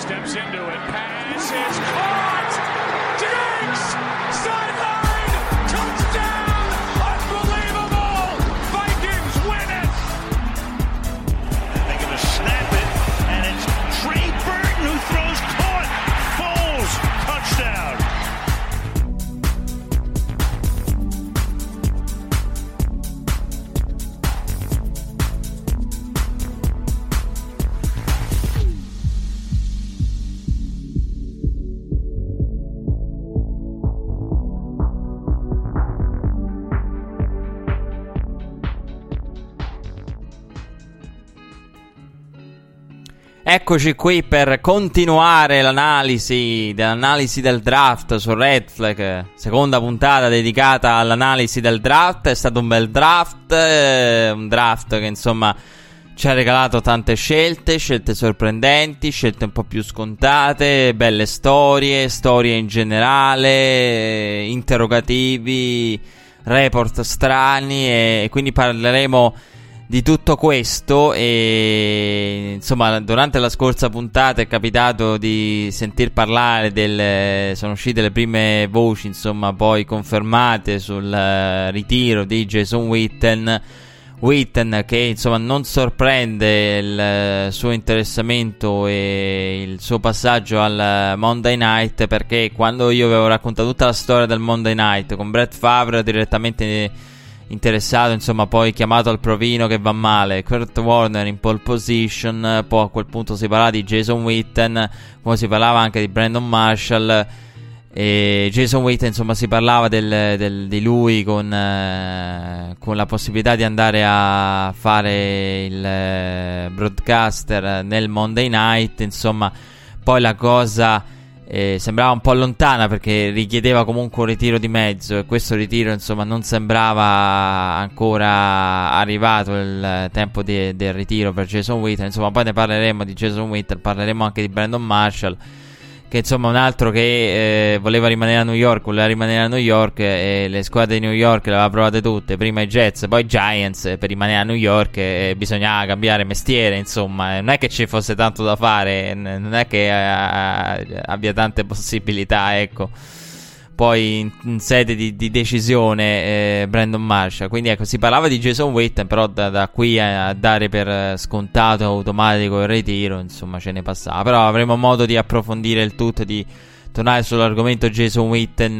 steps into it. Pass is caught. Diggs, sideline, touchdown, unbelievable. Vikings win it. They're going to snap it, and it's Trey Burton who throws caught. Foles, touchdown. Eccoci qui per continuare l'analisi del draft su Red Flag, seconda puntata dedicata all'analisi del draft. È stato un bel draft, un draft che insomma ci ha regalato tante scelte sorprendenti, scelte un po' più scontate, belle storie in generale, interrogativi, report strani e quindi parleremo di tutto questo. E insomma durante la scorsa puntata è capitato di sentir parlare sono uscite le prime voci insomma poi confermate sul ritiro di Jason Witten che insomma non sorprende il suo interessamento e il suo passaggio al Monday Night, perché quando io avevo raccontato tutta la storia del Monday Night con Brett Favre direttamente interessato, insomma poi chiamato al provino che va male, Kurt Warner in pole position, poi a quel punto si parlava di Jason Witten, come si parlava anche di Brandon Marshall, e Jason Witten insomma si parlava di lui con la possibilità di andare a fare il broadcaster nel Monday Night. Insomma poi la cosa sembrava un po' lontana perché richiedeva comunque un ritiro di mezzo e questo ritiro insomma non sembrava ancora arrivato il tempo del ritiro per Jason Witten. Insomma poi ne parleremo di Jason Witten, parleremo anche di Brandon Marshall, che insomma un altro che voleva rimanere a New York e le squadre di New York le aveva provate tutte, prima i Jets poi i Giants. Per rimanere a New York bisognava cambiare mestiere, insomma non è che ci fosse tanto da fare, non è che abbia tante possibilità, ecco. Poi in sede di decisione Brandon Marshall, quindi ecco si parlava di Jason Witten, però da qui a dare per scontato automatico il ritiro insomma ce ne passava. Però avremo modo di approfondire il tutto, di tornare sull'argomento Jason Witten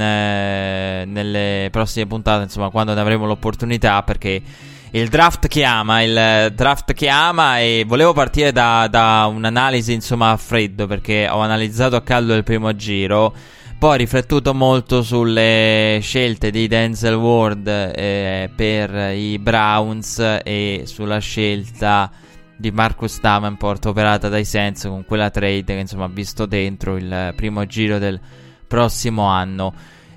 nelle prossime puntate, insomma quando ne avremo l'opportunità, perché il draft chiama e volevo partire da un'analisi insomma a freddo, perché ho analizzato a caldo il primo giro. Poi ho riflettuto molto sulle scelte di Denzel Ward per i Browns e sulla scelta di Marcus Davenport operata dai Saints con quella trade che insomma ha visto dentro il primo giro del prossimo anno.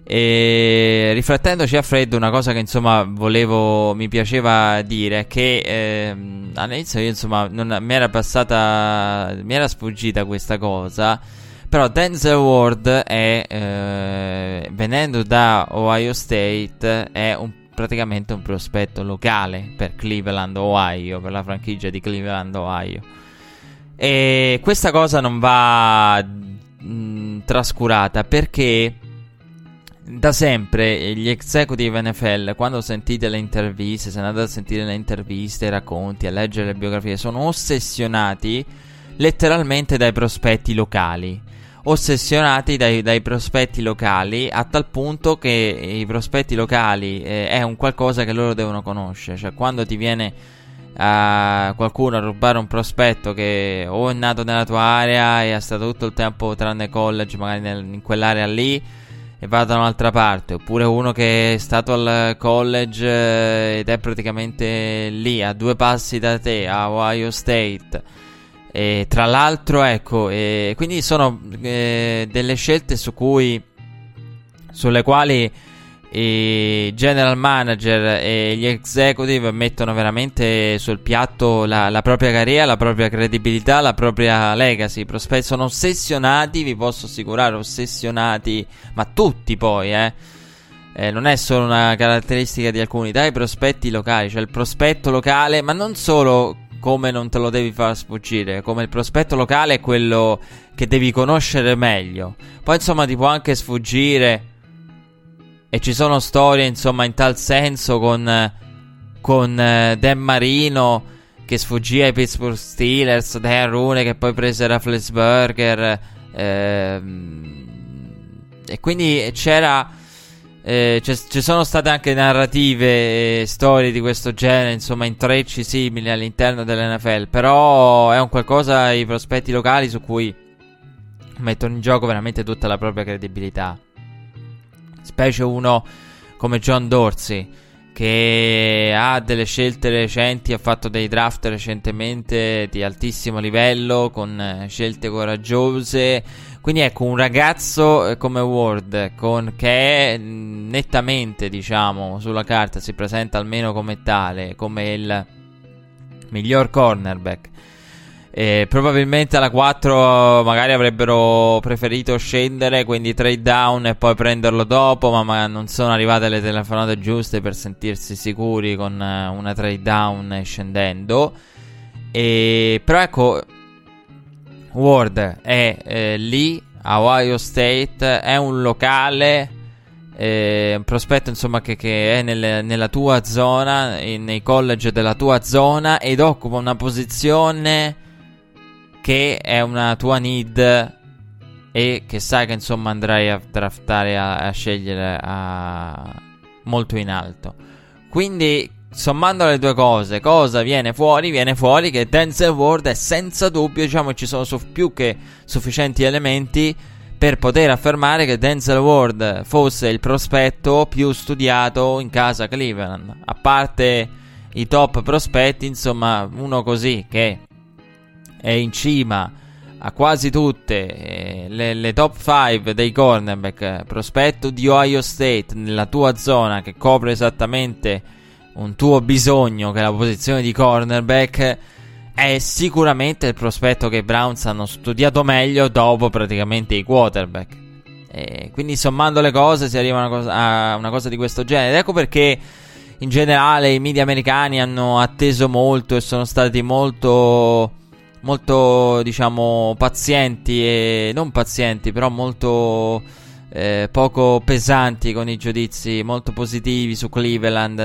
E riflettendoci a freddo, una cosa che insomma mi piaceva dire è che all'inizio io insomma mi era sfuggita questa cosa. Però Denzel Ward venendo da Ohio State, è praticamente un prospetto locale per Cleveland, Ohio, per la franchigia di Cleveland, Ohio. E questa cosa non va trascurata, perché da sempre gli executive NFL, quando sentite le interviste, se andate a sentire le interviste, i racconti, a leggere le biografie, sono ossessionati letteralmente dai prospetti locali. Dai prospetti locali, a tal punto che i prospetti locali è un qualcosa che loro devono conoscere. Cioè quando ti viene qualcuno a rubare un prospetto che o è nato nella tua area e è stato tutto il tempo tranne college magari in quell'area lì e va da un'altra parte, oppure uno che è stato al college ed è praticamente lì a 2 passi da te, a Ohio State. E tra l'altro ecco, quindi sono delle scelte sulle quali i general manager e gli executive mettono veramente sul piatto la propria carriera, la propria credibilità, la propria legacy. I prospetti sono ossessionati, vi posso assicurare, ossessionati, ma tutti poi non è solo una caratteristica di alcuni, dai prospetti locali, cioè il prospetto locale, ma non solo come non te lo devi far sfuggire, come il prospetto locale è quello che devi conoscere meglio. Poi insomma ti può anche sfuggire, e ci sono storie insomma in tal senso con Dan Marino che sfuggì ai Pittsburgh Steelers, Dan Rooney che poi prese Roethlisberger, e quindi ci sono state anche narrative, storie di questo genere, insomma intrecci simili all'interno dell'NFL. Però è un qualcosa, i prospetti locali, su cui mettono in gioco veramente tutta la propria credibilità, specie uno come John Dorsey, che ha delle scelte recenti, ha fatto dei draft recentemente di altissimo livello, con scelte coraggiose. Quindi ecco, un ragazzo come Ward, che è nettamente, diciamo, sulla carta si presenta almeno come tale, come il miglior cornerback. Probabilmente alla 4 magari avrebbero preferito scendere, quindi trade down e poi prenderlo dopo, ma non sono arrivate le telefonate giuste per sentirsi sicuri con una trade down scendendo. Però ecco, Ward è lì a Ohio State, è un locale, un prospetto insomma che è nella tua zona, nei college della tua zona, ed occupa una posizione che è una tua need e che sai che insomma andrai a draftare, a scegliere molto in alto. Quindi, sommando le due cose, cosa viene fuori? Viene fuori che Denzel Ward è senza dubbio, diciamo, ci sono più che sufficienti elementi per poter affermare che Denzel Ward fosse il prospetto più studiato in casa Cleveland. A parte i top prospetti, insomma, uno così che è in cima a quasi tutte le top 5 dei cornerback, prospetto di Ohio State nella tua zona, che copre esattamente un tuo bisogno, che è la posizione di cornerback, è sicuramente il prospetto che i Browns hanno studiato meglio dopo praticamente i quarterback. Quindi sommando le cose si arriva a una cosa di questo genere. Ed ecco perché in generale i media americani hanno atteso molto e sono stati molto, diciamo, pazienti, e non pazienti, però molto poco pesanti con i giudizi molto positivi su Cleveland,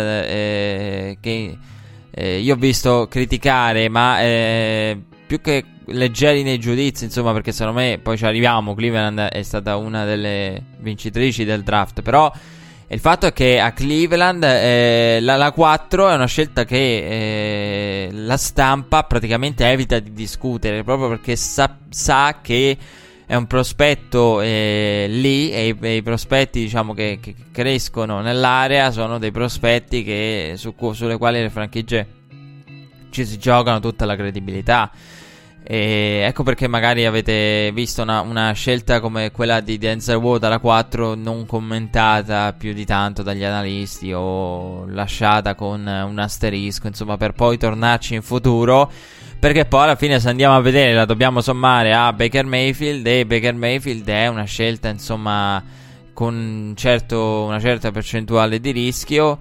che io ho visto criticare, ma più che leggeri nei giudizi, insomma, perché secondo me, poi ci arriviamo, Cleveland è stata una delle vincitrici del draft. Però il fatto è che a Cleveland la 4 è una scelta che la stampa praticamente evita di discutere, proprio perché sa che è un prospetto lì, e i prospetti, diciamo, che crescono nell'area sono dei prospetti sulle quali le franchigie ci si giocano tutta la credibilità. E ecco perché magari avete visto una scelta come quella di Denzel Ward alla 4 non commentata più di tanto dagli analisti, o lasciata con un asterisco, insomma, per poi tornarci in futuro, perché poi alla fine, se andiamo a vedere, la dobbiamo sommare a Baker Mayfield, e Baker Mayfield è una scelta, insomma, con una certa percentuale di rischio,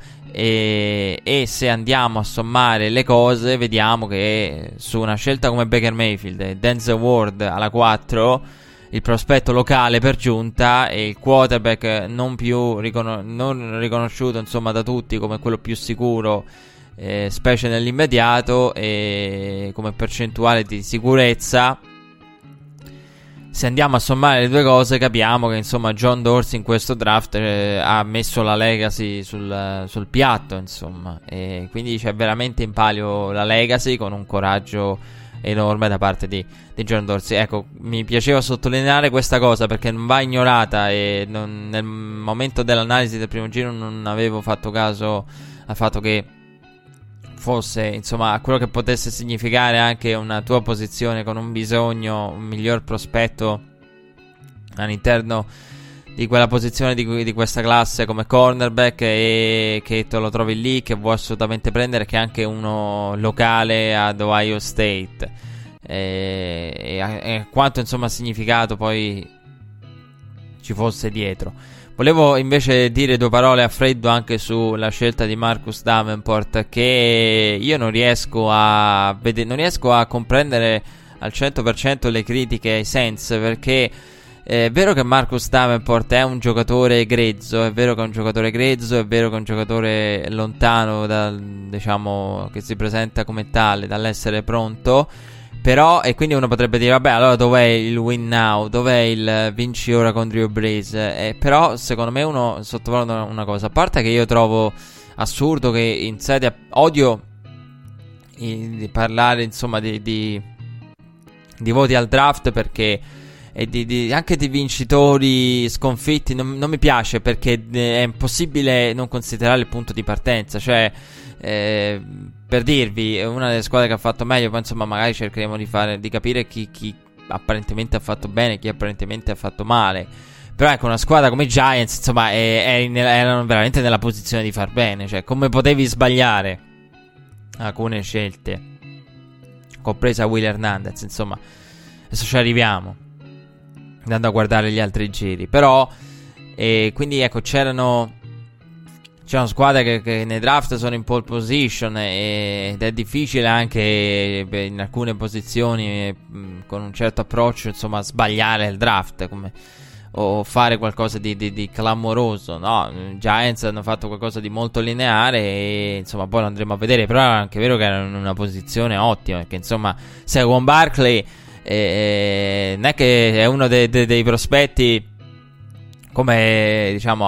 e se andiamo a sommare le cose vediamo che su una scelta come Baker Mayfield e Denzel Ward alla 4, il prospetto locale per giunta e il quarterback non riconosciuto, insomma, da tutti come quello più sicuro, specie nell'immediato, e come percentuale di sicurezza, se andiamo a sommare le due cose capiamo che, insomma, John Dorsey in questo draft ha messo la legacy sul piatto, insomma, e quindi c'è veramente in palio la legacy, con un coraggio enorme da parte di John Dorsey. Ecco, mi piaceva sottolineare questa cosa perché non va ignorata, e nel momento dell'analisi del primo giro non avevo fatto caso al fatto che fosse, insomma, a quello che potesse significare anche una tua posizione con un bisogno, un miglior prospetto all'interno di quella posizione di questa classe come cornerback, e che te lo trovi lì, che vuoi assolutamente prendere, che è anche uno locale ad Ohio State, e quanto, insomma, significato poi ci fosse dietro. Volevo invece dire due parole a freddo anche sulla scelta di Marcus Davenport, che io non riesco a comprendere al 100% le critiche ai Saints, perché è vero che Marcus Davenport è un giocatore grezzo, è vero che è un giocatore lontano diciamo, che si presenta come tale, dall'essere pronto. Però, e quindi uno potrebbe dire, vabbè, allora dov'è il win now? Dov'è il vinci ora con Drew Brees? Però, secondo me, uno sottovaluta una cosa. A parte che io trovo assurdo che in sede odio di parlare, insomma, di voti al draft, perché anche di vincitori sconfitti non mi piace, perché è impossibile non considerare il punto di partenza. Cioè, per dirvi, una delle squadre che ha fatto meglio, poi insomma magari cercheremo di capire chi apparentemente ha fatto bene e chi apparentemente ha fatto male. Però ecco, una squadra come i Giants, insomma, erano veramente nella posizione di far bene. Cioè, come potevi sbagliare alcune scelte, compresa Will Hernandez, insomma, adesso ci arriviamo andando a guardare gli altri giri. Però quindi ecco, c'erano squadre che nei draft sono in pole position, ed è difficile anche in alcune posizioni con un certo approccio, insomma, sbagliare il draft o fare qualcosa di clamoroso. No, i Giants hanno fatto qualcosa di molto lineare e insomma poi lo andremo a vedere. Però è anche vero che erano in una posizione ottima, perché insomma Saquon Barkley non è che è uno dei prospetti come, diciamo,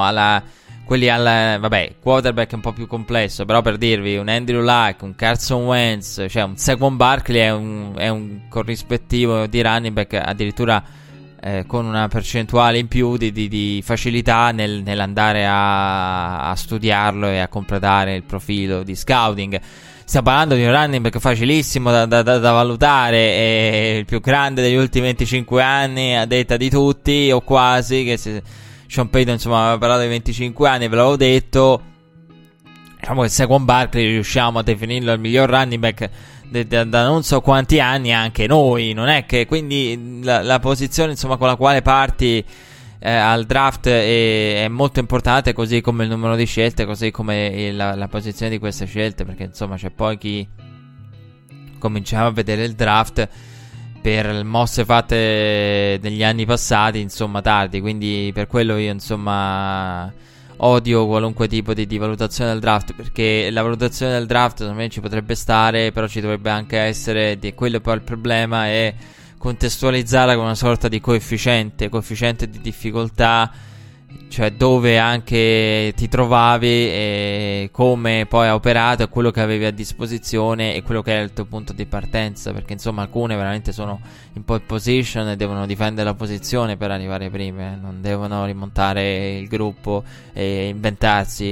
vabbè, quarterback è un po' più complesso, però per dirvi, un Andrew Luck, un Carson Wentz, cioè un Saquon Barkley è un corrispettivo di running back addirittura con una percentuale in più di facilità nell'andare a studiarlo e a completare il profilo di scouting. Stiamo parlando di un running back facilissimo da valutare, il più grande degli ultimi 25 anni, a detta di tutti, o quasi, che Sean Payton, insomma, aveva parlato di 25 anni, ve l'avevo detto. Diciamo che Saquon Barkley riusciamo a definirlo il miglior running back da non so quanti anni, anche noi. Non è che, quindi la posizione, insomma, con la quale parti al draft è molto importante, così come il numero di scelte, così come la posizione di queste scelte, perché insomma c'è poi chi cominciava a vedere il draft per mosse fatte negli anni passati, insomma, tardi. Quindi per quello io, insomma, odio qualunque tipo di valutazione del draft, perché la valutazione del draft secondo me ci potrebbe stare, però ci dovrebbe anche essere quello. Poi il problema è contestualizzarla con una sorta di coefficiente di difficoltà, cioè dove anche ti trovavi e come poi ha operato, e quello che avevi a disposizione e quello che era il tuo punto di partenza, perché insomma alcune veramente sono in pole position e devono difendere la posizione per arrivare prime, non devono rimontare il gruppo e inventarsi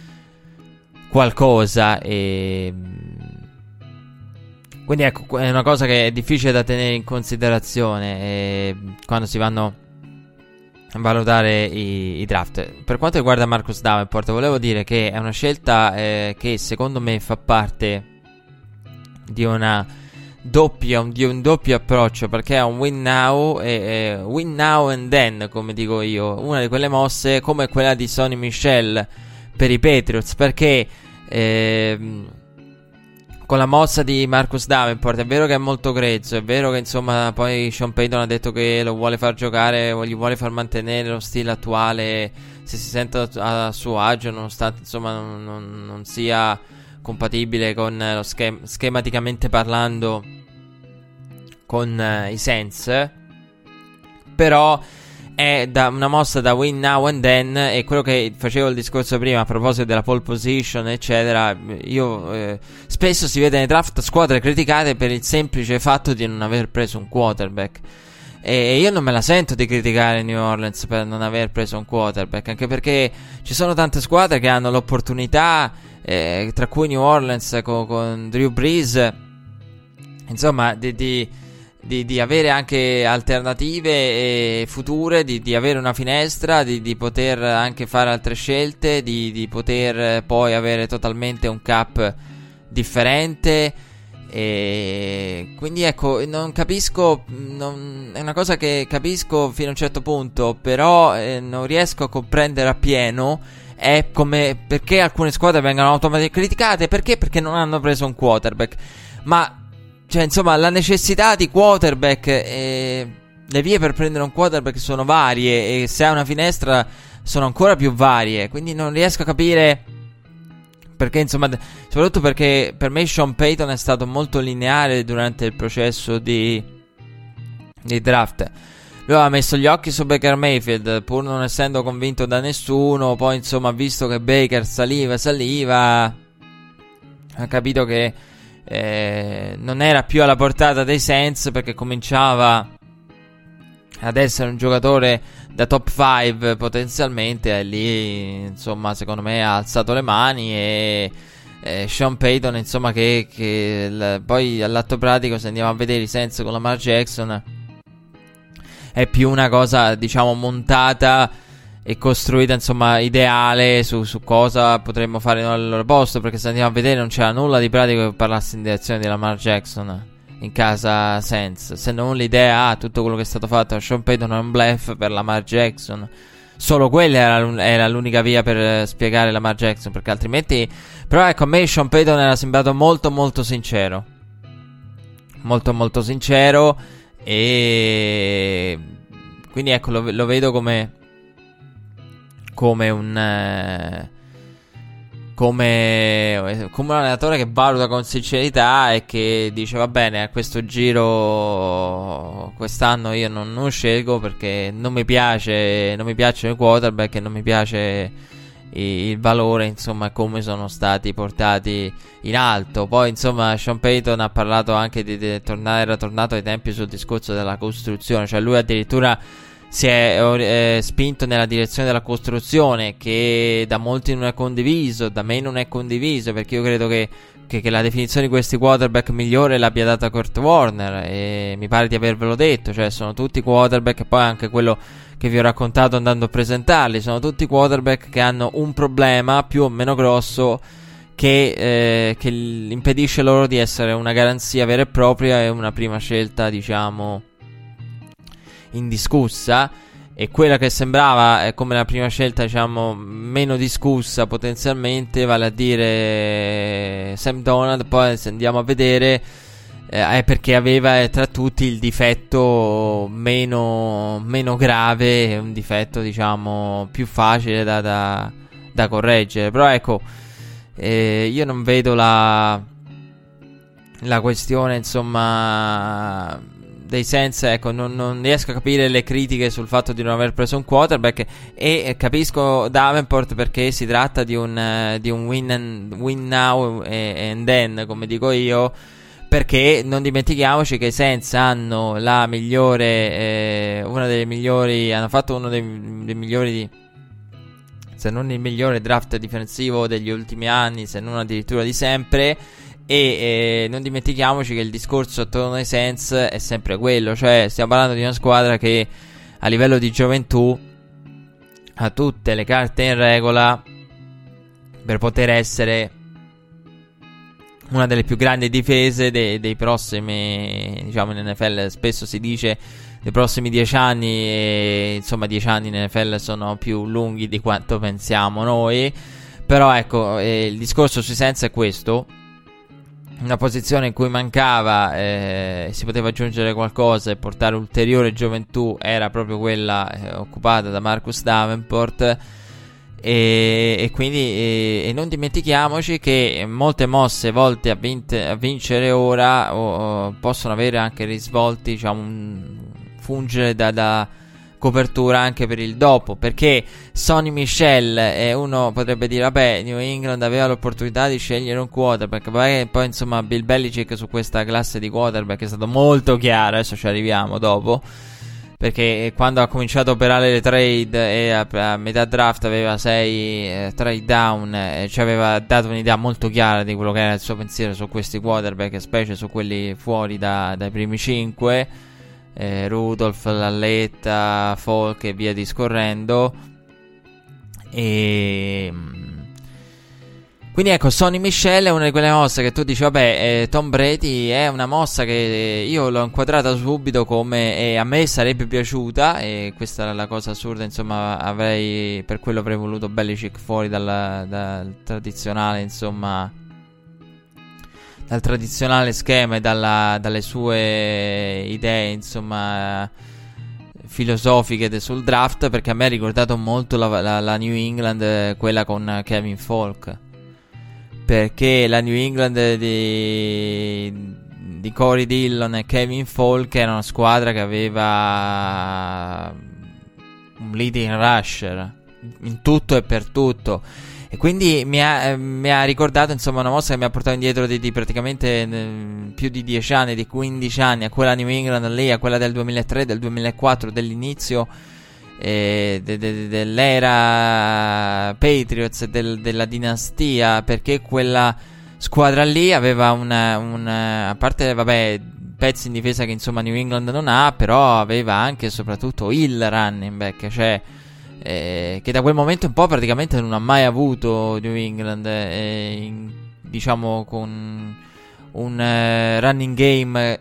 qualcosa. Quindi ecco, è una cosa che è difficile da tenere in considerazione quando si vanno a valutare i draft. Per quanto riguarda Marcus Davenport, volevo dire che è una scelta che secondo me fa parte di un doppio approccio, perché è un win now win now and then, come dico io, una di quelle mosse come quella di Sonny Michel per i Patriots, perché con la mossa di Marcus Davenport è vero che è molto grezzo, è vero che insomma poi Sean Payton ha detto che lo vuole far giocare, gli vuole far mantenere lo stile attuale se si sente a suo agio, nonostante insomma non sia compatibile con lo schematicamente parlando con i Saints. Però è una mossa da win now and then, e quello che facevo il discorso prima a proposito della pole position eccetera. Io spesso si vede nei draft squadre criticate per il semplice fatto di non aver preso un quarterback, e io non me la sento di criticare New Orleans per non aver preso un quarterback, anche perché ci sono tante squadre che hanno l'opportunità, tra cui New Orleans con Drew Brees, insomma di avere anche alternative future, di avere una finestra, di poter anche fare altre scelte, di poter poi avere totalmente un cap differente, E quindi ecco, non capisco, è una cosa che capisco fino a un certo punto, però non riesco a comprendere appieno. È come perché alcune squadre vengono automaticamente criticate. Perché non hanno preso un quarterback. Ma cioè insomma, la necessità di quarterback, le vie per prendere un quarterback sono varie, e se ha una finestra sono ancora più varie. Quindi non riesco a capire perché, insomma, soprattutto perché per me Sean Payton è stato molto lineare durante il processo di draft. Lui aveva messo gli occhi su Baker Mayfield, pur non essendo convinto da nessuno. Poi insomma, visto che Baker saliva, ha capito che non era più alla portata dei Saints, perché cominciava ad essere un giocatore da top 5 potenzialmente, e lì insomma secondo me ha alzato le mani. E Sean Payton insomma poi all'atto pratico, se andiamo a vedere i Saints con Lamar Jackson, è più una cosa diciamo montata e costruita insomma ideale su cosa potremmo fare al loro posto, perché se andiamo a vedere non c'era nulla di pratico che parlasse in direzione di Lamar Jackson in casa Saints, se non l'idea tutto quello che è stato fatto a Sean Payton è un bluff per Lamar Jackson. Solo quella era l'unica via per spiegare Lamar Jackson, perché altrimenti. Però ecco, a me Sean Payton era sembrato molto molto sincero, molto molto sincero, e quindi ecco, lo vedo come un come un allenatore che valuta con sincerità e che dice: va bene, a questo giro quest'anno io non scelgo, perché non mi piacciono i quarterback e non mi piace il valore, insomma, come sono stati portati in alto. Poi insomma Sean Payton ha parlato anche era tornato ai tempi sul discorso della costruzione, cioè lui addirittura si è spinto nella direzione della costruzione, che da molti non è condiviso, da me non è condiviso, perché io credo che la definizione di questi quarterback migliore l'abbia data Kurt Warner, e mi pare di avervelo detto, cioè sono tutti quarterback, e poi anche quello che vi ho raccontato andando a presentarli, sono tutti quarterback che hanno un problema più o meno grosso che impedisce loro di essere una garanzia vera e propria e una prima scelta, diciamo, indiscussa. E quella che sembrava come la prima scelta, diciamo, meno discussa potenzialmente, vale a dire Sam Darnold. Poi se andiamo a vedere è perché aveva tra tutti il difetto meno grave, un difetto diciamo più facile da correggere. Però ecco, io non vedo la questione, insomma, dei Saints. Ecco, non riesco a capire le critiche sul fatto di non aver preso un quarterback, e capisco Davenport perché si tratta di un win now and then, come dico io, perché non dimentichiamoci che i Saints hanno la migliore una delle migliori, hanno fatto uno dei migliori, se non il migliore draft difensivo degli ultimi anni, se non addirittura di sempre. E non dimentichiamoci che il discorso attorno ai Saints è sempre quello, cioè stiamo parlando di una squadra che a livello di gioventù ha tutte le carte in regola per poter essere una delle più grandi difese dei prossimi, diciamo, in NFL spesso si dice dei prossimi 10 anni, e insomma 10 anni in NFL sono più lunghi di quanto pensiamo noi. Però ecco, il discorso sui Saints è questo: una posizione in cui mancava, si poteva aggiungere qualcosa e portare ulteriore gioventù, era proprio quella occupata da Marcus Davenport. E quindi non dimentichiamoci che molte mosse volte a vincere ora possono avere anche risvolti, diciamo, fungere da copertura anche per il dopo, perché Sonny Michel, uno potrebbe dire vabbè, New England aveva l'opportunità di scegliere un quarterback, poi insomma Bill Belichick su questa classe di quarterback è stato molto chiaro, adesso ci arriviamo dopo, perché quando ha cominciato a operare le trade e a metà draft aveva 6 trade down, ci aveva dato un'idea molto chiara di quello che era il suo pensiero su questi quarterback, specie su quelli fuori dai primi 5, Rudolph, Lalletta, Falk e via discorrendo. Quindi ecco, Sonny Michel è una di quelle mosse che tu dici, vabbè, Tom Brady è una mossa che io l'ho inquadrata subito come, e a me sarebbe piaciuta, e questa è la cosa assurda, insomma, per quello avrei voluto Belichick fuori dal tradizionale, insomma, dal tradizionale schema e dalle sue idee, insomma, filosofiche sul draft, perché a me ha ricordato molto la New England, quella con Kevin Falk. Perché la New England di Corey Dillon e Kevin Falk era una squadra che aveva un leading rusher in tutto e per tutto, e quindi mi ha ricordato, insomma, una mossa che mi ha portato indietro di praticamente più di 10 anni, di 15 anni, a quella New England lì, a quella del 2003, del 2004, dell'inizio dell'era Patriots, della dinastia, perché quella squadra lì aveva a parte, vabbè, pezzi in difesa che insomma New England non ha, però aveva anche e soprattutto il running back, cioè che da quel momento un po' praticamente non ha mai avuto New England, diciamo, con un running game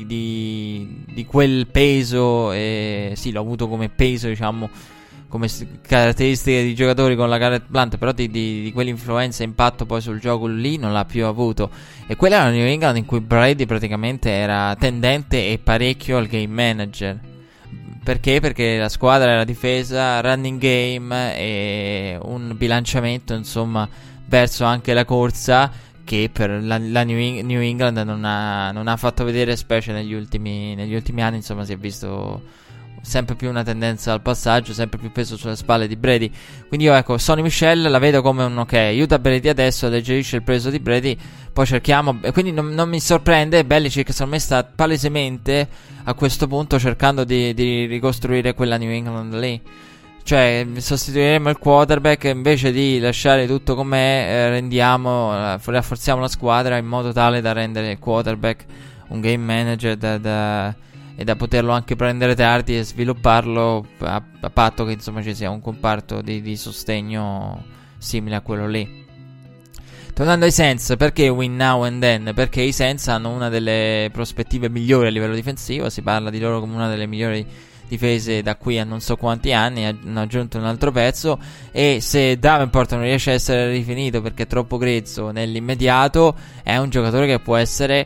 di quel peso, sì, l'ho avuto come peso, diciamo, come caratteristiche di giocatori con la Garrett Blount, però di quell'influenza e impatto poi sul gioco lì non l'ha più avuto. E quella era una New England in cui Brady praticamente era tendente e parecchio al game manager. Perché? Perché la squadra era difesa, running game e un bilanciamento, insomma, verso anche la corsa, che per la New England non ha fatto vedere, specie negli ultimi anni, insomma, si è visto sempre più una tendenza al passaggio, sempre più peso sulle spalle di Brady. Quindi io, ecco, Sonny Michel la vedo come un ok, aiuta Brady adesso, alleggerisce il peso di Brady, poi cerchiamo, e quindi non mi sorprende Belichick, secondo me sta palesemente a questo punto cercando di ricostruire quella New England lì. Cioè, sostituiremo il quarterback, invece di lasciare tutto com'è, rafforziamo la squadra in modo tale da rendere il quarterback un game manager e da poterlo anche prendere tardi e svilupparlo a patto che, insomma, ci sia un comparto di sostegno simile a quello lì. Tornando ai Saints, perché win now and then? Perché i Saints hanno una delle prospettive migliori a livello difensivo, si parla di loro come una delle migliori difese da qui a non so quanti anni, hanno aggiunto un altro pezzo, e se Davenport non riesce a essere rifinito perché è troppo grezzo nell'immediato, è un giocatore che può essere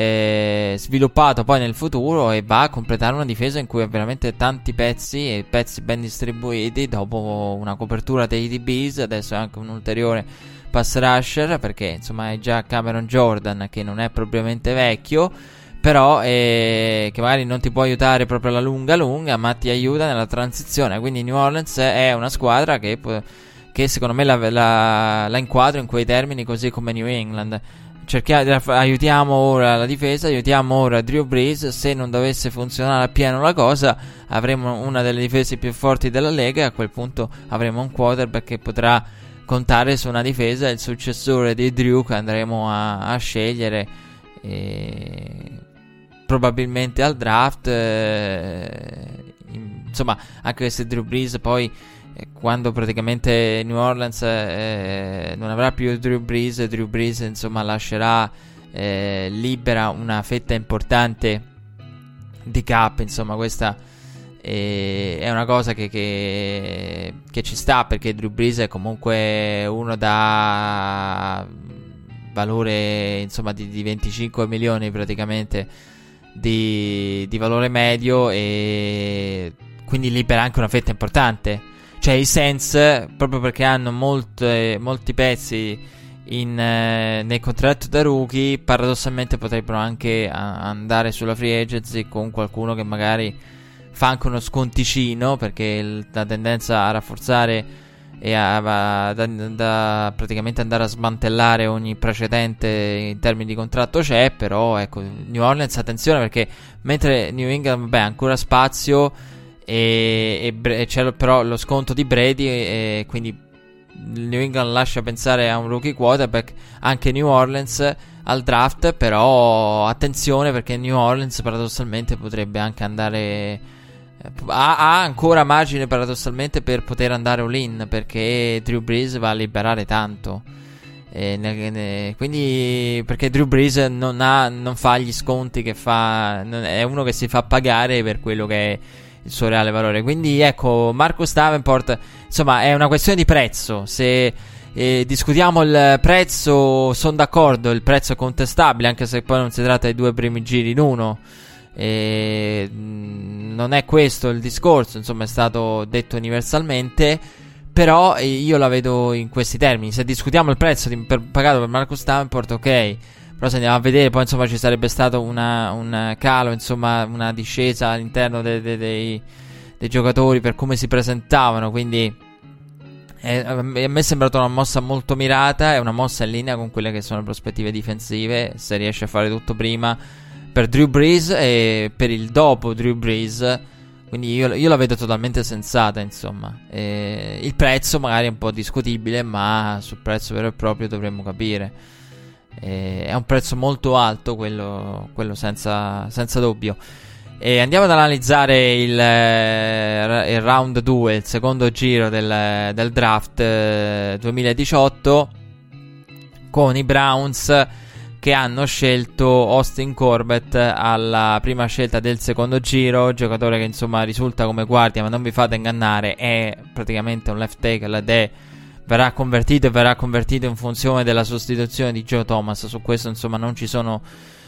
sviluppato poi nel futuro e va a completare una difesa in cui ha veramente tanti pezzi e pezzi ben distribuiti, dopo una copertura dei DBs, adesso è anche un ulteriore pass rusher, perché insomma è già Cameron Jordan, che non è propriamente vecchio, però che magari non ti può aiutare proprio alla lunga, ma ti aiuta nella transizione. Quindi New Orleans è una squadra che secondo me la inquadro in quei termini, così come New England. Aiutiamo ora la difesa, aiutiamo ora Drew Brees. Se non dovesse funzionare appieno la cosa, avremo una delle difese più forti della Lega, e a quel punto avremo un quarterback che potrà contare su una difesa, il successore di Drew, che andremo a scegliere probabilmente al draft, insomma, anche se Drew Brees poi, quando praticamente New Orleans non avrà più Drew Brees insomma lascerà libera una fetta importante di cap, insomma questa è una cosa che ci sta, perché Drew Brees è comunque uno da valore, insomma, di 25 milioni praticamente di valore medio, e quindi libera anche una fetta importante. Cioè i Saints, proprio perché hanno molti pezzi nel contratto da rookie, paradossalmente potrebbero anche andare sulla free agency con qualcuno che magari fa anche uno sconticino, perché la tendenza a rafforzare e da praticamente andare a smantellare ogni precedente in termini di contratto c'è. Però ecco, New Orleans, attenzione, perché mentre New England, vabbè, ha ancora spazio e c'è però lo sconto di Brady, e quindi New England lascia pensare a un rookie quarterback, anche New Orleans al draft. Però attenzione, perché New Orleans paradossalmente potrebbe anche andare, ha ancora margine paradossalmente per poter andare all-in, perché Drew Brees va a liberare tanto, Quindi perché Drew Brees non fa gli sconti che fa, è uno che si fa pagare per quello che è il suo reale valore. Quindi ecco, Marcus Davenport, insomma, è una questione di prezzo. Se discutiamo il prezzo, sono d'accordo, il prezzo è contestabile, anche se poi non si tratta di 2 primi giri in uno. Non è questo il discorso, insomma, è stato detto universalmente. Però io la vedo in questi termini. Se discutiamo il prezzo pagato per Marcus Davenport, ok. Però se andiamo a vedere, poi insomma ci sarebbe stato un calo, insomma una discesa all'interno dei giocatori per come si presentavano. Quindi a me è sembrata una mossa molto mirata. È una mossa in linea con quelle che sono le prospettive difensive, se riesce a fare tutto prima per Drew Brees e per il dopo Drew Brees. Quindi io la vedo totalmente sensata, insomma. Il prezzo magari è un po' discutibile, ma sul prezzo vero e proprio dovremmo capire. È un prezzo molto alto, quello senza dubbio. Andiamo ad analizzare il round 2, il secondo giro del draft 2018, con i Browns che hanno scelto Austin Corbett alla prima scelta del secondo giro, giocatore che insomma risulta come guardia, ma non vi fate ingannare, è praticamente un left tackle ed verrà convertito in funzione della sostituzione di Joe Thomas. Su questo insomma non ci sono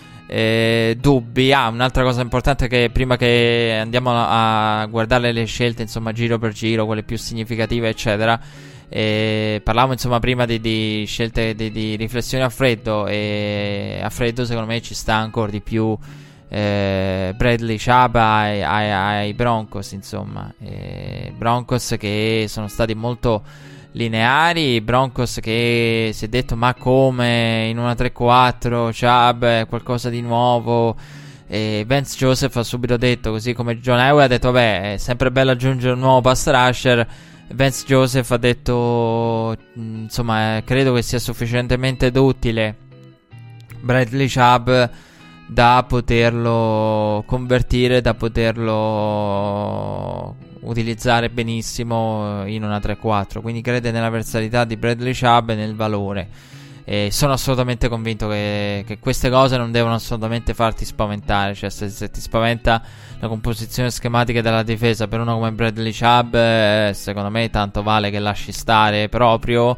dubbi. Un'altra cosa importante, che prima che andiamo a guardare le scelte, insomma giro per giro, quelle più significative eccetera, parlavamo insomma prima di scelte di riflessioni a freddo, e a freddo secondo me ci sta ancora di più Bradley Chubb ai Broncos, insomma, Broncos che sono stati molto lineari, Broncos che si è detto ma come in una 3-4 Chubb è qualcosa di nuovo. Vance Joseph ha subito detto, così come John Elway ha detto vabbè è sempre bello aggiungere un nuovo pass rusher, Vance Joseph ha detto insomma credo che sia sufficientemente duttile Bradley Chubb da poterlo convertire, da poterlo utilizzare benissimo in una 3-4. Quindi crede nella versatilità di Bradley Chubb e nel valore. Sono assolutamente convinto che queste cose non devono assolutamente farti spaventare. Cioè se ti spaventa la composizione schematica della difesa per uno come Bradley Chubb, secondo me tanto vale che lasci stare proprio.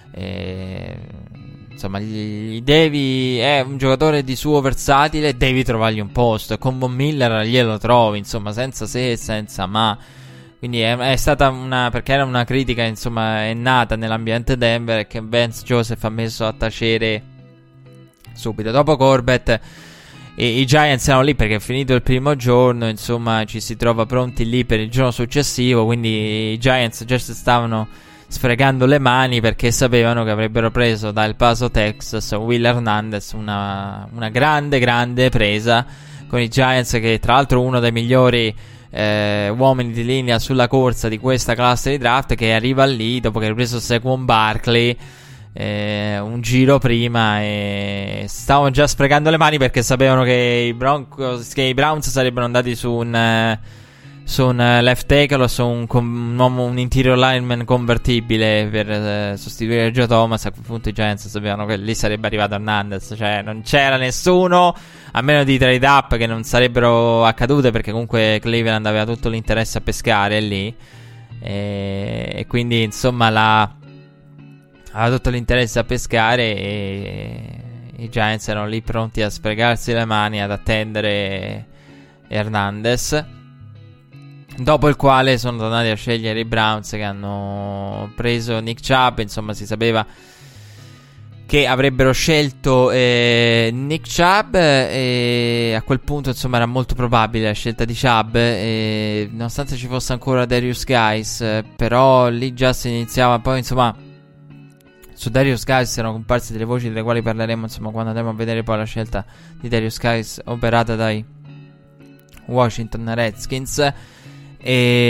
Insomma è un giocatore di suo versatile, devi trovargli un posto. Con Von Miller glielo trovi, insomma, senza se e senza ma. Quindi è stata perché era una critica, insomma, è nata nell'ambiente Denver, che Vance Joseph ha messo a tacere subito. Dopo Corbett i Giants erano lì perché è finito il primo giorno, insomma ci si trova pronti lì per il giorno successivo. Quindi i Giants già si stavano sfregando le mani perché sapevano che avrebbero preso da El Paso, Texas, Will Hernandez, una grande presa, con i Giants che tra l'altro uno dei migliori uomini di linea sulla corsa di questa classe di draft, che arriva lì dopo che ha preso Saquon Barkley un giro prima, e stavano già sprecando le mani perché sapevano che i Browns sarebbero andati su un left tackle o su un interior lineman convertibile per sostituire Joe Thomas. A quel punto i Giants sapevano che lì sarebbe arrivato Hernandez, cioè non c'era nessuno, a meno di trade up che non sarebbero accadute, perché comunque Cleveland aveva tutto l'interesse a pescare lì, e quindi insomma aveva tutto l'interesse a pescare, e i Giants erano lì pronti a sprecarsi le mani, ad attendere Hernandez. Dopo il quale sono tornati a scegliere i Browns, che hanno preso Nick Chubb. Insomma si sapeva che avrebbero scelto Nick Chubb, e a quel punto insomma era molto probabile la scelta di Chubb, nonostante ci fosse ancora Darius Guice, però lì già si iniziava. Poi insomma su Darius Guice erano comparse delle voci delle quali parleremo insomma quando andremo a vedere poi la scelta di Darius Guice operata dai Washington Redskins. E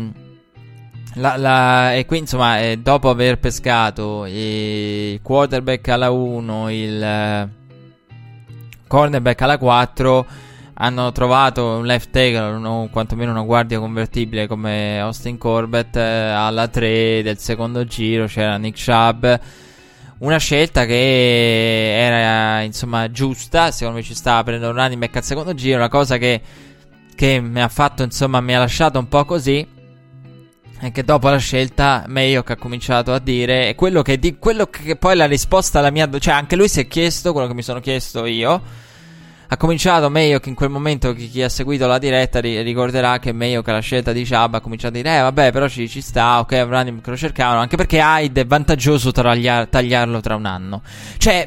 qui insomma dopo aver pescato il quarterback alla 1, il cornerback alla 4, hanno trovato un left tackle o quantomeno una guardia convertibile come Austin Corbett. Alla 3 del secondo giro c'era Nick Chubb, una scelta che era insomma giusta. Secondo me ci stava prendendo un running back al secondo giro, una cosa che mi ha fatto, insomma, mi ha lasciato un po' così. E che dopo la scelta Mayock ha cominciato a dire, e quello che poi la risposta alla mia, cioè anche lui si è chiesto quello che mi sono chiesto io. Ha cominciato Mayock in quel momento, chi ha seguito la diretta ricorderà che Mayock alla scelta di Chubb ha cominciato a dire vabbè, però ci sta, ok, un running back lo cercavano, anche perché Hyde è vantaggioso tagliarlo tra un anno. Cioè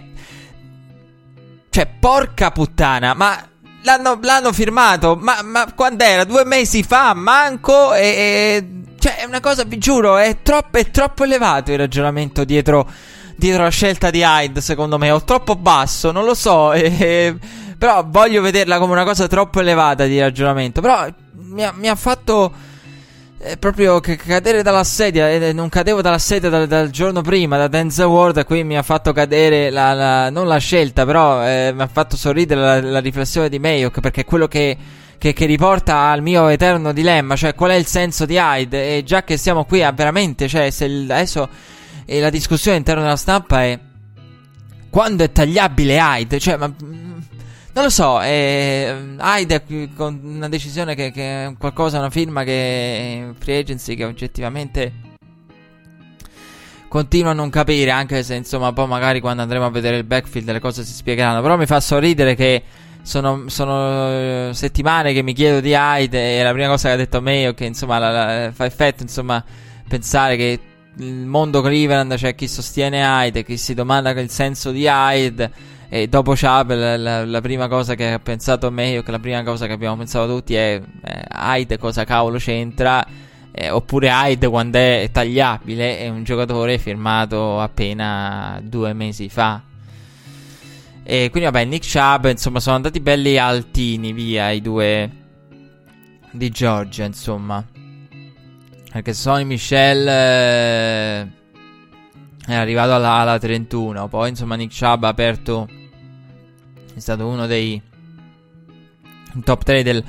porca puttana, ma l'hanno firmato, ma quando era? 2 mesi fa, manco, cioè è una cosa, vi giuro, è troppo elevato il ragionamento dietro la scelta di Hyde, secondo me, o troppo basso, non lo so, però voglio vederla come una cosa troppo elevata di ragionamento. Però mi ha fatto proprio cadere dalla sedia, non cadevo dalla sedia dal giorno prima, da Denzel Ward, qui mi ha fatto cadere non la scelta, però mi ha fatto sorridere la riflessione di Mayock, perché è quello che riporta al mio eterno dilemma, cioè qual è il senso di Hyde. E già che siamo qui a veramente, cioè adesso la discussione all'interno della stampa è quando è tagliabile Hyde, cioè ma non lo so, Hyde con una decisione che è qualcosa, una firma che free agency che oggettivamente continuo a non capire, anche se insomma poi magari quando andremo a vedere il backfield le cose si spiegheranno. Però mi fa sorridere che sono settimane che mi chiedo di Hyde, e la prima cosa che ha detto Mayo che insomma fa effetto, insomma, pensare che il mondo Cleveland c'è chi sostiene Hyde, chi si domanda il senso di Hyde. E dopo Chubb la prima cosa che ha pensato Mayo, che la prima cosa che abbiamo pensato tutti è Hyde cosa cavolo c'entra, oppure Hyde quando è tagliabile, è un giocatore firmato appena 2 mesi fa. E quindi vabbè, Nick Chubb, insomma, sono andati belli altini via i due di Georgia, insomma, perché Sonny Michel è arrivato alla 31. Poi insomma Nick Chubb ha aperto, è stato uno dei top 3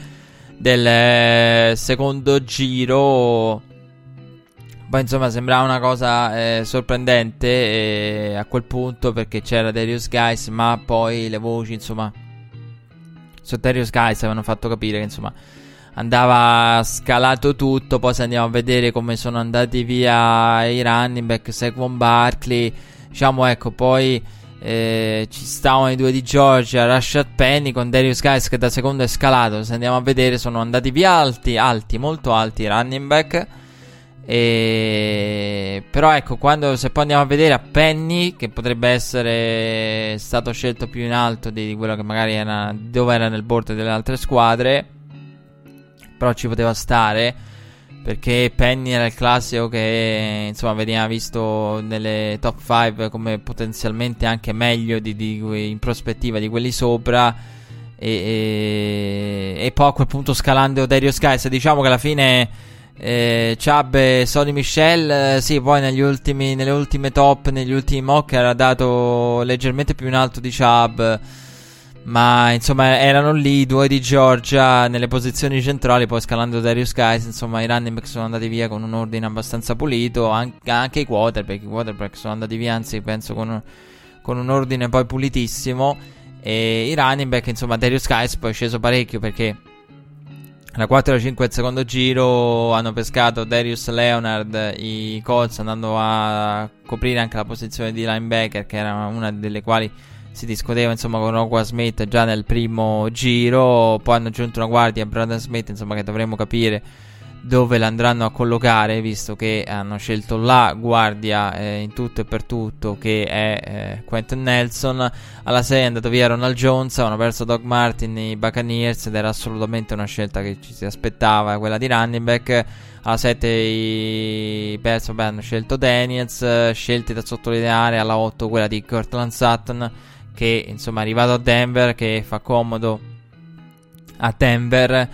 del secondo giro. Poi insomma sembrava una cosa sorprendente a quel punto, perché c'era Darius Guice, ma poi le voci insomma su Darius Guice avevano fatto capire che insomma andava scalato tutto. Poi se andiamo a vedere come sono andati via i running back, Saquon Barkley, diciamo, ecco, poi ci stavano i due di Georgia, Rashad Penny con Darius Guice che da secondo è scalato. Se andiamo a vedere sono andati via alti, molto alti i running back. Però ecco, se poi andiamo a vedere a Penny, che potrebbe essere stato scelto più in alto di quello che magari era, dove era nel board delle altre squadre, però ci poteva stare, perché Penny era il classico che insomma veniva visto nelle top 5 come potenzialmente anche meglio in prospettiva di quelli sopra. E poi a quel punto scalando Darius Guice, diciamo che alla fine Chubb e Sonny Michel, sì, poi nelle ultime top, negli ultimi mock era dato leggermente più in alto di Chubb, ma insomma erano lì i due di Georgia nelle posizioni centrali. Poi scalando Darius Guice, insomma i running back sono andati via con un ordine abbastanza pulito, anche i quarterback sono andati via, anzi penso con un ordine poi pulitissimo. E i running back, insomma Darius Guice poi è sceso parecchio, perché alla 4-5 del secondo giro hanno pescato Darius Leonard i Colts, andando a coprire anche la posizione di linebacker, che era una delle quali si discuteva insomma con Roquan Smith già nel primo giro. Poi hanno aggiunto una guardia, Brandon Smith, insomma, che dovremo capire dove l'andranno a collocare, visto che hanno scelto la guardia in tutto e per tutto, che è Quentin Nelson. Alla 6 è andato via Ronald Jones, hanno perso Doug Martin i Buccaneers, ed era assolutamente una scelta che ci si aspettava, quella di running back. Alla 7 i Bears hanno scelto Daniels. Scelte da sottolineare alla 8 quella di Courtland Sutton, che insomma è arrivato a Denver, che fa comodo a Denver.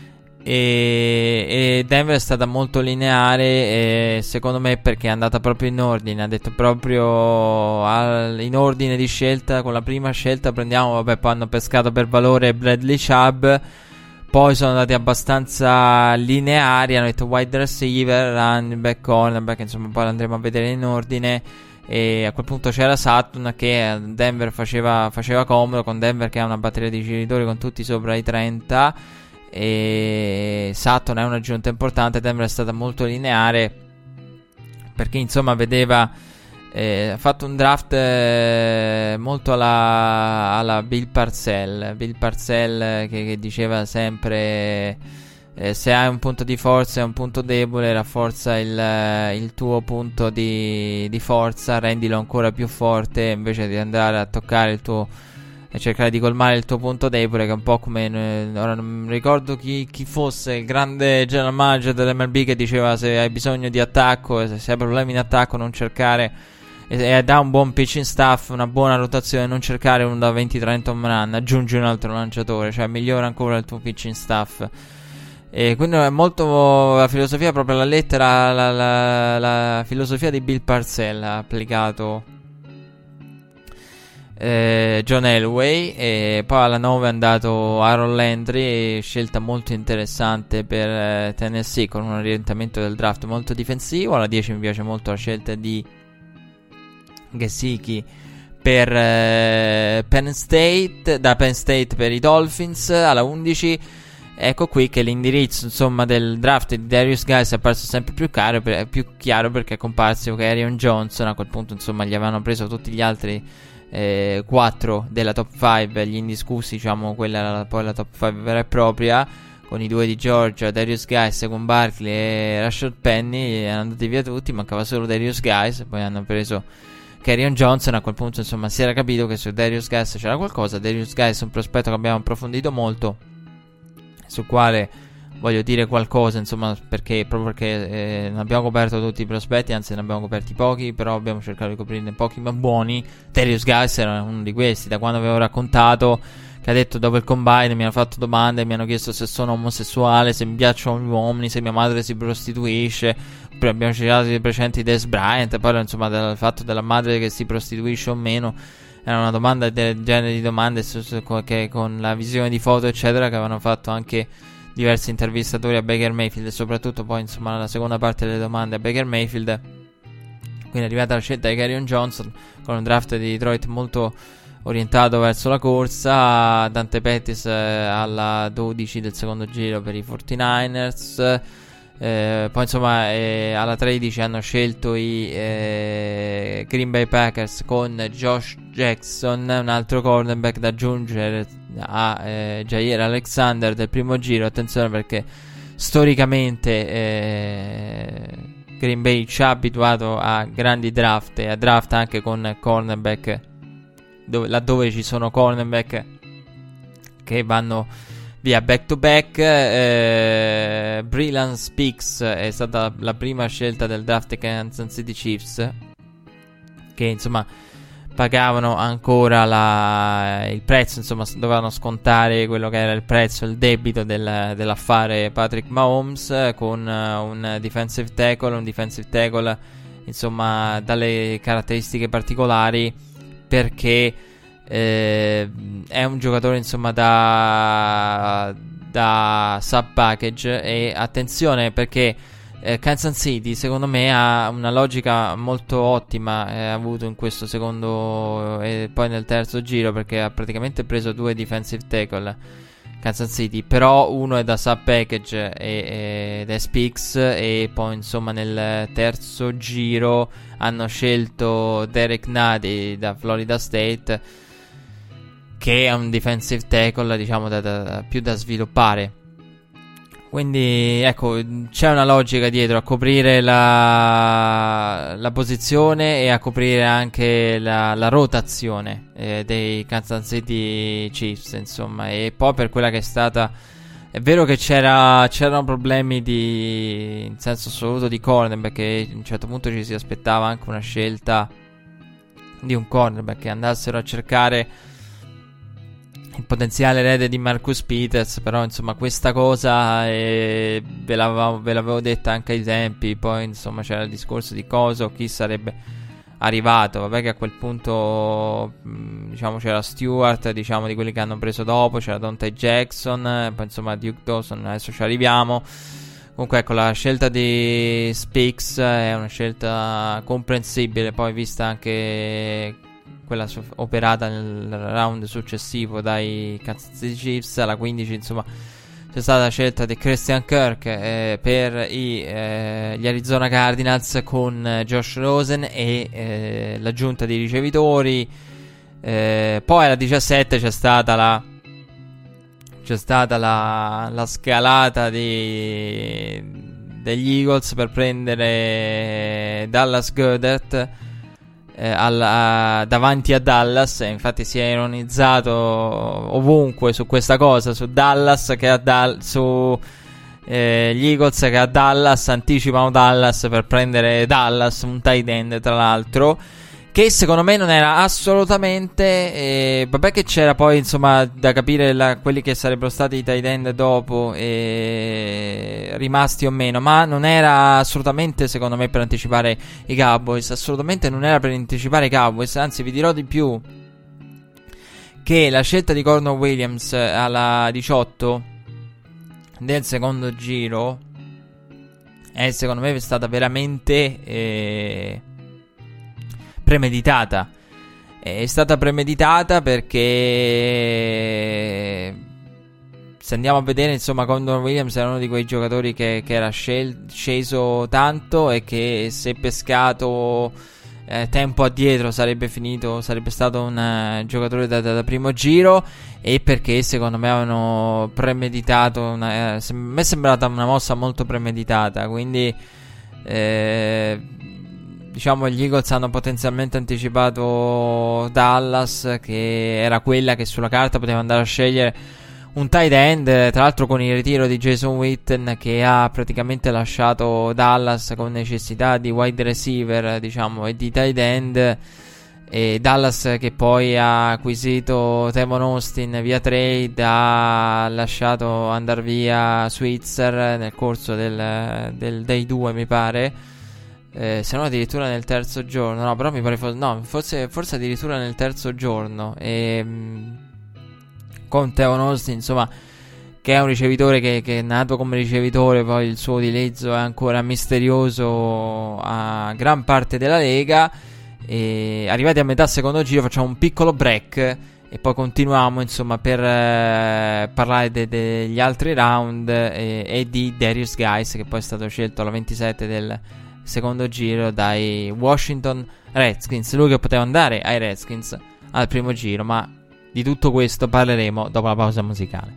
E Denver è stata molto lineare, secondo me, perché è andata proprio in ordine. Ha detto proprio in ordine di scelta. Con la prima scelta prendiamo, poi hanno pescato per valore Bradley Chubb. Poi sono andati abbastanza lineari, hanno detto wide receiver, running back, cornerback, insomma poi andremo a vedere in ordine. e a quel punto c'era Sutton che a Denver faceva comodo, con Denver che ha una batteria di giocatori con tutti sopra i 30, e Sutton è un'aggiunta importante. Denver è stata molto lineare perché insomma vedeva ha fatto un draft molto alla Bill Parcells che diceva sempre se hai un punto di forza e un punto debole, rafforza il tuo punto di forza, rendilo ancora più forte invece di andare a toccare il tuo e cercare di colmare il tuo punto debole, che è un po' come ora non ricordo chi fosse il grande general manager dell'MLB che diceva se hai bisogno di attacco, se hai problemi in attacco, non cercare e da un buon pitching staff, una buona rotazione, non cercare un da 20-30 home run, aggiungi un altro lanciatore, cioè migliora ancora il tuo pitching staff. E quindi è molto la filosofia, proprio la lettera, la filosofia di Bill Parcells ha applicato John Elway. E poi alla 9 è andato Aaron Landry, scelta molto interessante per Tennessee, con un orientamento del draft molto difensivo. Alla 10 mi piace molto la scelta di Gesicki per Penn State, da Penn State per i Dolphins. Alla 11 ecco qui che l'indirizzo insomma del draft di Darius Guice è apparso sempre più chiaro perché è comparso Kerryon Johnson. A quel punto insomma gli avevano preso tutti gli altri 4 della top 5, gli indiscussi, diciamo, quella era poi la top 5 vera e propria, con i 2 di Georgia, Darius Guice con Barkley e Rashad Penny. Erano andati via tutti, mancava solo Darius Guice, poi hanno preso Kerryon Johnson. A quel punto insomma si era capito che su Darius Guice c'era qualcosa. Darius Guice è un prospetto che abbiamo approfondito molto, sul quale voglio dire qualcosa, insomma, proprio perché non abbiamo coperto tutti i prospetti, anzi ne abbiamo coperti pochi, però abbiamo cercato di coprirne pochi ma buoni. Darius Guice era uno di questi. Da quando avevo raccontato che ha detto dopo il combine mi hanno fatto domande, mi hanno chiesto se sono omosessuale, se mi piacciono gli uomini, se mia madre si prostituisce. Poi abbiamo citato i precedenti Dez Bryant, poi insomma del fatto della madre che si prostituisce o meno. Era una domanda del genere di domande che con la visione di foto eccetera che avevano fatto anche diversi intervistatori a Baker Mayfield, e soprattutto poi insomma la seconda parte delle domande a Baker Mayfield. Quindi è arrivata la scelta di Kerryon Johnson con un draft di Detroit molto orientato verso la corsa. Dante Pettis alla 12 del secondo giro per i 49ers. Poi insomma alla 13 hanno scelto i Green Bay Packers con Josh Jackson, un altro cornerback da aggiungere a Jair Alexander del primo giro. Attenzione perché storicamente Green Bay ci ha abituato a grandi draft e a draft anche con cornerback laddove ci sono cornerback che vanno via back to back. Breeland Speaks è stata la prima scelta del draft dei Kansas City Chiefs, che insomma pagavano ancora il prezzo, insomma dovevano scontare quello che era il prezzo, il debito dell'affare Patrick Mahomes, con un defensive tackle insomma dalle caratteristiche particolari, perché è un giocatore insomma da sub package. E attenzione perché Kansas City secondo me ha una logica molto ottima ha avuto in questo secondo e poi nel terzo giro, perché ha praticamente preso 2 defensive tackle Kansas City, però uno è da sub package ed è Speaks, e poi insomma nel terzo giro hanno scelto Derek Nady da Florida State, che è un defensive tackle diciamo più da sviluppare. Quindi ecco, c'è una logica dietro a coprire la posizione e a coprire anche la rotazione dei Kansas City Chiefs, insomma. E poi per quella che è stata, è vero che c'erano problemi in senso assoluto di cornerback, che a un certo punto ci si aspettava anche una scelta di un cornerback che andassero a cercare il potenziale erede di Marcus Peters, però insomma questa cosa ve l'avevo detta anche ai tempi. Poi insomma c'era il discorso di chi sarebbe arrivato. Vabbè che a quel punto diciamo c'era Stewart, diciamo di quelli che hanno preso dopo, c'era Dante Jackson, poi insomma Duke Dawson, adesso ci arriviamo. Comunque ecco, la scelta di Speaks è una scelta comprensibile, poi vista anche quella operata nel round successivo dai Kansas City Chiefs alla 15, insomma c'è stata la scelta di Christian Kirk per gli Arizona Cardinals con Josh Rosen e l'aggiunta di ricevitori. Poi alla 17 c'è stata la scalata degli Eagles per prendere Dallas Goedert davanti a Dallas. Infatti si è ironizzato ovunque su questa cosa, su Dallas su gli Eagles che a Dallas anticipano Dallas per prendere Dallas, un tight end tra l'altro, che secondo me non era assolutamente vabbè che c'era poi insomma da capire quelli che sarebbero stati i tight end dopo rimasti o meno, ma non era assolutamente secondo me per anticipare i Cowboys, assolutamente non era per anticipare i Cowboys, anzi vi dirò di più, che la scelta di Gordon Williams alla 18 del secondo giro è secondo me stata veramente premeditata. È stata premeditata perché se andiamo a vedere, insomma, Gordon Williams era uno di quei giocatori che era sceso tanto e che se pescato tempo addietro sarebbe stato un giocatore da primo giro, e perché secondo me avevano premeditato a me è sembrata una mossa molto premeditata, quindi diciamo gli Eagles hanno potenzialmente anticipato Dallas, che era quella che sulla carta poteva andare a scegliere un tight end, tra l'altro con il ritiro di Jason Witten, che ha praticamente lasciato Dallas con necessità di wide receiver, diciamo, e di tight end, e Dallas che poi ha acquisito Tavon Austin via trade, ha lasciato andare via Switzer nel corso del day 2 mi pare, se non addirittura nel terzo giorno, no, però mi pare forse addirittura nel terzo giorno, con Tavon Austin, insomma, che è un ricevitore che è nato come ricevitore, poi il suo utilizzo è ancora misterioso a gran parte della lega. E arrivati a metà secondo giro facciamo un piccolo break e poi continuiamo, insomma, per parlare degli altri round e di Darius Guice, che poi è stato scelto alla 27 del secondo giro dai Washington Redskins, lui che poteva andare ai Redskins al primo giro, ma di tutto questo parleremo dopo la pausa musicale.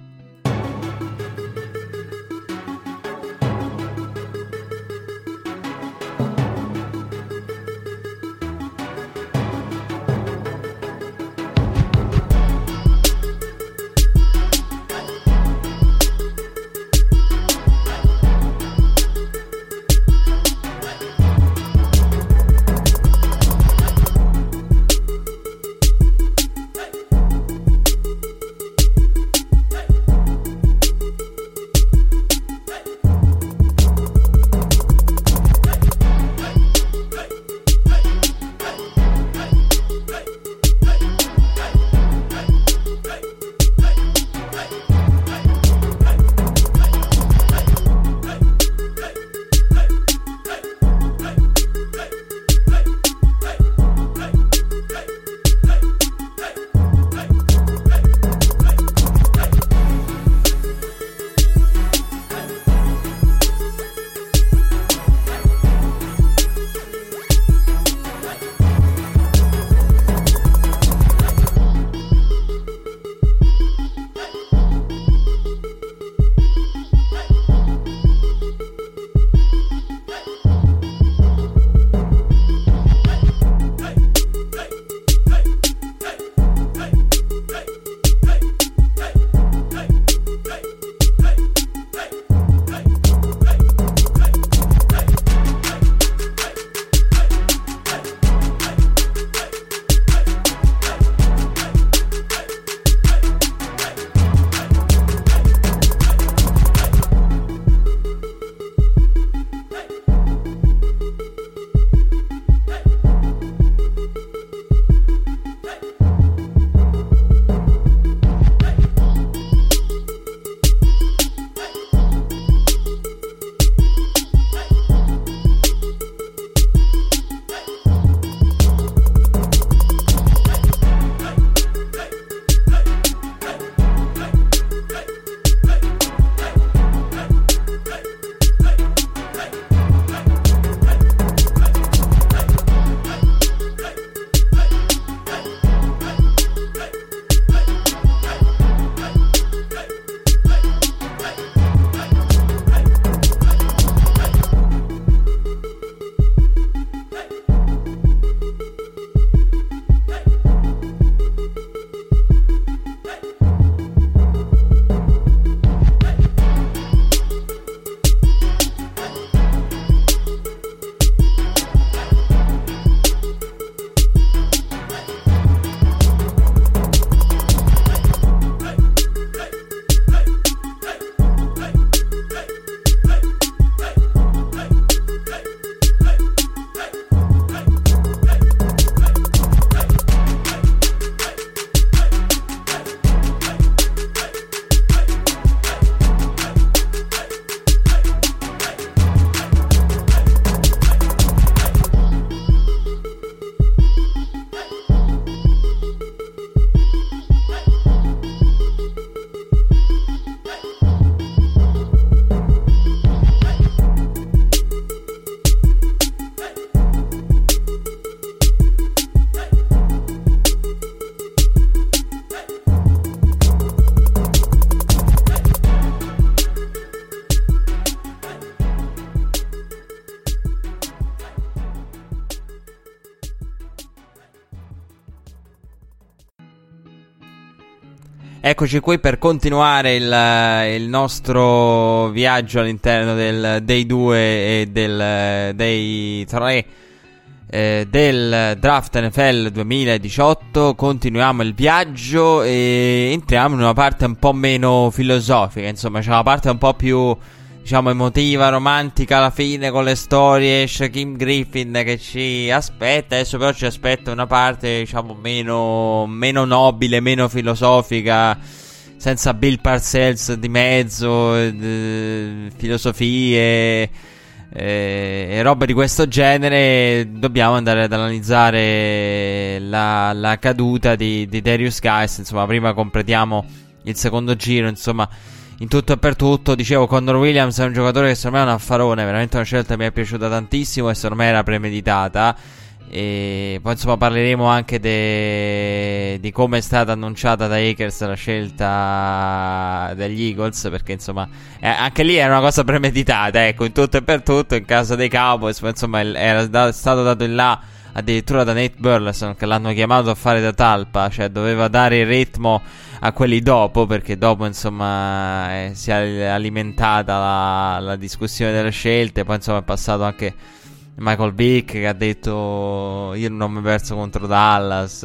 Eccoci qui per continuare il nostro viaggio all'interno del Day 2 e del Day 3 del Draft NFL 2018. Continuiamo il viaggio e entriamo in una parte un po' meno filosofica. Insomma, c'è una parte un po' più, diciamo, emotiva, romantica alla fine, con le storie Shaquem Griffin che ci aspetta. Adesso però ci aspetta una parte, diciamo, meno nobile, meno filosofica, senza Bill Parcells di mezzo, filosofie e robe di questo genere. Dobbiamo andare ad analizzare la caduta di Derrius Guice. Insomma, prima completiamo il secondo giro. Insomma, in tutto e per tutto, dicevo, Connor Williams è un giocatore che secondo me è un affarone, veramente una scelta che mi è piaciuta tantissimo e secondo me era premeditata. E poi insomma parleremo anche di come è stata annunciata da Akers la scelta degli Eagles, perché insomma anche lì era una cosa premeditata, ecco, in tutto e per tutto. In casa dei Cowboys insomma era stato dato in là addirittura da Nate Burleson, che l'hanno chiamato a fare da talpa, cioè doveva dare il ritmo a quelli dopo, perché dopo insomma si è alimentata la discussione delle scelte. Poi insomma è passato anche Michael Vick, che ha detto io non mi verso contro Dallas,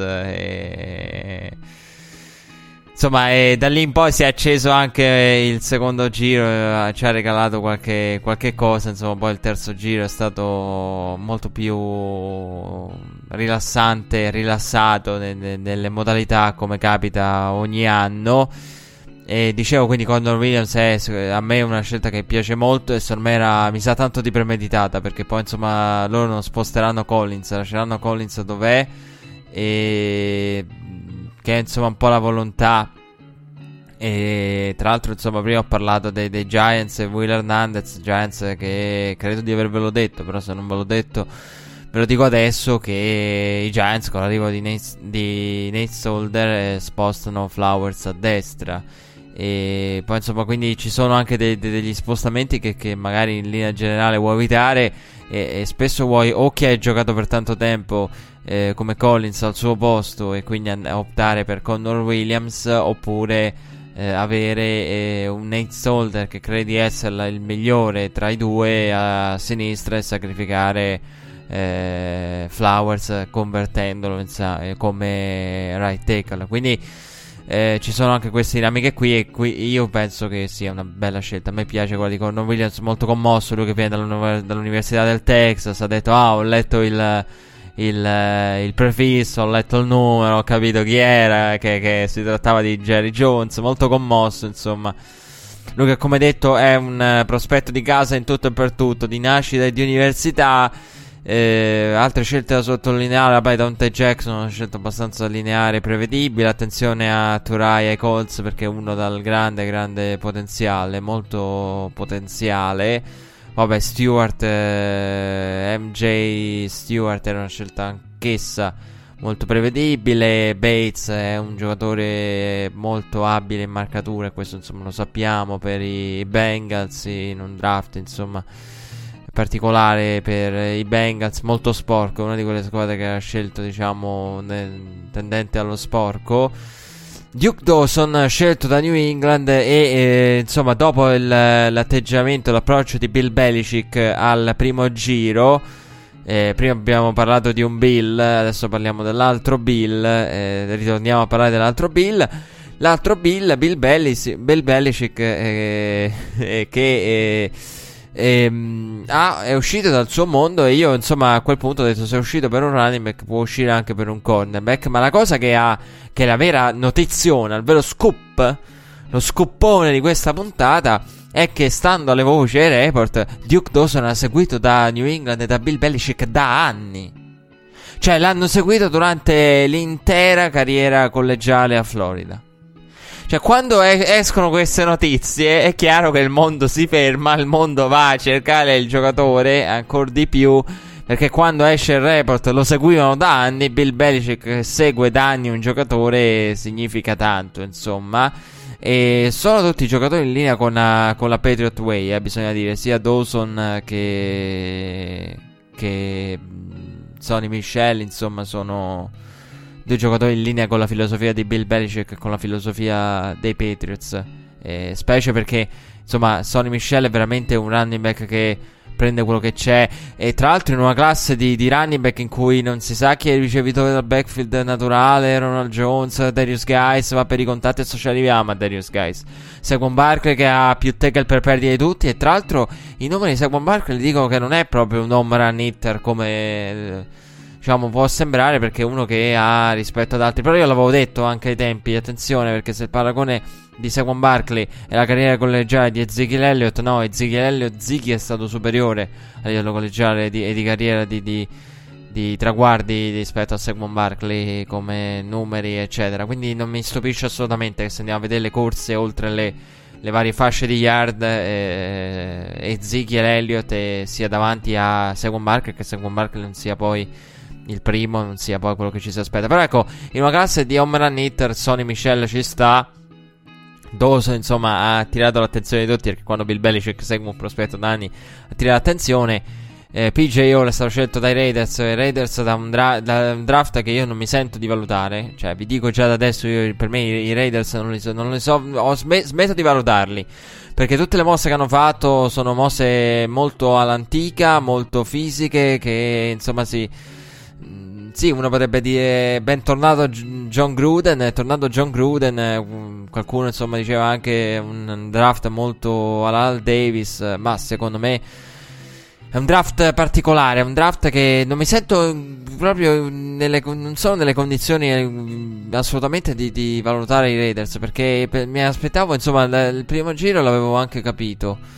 insomma, da lì in poi si è acceso anche il secondo giro, ci ha regalato qualche cosa. Insomma, poi il terzo giro è stato molto più rilassante, rilassato nelle modalità, come capita ogni anno. E dicevo, quindi Connor Williams a me è una scelta che piace molto e secondo me mi sa tanto di premeditata, perché poi insomma loro non sposteranno Collins, lasceranno Collins dov'è, e che è insomma un po' la volontà. E tra l'altro insomma prima ho parlato dei Giants e Will Hernandez, Giants, che credo di avervelo detto, però se non ve l'ho detto ve lo dico adesso, che i Giants con l'arrivo di Nate Solder spostano Flowers a destra. E poi insomma quindi ci sono anche degli spostamenti che magari in linea generale vuoi evitare, e spesso vuoi o chi hai giocato per tanto tempo come Collins al suo posto e quindi optare per Connor Williams, oppure avere un Nate Solder che credi essere il migliore tra i due a sinistra e sacrificare Flowers convertendolo come right tackle. Quindi ci sono anche queste dinamiche qui, e qui io penso che sia una bella scelta. A me piace quella di Connor Williams, molto commosso, lui che viene dall'Università del Texas, ha detto ho letto il prefisso, ho letto il numero, ho capito chi era, che si trattava di Jerry Jones, molto commosso. Insomma, lui che come detto è un prospetto di casa in tutto e per tutto, di nascita e di università. Altre scelte da sottolineare, vabbè, Dante Jackson, una scelta abbastanza lineare e prevedibile. Attenzione a Turai e ai Colts, perché è uno dal grande potenziale, molto potenziale. Vabbè, Stewart, MJ Stewart era una scelta anch'essa molto prevedibile. Bates è un giocatore molto abile in marcatura, e questo insomma lo sappiamo per i Bengals in un draft insomma particolare per i Bengals, molto sporco, una di quelle squadre che ha scelto, diciamo, tendente allo sporco. Duke Dawson scelto da New England e insomma dopo l'atteggiamento, l'approccio di Bill Belichick al primo giro, prima abbiamo parlato di un Bill, adesso parliamo dell'altro Bill, ritorniamo a parlare dell'altro Bill. L'altro Bill, Bill Belichick, che è uscito dal suo mondo, e io insomma a quel punto ho detto, se è uscito per un running back può uscire anche per un cornerback. Ma la cosa che è la vera notiziona, il vero scoop, lo scoopone di questa puntata, è che, stando alle voci ai report, Duke Dawson ha seguito da New England e da Bill Belichick da anni. Cioè l'hanno seguito durante l'intera carriera collegiale a Florida. Cioè, quando escono queste notizie, è chiaro che il mondo si ferma, il mondo va a cercare il giocatore ancora di più, perché quando esce il report lo seguivano da anni. Bill Belichick segue da anni un giocatore, significa tanto, insomma. E sono tutti giocatori in linea con la Patriot Way, bisogna dire, sia Dawson che Sonny Michel, insomma, sono due giocatori in linea con la filosofia di Bill Belichick e con la filosofia dei Patriots, specie perché insomma Sonny Michel è veramente un running back che prende quello che c'è, e tra l'altro in una classe di running back in cui non si sa chi è il ricevitore dal backfield naturale, Ronald Jones, Darius Guice, ma per i contatti adesso arriviamo a Darius Guice, Saquon Barkley che ha più tackle per perdita di tutti, e tra l'altro i numeri di Saquon Barkley dicono che non è proprio un home run hitter come diciamo può sembrare, perché è uno che ha rispetto ad altri, però io l'avevo detto anche ai tempi, attenzione, perché se il paragone di Saquon Barkley e la carriera collegiale di Ezekiel Elliott, no, Ziggy è stato superiore a livello collegiale e di carriera di traguardi rispetto a Saquon Barkley come numeri eccetera, quindi non mi stupisce assolutamente che se andiamo a vedere le corse oltre le varie fasce di yard, Ezekiel Elliott sia davanti a Saquon Barkley, che Saquon Barkley non sia poi il primo, non sia poi quello che ci si aspetta. Però ecco, in una classe di home run hitter Sonny Michel ci sta. Dawson insomma ha attirato l'attenzione di tutti, perché quando Bill Belichick segue un prospetto da anni attira l'attenzione. PJ Hall è stato scelto dai Raiders da un draft che io non mi sento di valutare, cioè vi dico già da adesso, per me i Raiders non li so, smetto di valutarli, perché tutte le mosse che hanno fatto sono mosse molto all'antica, molto fisiche, che insomma sì, uno potrebbe dire bentornato John Gruden. È tornato John Gruden, qualcuno insomma diceva anche un draft molto alla Al Davis, ma secondo me è un draft particolare, è un draft che non mi sento proprio non sono nelle condizioni assolutamente di valutare i Raiders, perché mi aspettavo insomma il primo giro l'avevo anche capito.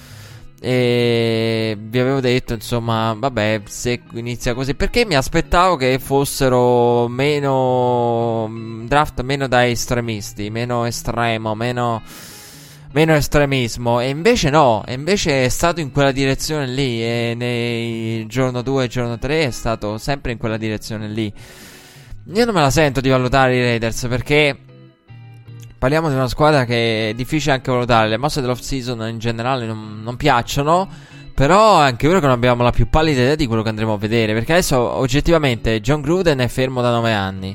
E vi avevo detto insomma vabbè, se inizia così, perché mi aspettavo che fossero draft meno da estremisti, meno estremo, meno estremismo, e invece no, e invece è stato in quella direzione lì, e nei giorno 2 e giorno 3 è stato sempre in quella direzione lì. Io non me la sento di valutare i Raiders, perché parliamo di una squadra che è difficile anche valutare. Le mosse dell'off season in generale non piacciono, però è anche vero che non abbiamo la più pallida idea di quello che andremo a vedere, perché adesso oggettivamente John Gruden è fermo da 9 anni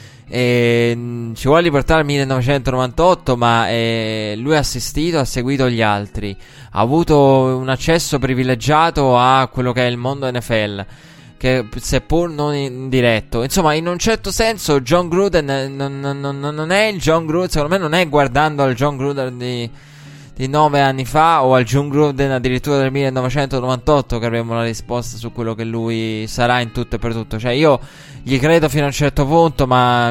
e ci vuole riportare al 1998, ma lui ha assistito, ha seguito gli altri, ha avuto un accesso privilegiato a quello che è il mondo NFL, che seppur non in diretto, insomma in un certo senso John Gruden non è il John Gruden, secondo me non è guardando al John Gruden di 9 anni fa o al John Gruden addirittura del 1998 che avremo la risposta su quello che lui sarà in tutto e per tutto. Cioè io gli credo fino a un certo punto, ma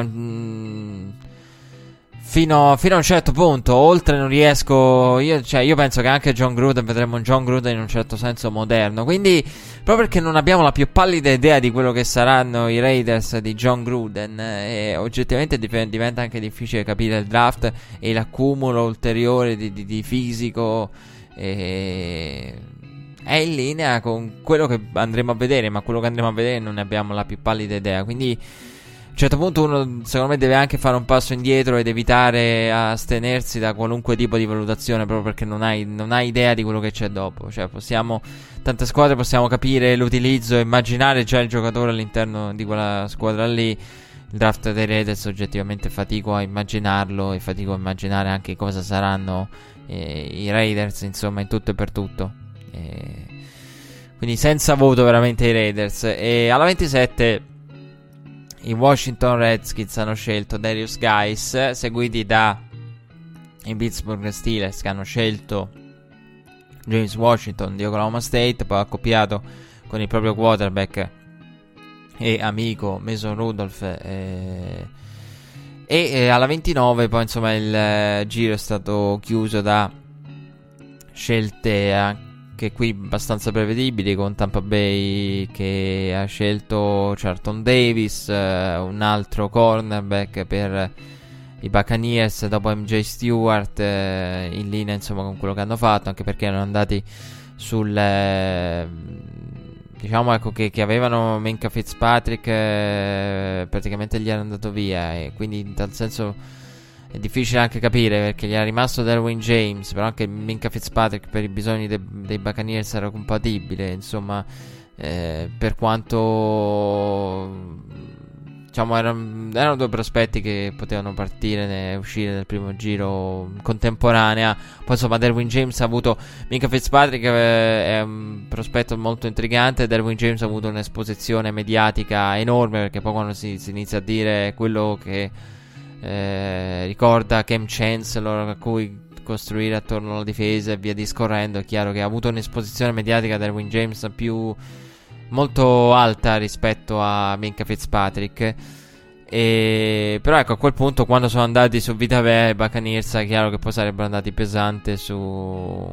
fino a un certo punto, oltre non riesco. Io penso che anche John Gruden, vedremo un John Gruden in un certo senso moderno, quindi proprio perché non abbiamo la più pallida idea di quello che saranno i Raiders di John Gruden, oggettivamente diventa anche difficile capire il draft e l'accumulo ulteriore di fisico, è in linea con quello che andremo a vedere, ma quello che andremo a vedere non ne abbiamo la più pallida idea, quindi a un certo punto uno secondo me deve anche fare un passo indietro ed evitare, astenersi da qualunque tipo di valutazione, proprio perché non hai idea di quello che c'è dopo. Cioè tante squadre possiamo capire l'utilizzo, immaginare già il giocatore all'interno di quella squadra lì. Il draft dei Raiders oggettivamente fatico a immaginarlo, e fatico a immaginare anche cosa saranno i Raiders, insomma, in tutto e per tutto. Quindi senza voto veramente i Raiders. E alla 27 i Washington Redskins hanno scelto Darius Guice, seguiti da i Pittsburgh Steelers, che hanno scelto James Washington di Oklahoma State, poi accoppiato con il proprio quarterback e amico Mason Rudolph, e alla 29 poi insomma il giro è stato chiuso da scelte anche qui abbastanza prevedibili, con Tampa Bay che ha scelto Charlton Davis, un altro cornerback per i Buccaneers dopo MJ Stewart, in linea insomma con quello che hanno fatto, anche perché erano andati sul diciamo ecco che avevano Minkah Fitzpatrick, praticamente gli era andato via, e quindi in tal senso è difficile anche capire, perché gli era rimasto Derwin James, però anche Minkah Fitzpatrick per i bisogni dei Buccaneers era compatibile, insomma, per quanto diciamo erano due prospetti che potevano partire e uscire nel primo giro contemporanea. Poi insomma Derwin James ha avuto, Minkah Fitzpatrick è un prospetto molto intrigante. Derwin James ha avuto un'esposizione mediatica enorme, perché poi quando si inizia a dire quello che ricorda Cam Chancellor, a cui costruire attorno alla difesa e via discorrendo, è chiaro che ha avuto un'esposizione mediatica Derwin James molto alta rispetto a Minkah Fitzpatrick. Però ecco, a quel punto, quando sono andati su Vita Vea, i Buccaneers, è chiaro che poi sarebbero andati pesante su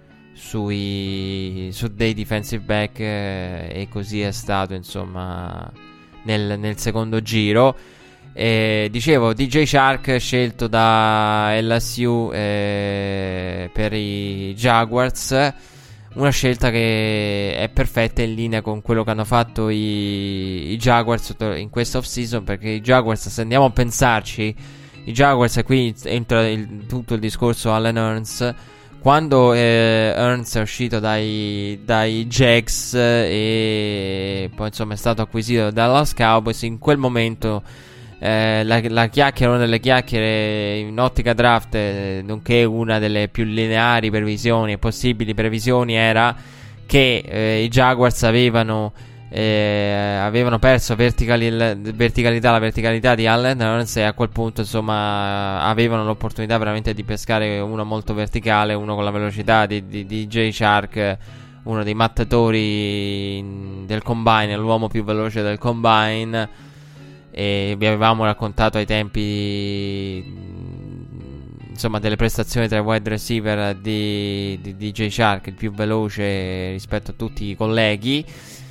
dei defensive back, e così è stato insomma nel secondo giro. Dicevo, DJ Chark scelto da LSU per i Jaguars, una scelta che è perfetta, in linea con quello che hanno fatto i Jaguars in questa off-season, perché i Jaguars, se andiamo a pensarci, i Jaguars, e qui entra tutto il discorso Allen Hurns. Quando Hurns è uscito dai Jags e poi insomma è stato acquisito dai Dallas Cowboys, in quel momento la chiacchiera, una delle chiacchiere in ottica draft, nonché una delle più lineari previsioni e possibili previsioni, era che i Jaguars avevano perso la verticalità di Allen Hurns, e a quel punto insomma avevano l'opportunità veramente di pescare uno molto verticale, uno con la velocità di DJ Chark, uno dei mattatori del combine, l'uomo più veloce del combine. E vi avevamo raccontato ai tempi insomma delle prestazioni tra i wide receiver di DJ Chark, il più veloce rispetto a tutti i colleghi.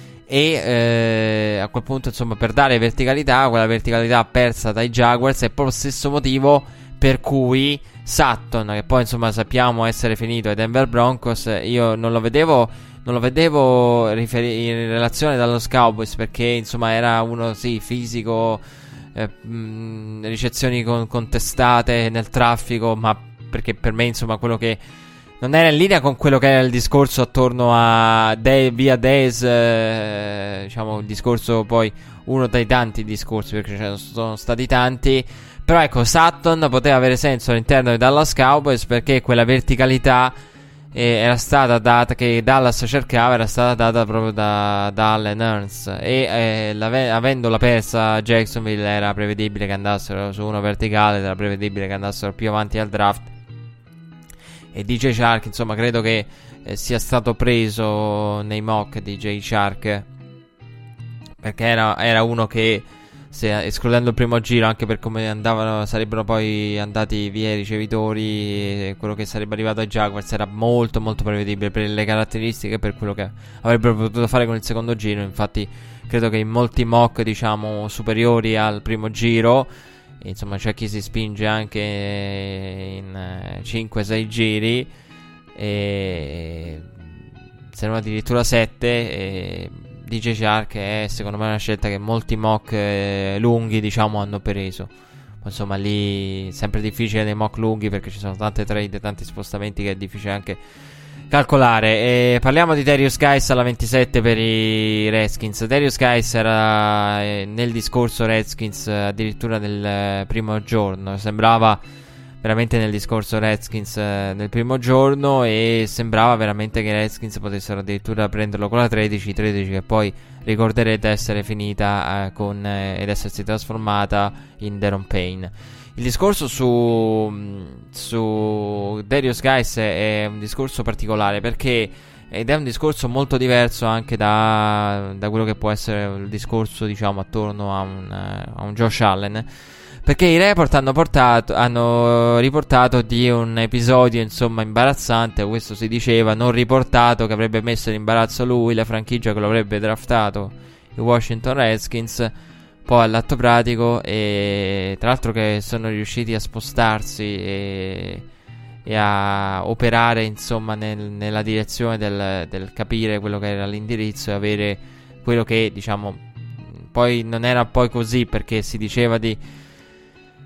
E a quel punto insomma, per dare verticalità, quella verticalità persa dai Jaguars, è proprio lo stesso motivo per cui Sutton, che poi insomma sappiamo essere finito ai Denver Broncos, io non lo vedevo in relazione dallo Cowboys, perché insomma era uno fisico, ricezioni contestate nel traffico, ma perché per me insomma quello che non era in linea con quello che era il discorso attorno a via Dez, diciamo il discorso, poi uno dei tanti discorsi, perché ce ne sono stati tanti. Però ecco, Sutton poteva avere senso all'interno dei Dallas Cowboys, perché quella verticalità era stata data, che Dallas cercava, era stata data proprio da Allen Hurns, e avendola persa Jacksonville, era prevedibile che andassero su uno verticale, era prevedibile che andassero più avanti al draft. E DJ Chark, insomma, credo che sia stato preso nei mock DJ Chark, perché era uno che, escludendo il primo giro, anche per come andavano, sarebbero poi andati via i ricevitori, quello che sarebbe arrivato ai Jaguars era molto molto prevedibile per le caratteristiche, per quello che avrebbero potuto fare con il secondo giro. Infatti credo che in molti mock, diciamo, superiori al primo giro, insomma c'è chi si spinge anche in 5-6 giri, e se non addirittura 7, DJ Chark è secondo me una scelta che molti mock lunghi, diciamo, hanno preso. Insomma, lì sempre difficile nei mock lunghi, perché ci sono tante trade, tanti spostamenti, che è difficile anche calcolare. Parliamo di Darius Guice alla 27 per i Redskins. Darius Guice era nel discorso Redskins addirittura nel primo giorno, sembrava veramente nel discorso Redskins nel primo giorno, e sembrava veramente che i Redskins potessero addirittura prenderlo con la 13 che poi ricorderete essere finita ed essersi trasformata in Daron Payne. Il discorso su Darius Guice è un discorso particolare, ed è un discorso molto diverso anche da quello che può essere il discorso, diciamo, attorno a un Josh Allen, perché i report hanno riportato di un episodio, insomma, imbarazzante, questo si diceva, non riportato, che avrebbe messo in imbarazzo lui, la franchigia che lo avrebbe draftato, i Washington Redskins. Poi all'atto pratico, e tra l'altro che sono riusciti a spostarsi e a operare, insomma, nella direzione del capire quello che era l'indirizzo e avere quello che, diciamo, poi non era poi così, perché si diceva di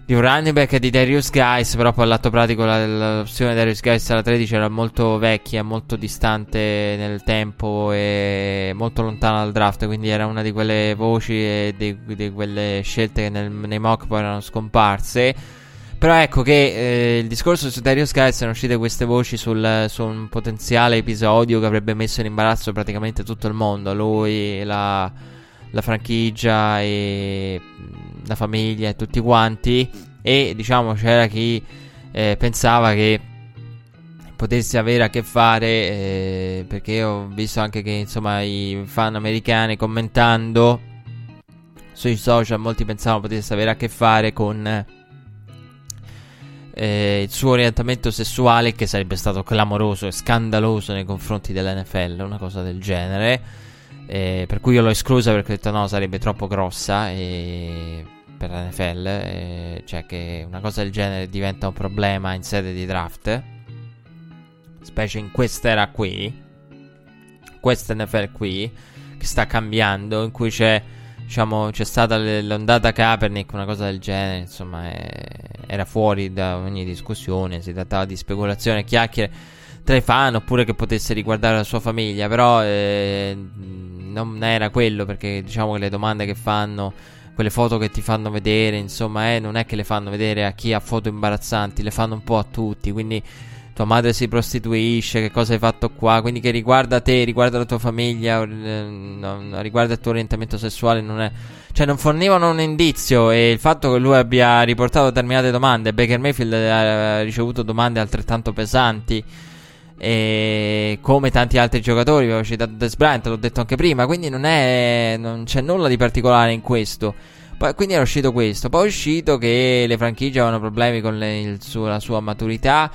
un running back e di Darius Guice, però poi all'atto pratico l'opzione di Darius Guice alla 13 era molto vecchia, molto distante nel tempo e molto lontana dal draft, quindi era una di quelle voci e di quelle scelte che nei mock poi erano scomparse. Però ecco che il discorso su Darius Guice, sono uscite queste voci su un potenziale episodio che avrebbe messo in imbarazzo praticamente tutto il mondo, lui, la franchigia e la famiglia e tutti quanti, e diciamo c'era chi pensava che potesse avere a che fare, perché ho visto anche che insomma i fan americani commentando sui social, molti pensavano potesse avere a che fare con il suo orientamento sessuale, che sarebbe stato clamoroso e scandaloso nei confronti dell'NFL, una cosa del genere, per cui io l'ho esclusa perché ho detto no, sarebbe troppo grossa per l'NFL, cioè che una cosa del genere diventa un problema in sede di draft, specie in quest'era qui, questa NFL qui che sta cambiando, in cui c'è stata l'ondata Kaepernick, una cosa del genere, insomma era fuori da ogni discussione, si trattava di speculazione, chiacchiere tra i fan, oppure che potesse riguardare la sua famiglia, però non era quello, perché diciamo che le domande che fanno, quelle foto che ti fanno vedere, insomma non è che le fanno vedere a chi ha foto imbarazzanti, le fanno un po' a tutti, quindi tua madre si prostituisce, che cosa hai fatto qua, quindi che riguarda te, riguarda la tua famiglia, riguarda il tuo orientamento sessuale, non è, cioè non fornivano un indizio. E il fatto che lui abbia riportato determinate domande, Baker Mayfield ha ricevuto domande altrettanto pesanti, e come tanti altri giocatori, avevo citato Dez Bryant, l'ho detto anche prima, quindi non c'è nulla di particolare in questo. Quindi era uscito questo, poi è uscito che le franchigie avevano problemi con la sua maturità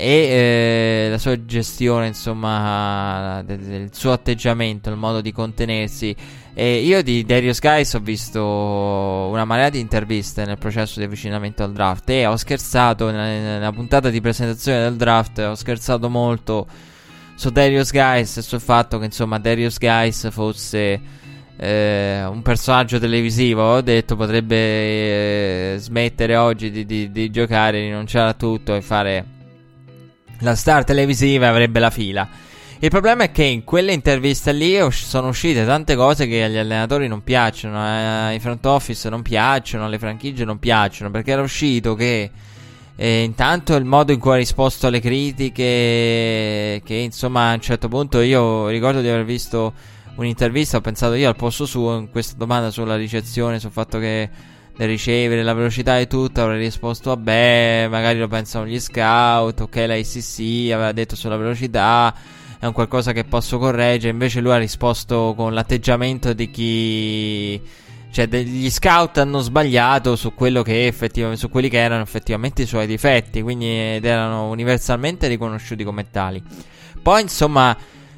e la sua gestione, insomma, del suo atteggiamento, il modo di contenersi. E io di Darius Guice ho visto una marea di interviste nel processo di avvicinamento al draft, e ho scherzato nella puntata di presentazione del draft, ho scherzato molto su Darius Guice e sul fatto che insomma Darius Guice fosse un personaggio televisivo. Ho detto potrebbe smettere oggi di giocare, rinunciare a tutto e fare la star televisiva, e avrebbe la fila. Il problema è che in quelle interviste lì sono uscite tante cose che agli allenatori non piacciono, ai front office non piacciono, alle franchigie non piacciono, perché era uscito che intanto il modo in cui ha risposto alle critiche, che insomma a un certo punto io ricordo di aver visto un'intervista, ho pensato io al posto suo in questa domanda sulla ricezione, sul fatto che del ricevere, la velocità e tutto, avrei risposto vabbè, magari lo pensano gli scout, ok, la ACC aveva detto sulla velocità, è un qualcosa che posso correggere. Invece lui ha risposto con l'atteggiamento di chi, cioè gli scout hanno sbagliato su quello che effettivamente, su quelli che erano effettivamente i suoi difetti, quindi ed erano universalmente riconosciuti come tali. Poi insomma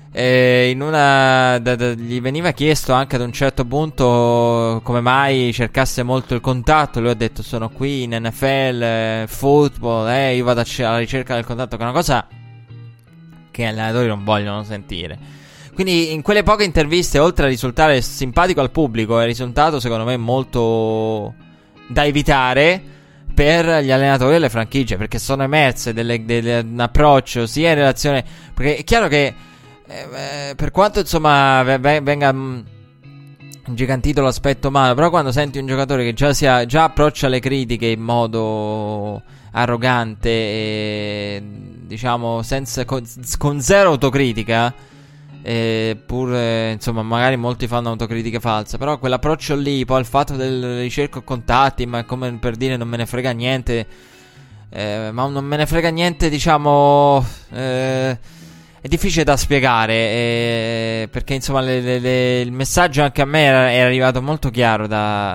gli veniva chiesto anche ad un certo punto come mai cercasse molto il contatto. Lui ha detto sono qui in NFL, football, io vado alla ricerca del contatto, che è una cosa che gli allenatori non vogliono sentire. Quindi in quelle poche interviste, oltre a risultare simpatico al pubblico, è risultato secondo me molto da evitare per gli allenatori e le franchigie, perché sono emerse un approccio sia in relazione, perché è chiaro che per quanto insomma venga ingigantito l'aspetto umano, però quando senti un giocatore che già approccia le critiche in modo arrogante e diciamo con zero autocritica, insomma magari molti fanno autocritica falsa, però quell'approccio lì, poi il fatto del ricerco contatti, ma come per dire non me ne frega niente, ma non me ne frega niente, diciamo, è difficile da spiegare, perché insomma il messaggio anche a me era arrivato molto chiaro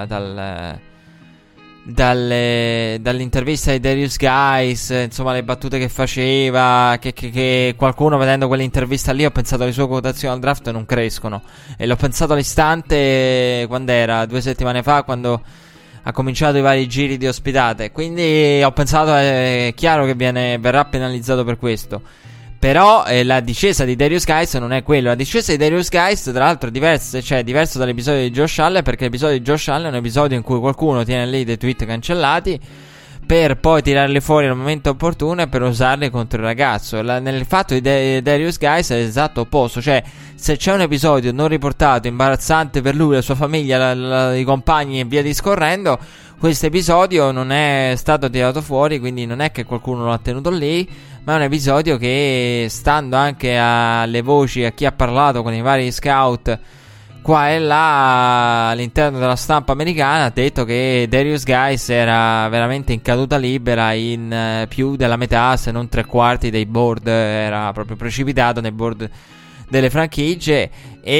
dall'intervista di Darius Guice, insomma le battute che faceva, che qualcuno vedendo quell'intervista lì, ho pensato le sue quotazioni al draft non crescono, e l'ho pensato all'istante quando era 2 settimane fa, quando ha cominciato i vari giri di ospitate, quindi ho pensato è chiaro che verrà penalizzato per questo. Però la discesa di Darius Guice non è quello. La discesa di Darius Guice tra l'altro è diverso dall'episodio di Josh Allen, perché l'episodio di Josh Allen è un episodio in cui qualcuno tiene lì dei tweet cancellati, per poi tirarle fuori al momento opportuno e per usarle contro il ragazzo. Nel fatto di Darius Guice è l'esatto opposto, cioè se c'è un episodio non riportato imbarazzante per lui, la sua famiglia, i compagni e via discorrendo, questo episodio non è stato tirato fuori, quindi non è che qualcuno lo ha tenuto lì, ma è un episodio che, stando anche alle voci, a chi ha parlato con i vari scout qua e là all'interno della stampa americana, ha detto che Darius Guice era veramente in caduta libera in più della metà, se non 3/4 dei board, era proprio precipitato nei board delle franchigie,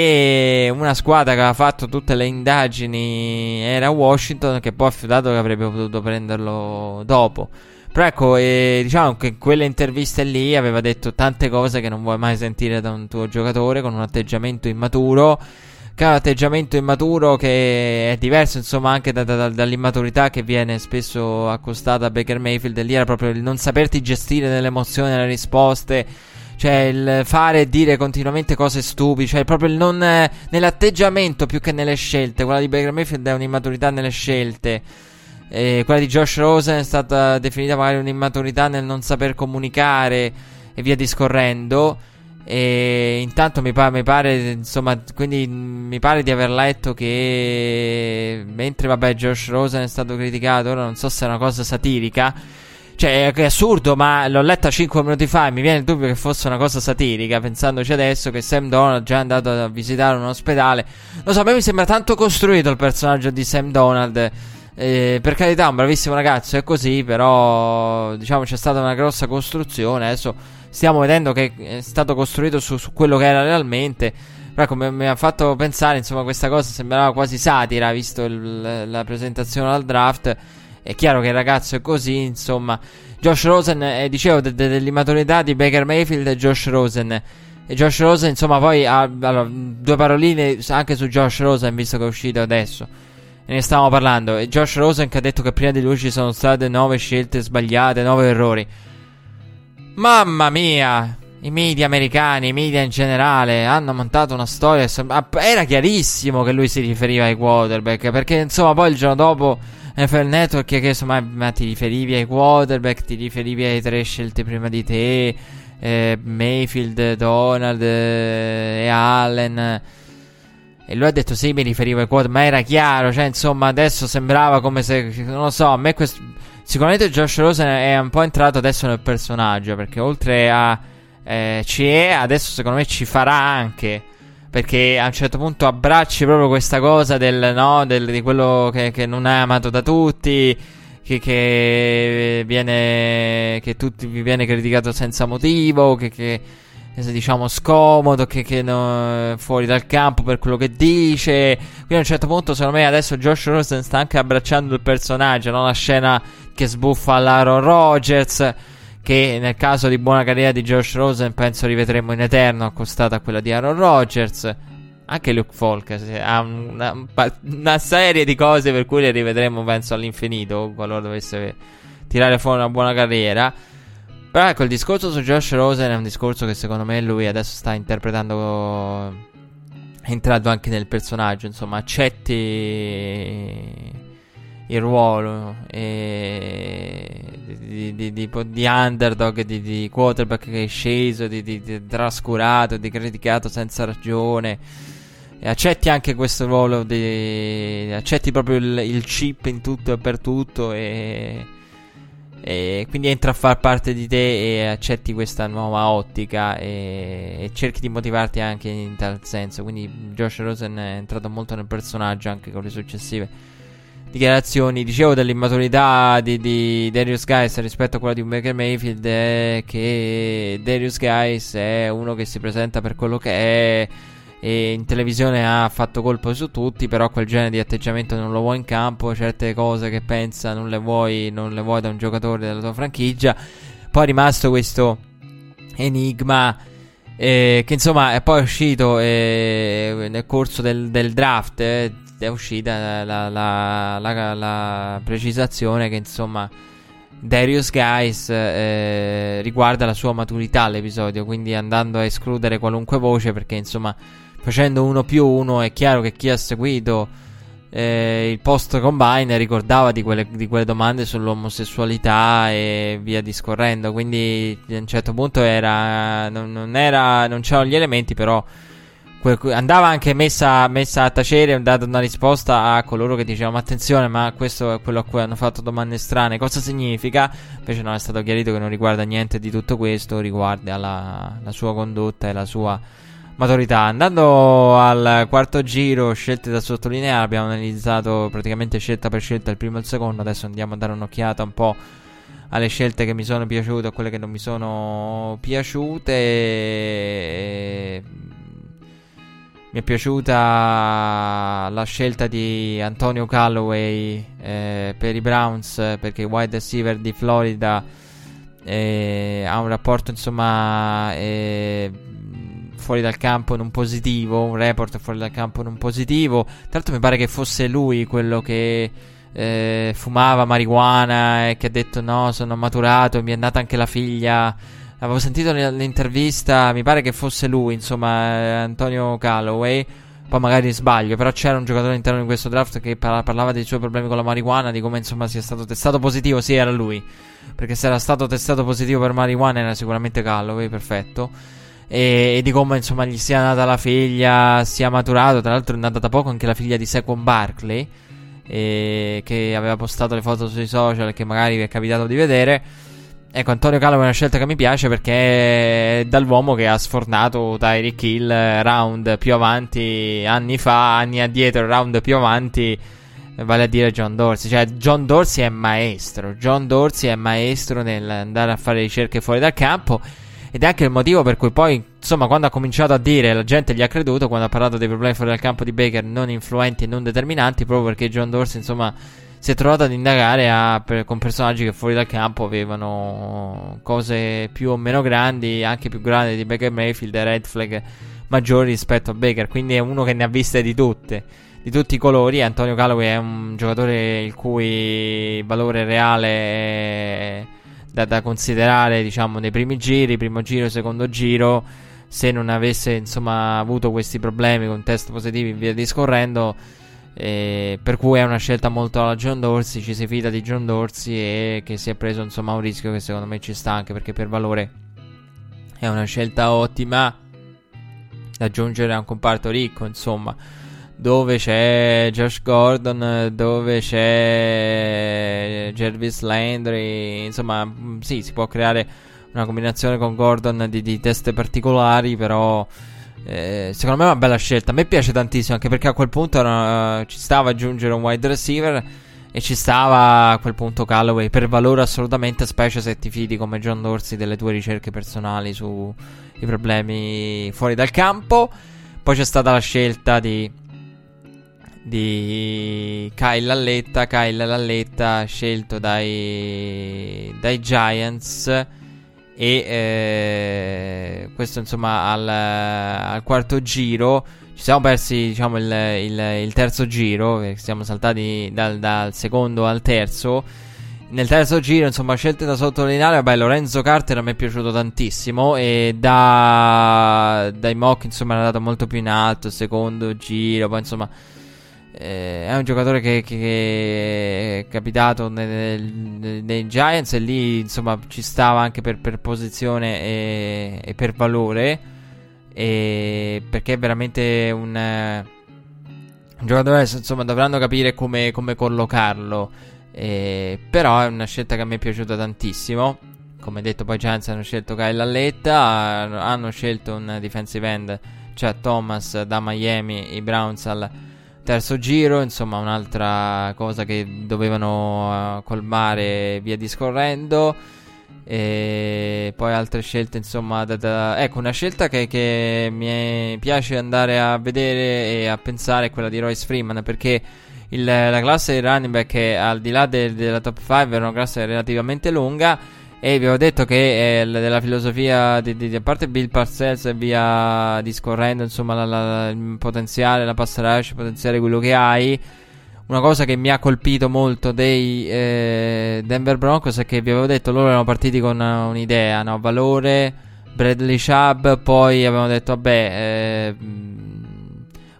e una squadra che aveva fatto tutte le indagini era Washington, che poi ha affidato che avrebbe potuto prenderlo dopo. Però ecco, diciamo che in quelle interviste lì aveva detto tante cose che non vuoi mai sentire da un tuo giocatore, con un atteggiamento immaturo, che è un atteggiamento immaturo che è diverso insomma anche dall'immaturità che viene spesso accostata a Baker Mayfield. E lì era proprio il non saperti gestire nelle emozioni, nelle risposte, cioè il fare e dire continuamente cose stupide, cioè proprio il non nell'atteggiamento più che nelle scelte. Quella di Baker Mayfield è un'immaturità nelle scelte, quella di Josh Rosen è stata definita magari un'immaturità nel non saper comunicare e via discorrendo. E intanto mi pare insomma, quindi mi pare di aver letto che mentre vabbè Josh Rosen è stato criticato, ora non so se è una cosa satirica, cioè è assurdo, ma l'ho letta 5 minuti fa e mi viene il dubbio che fosse una cosa satirica, pensandoci adesso che Sam Donald già è andato a visitare un ospedale. Lo so, a me mi sembra tanto costruito il personaggio di Sam Donald. Per carità, un bravissimo ragazzo, è così, però diciamo c'è stata una grossa costruzione. Adesso stiamo vedendo che è stato costruito su quello che era realmente. Però ecco, mi ha fatto pensare, insomma, questa cosa sembrava quasi satira, visto la presentazione al draft. È chiaro che il ragazzo è così, insomma. Josh Rosen, dicevo dell'immaturità di Baker Mayfield e Josh Rosen. E Josh Rosen, insomma, poi allora, due paroline anche su Josh Rosen, visto che è uscito adesso. Ne stavamo parlando. E Josh Rosen che ha detto che prima di lui ci sono state 9 scelte sbagliate, 9 errori. Mamma mia, i media americani, i media in generale hanno montato una storia. Era chiarissimo che lui si riferiva ai quarterback, perché insomma poi il giorno dopo NFL Network che insomma, ma ti riferivi ai quarterback, ti riferivi ai 3 scelte prima di te, Mayfield, Donald e Allen. E lui ha detto sì, mi riferivo ai quarterback, ma era chiaro, cioè insomma adesso sembrava come se, non lo so, a me sicuramente Josh Rosen è un po' entrato adesso nel personaggio, perché oltre a ci è, adesso secondo me ci farà anche, perché a un certo punto abbracci proprio questa cosa di quello che non è amato da tutti, che tutti vi viene criticato senza motivo, che diciamo scomodo, che fuori dal campo per quello che dice. Quindi a un certo punto secondo me adesso Josh Rosen sta anche abbracciando il personaggio, no? La scena che sbuffa all'Aaron Rodgers, che nel caso di buona carriera di Josh Rosen penso rivedremo in eterno accostata a quella di Aaron Rodgers. Anche Luke Falk ha una serie di cose per cui le rivedremo penso all'infinito, qualora dovesse tirare fuori una buona carriera. Però ecco, il discorso su Josh Rosen è un discorso che secondo me lui adesso sta interpretando, è entrato anche nel personaggio, insomma, accetti il ruolo di underdog, di quarterback che è sceso, di trascurato, di criticato senza ragione, e accetti anche questo ruolo, accetti proprio il chip in tutto e per tutto, e quindi entra a far parte di te e accetti questa nuova ottica e cerchi di motivarti anche in tal senso. Quindi Josh Rosen è entrato molto nel personaggio anche con le successive dichiarazioni. Dicevo dell'immaturità di Darius Guice rispetto a quella di Baker Mayfield, è che Darius Guice è uno che si presenta per quello che è, e in televisione ha fatto colpo su tutti, però quel genere di atteggiamento non lo vuoi in campo, certe cose che pensa non le vuoi da un giocatore della tua franchigia. Poi è rimasto questo enigma che insomma è poi uscito nel corso del draft, è uscita la precisazione che insomma Darius Guice riguarda la sua maturità all'episodio, quindi andando a escludere qualunque voce, perché insomma facendo 1+1 è chiaro che chi ha seguito il post combine ricordava di quelle domande sull'omosessualità e via discorrendo, quindi a un certo punto non c'erano gli elementi, però andava anche messa a tacere, data una risposta a coloro che dicevano attenzione, ma questo è quello a cui hanno fatto domande strane, cosa significa? Invece no, è stato chiarito che non riguarda niente di tutto questo, riguarda la sua condotta e la sua maturità. Andando al quarto giro, scelte da sottolineare, abbiamo analizzato praticamente scelta per scelta il primo e il secondo. Adesso andiamo a dare un'occhiata un po' alle scelte che mi sono piaciute e quelle che non mi sono piaciute. Mi è piaciuta la scelta di Antonio Callaway per i Browns, perché il wide receiver di Florida ha un rapporto, insomma, fuori dal campo non positivo, un report fuori dal campo non positivo. Tra l'altro mi pare che fosse lui quello che fumava marijuana e che ha detto no, sono maturato e mi è nata anche la figlia. Avevo sentito l'intervista, mi pare che fosse lui, insomma, Antonio Callaway. Poi magari sbaglio, però c'era un giocatore all'interno di questo draft che parlava dei suoi problemi con la marijuana, di come insomma sia stato testato positivo. Sì, era lui, perché se era stato testato positivo per marijuana era sicuramente Callaway, perfetto. E di come insomma gli sia nata la figlia, sia maturato. Tra l'altro è nata da poco anche la figlia di Saquon Barkley, che aveva postato le foto sui social e che magari vi è capitato di vedere. Ecco, Antonio Callaway è una scelta che mi piace, perché è dall'uomo che ha sfornato Tyreek Hill round più avanti anni addietro, round più avanti, vale a dire John Dorsey. Cioè John Dorsey è maestro nell'andare a fare ricerche fuori dal campo. Ed è anche il motivo per cui poi, insomma, quando ha cominciato a dire, la gente gli ha creduto quando ha parlato dei problemi fuori dal campo di Baker non influenti e non determinanti, proprio perché John Dorsey, insomma, si è trovato ad indagare con personaggi che fuori dal campo avevano cose più o meno grandi, anche più grandi di Baker Mayfield, e red flag maggiori rispetto a Baker. Quindi è uno che ne ha viste di tutte, di tutti i colori. Antonio Callaway è un giocatore il cui valore reale è da considerare, diciamo, nei primo giro, secondo giro. Se non avesse, insomma, avuto questi problemi con test positivi via discorrendo, per cui è una scelta molto alla John Dorsey. Ci si fida di John Dorsey e che si è preso, insomma, un rischio che secondo me ci sta, anche perché per valore è una scelta ottima da aggiungere a un comparto ricco, insomma, dove c'è Josh Gordon, dove c'è Jarvis Landry. Insomma, sì, si può creare una combinazione con Gordon di teste particolari, però secondo me è una bella scelta. A me piace tantissimo, anche perché a quel punto ci stava aggiungere un wide receiver e ci stava a quel punto Callaway per valore assolutamente, specie se ti fidi come John Dorsey delle tue ricerche personali sui problemi fuori dal campo. Poi c'è stata la scelta di Kyle Lalletta, scelto dai Giants, e questo, insomma, al quarto giro. Ci siamo persi, diciamo, il terzo giro, siamo saltati dal secondo al terzo. Nel terzo giro, insomma, scelte da sottolineare. Vabbè, Lorenzo Carter a me è piaciuto tantissimo, e dai mock, insomma, era andato molto più in alto, secondo giro. Poi, insomma, è un giocatore che è capitato nei Giants, e lì, insomma, ci stava anche per posizione e per valore, perché è veramente un giocatore, insomma, dovranno capire come collocarlo, però è una scelta che a me è piaciuta tantissimo. Come detto, poi Giants hanno scelto Kyle Lalletta, hanno scelto un defensive end, cioè Thomas, da Miami, i Browns al terzo giro. Insomma, un'altra cosa che dovevano colmare via discorrendo. E poi altre scelte, insomma, ecco, una scelta che mi piace andare a vedere e a pensare è quella di Royce Freeman, perché la classe di running back, al di là della top 5, era una classe relativamente lunga. E vi avevo detto che della filosofia a parte Bill Parcells e via discorrendo, insomma, il potenziale, la pass rush, potenziale quello che hai. Una cosa che mi ha colpito molto dei Denver Broncos è che vi avevo detto, loro erano partiti con un'idea, no? Valore, Bradley Chubb, poi avevano detto vabbè,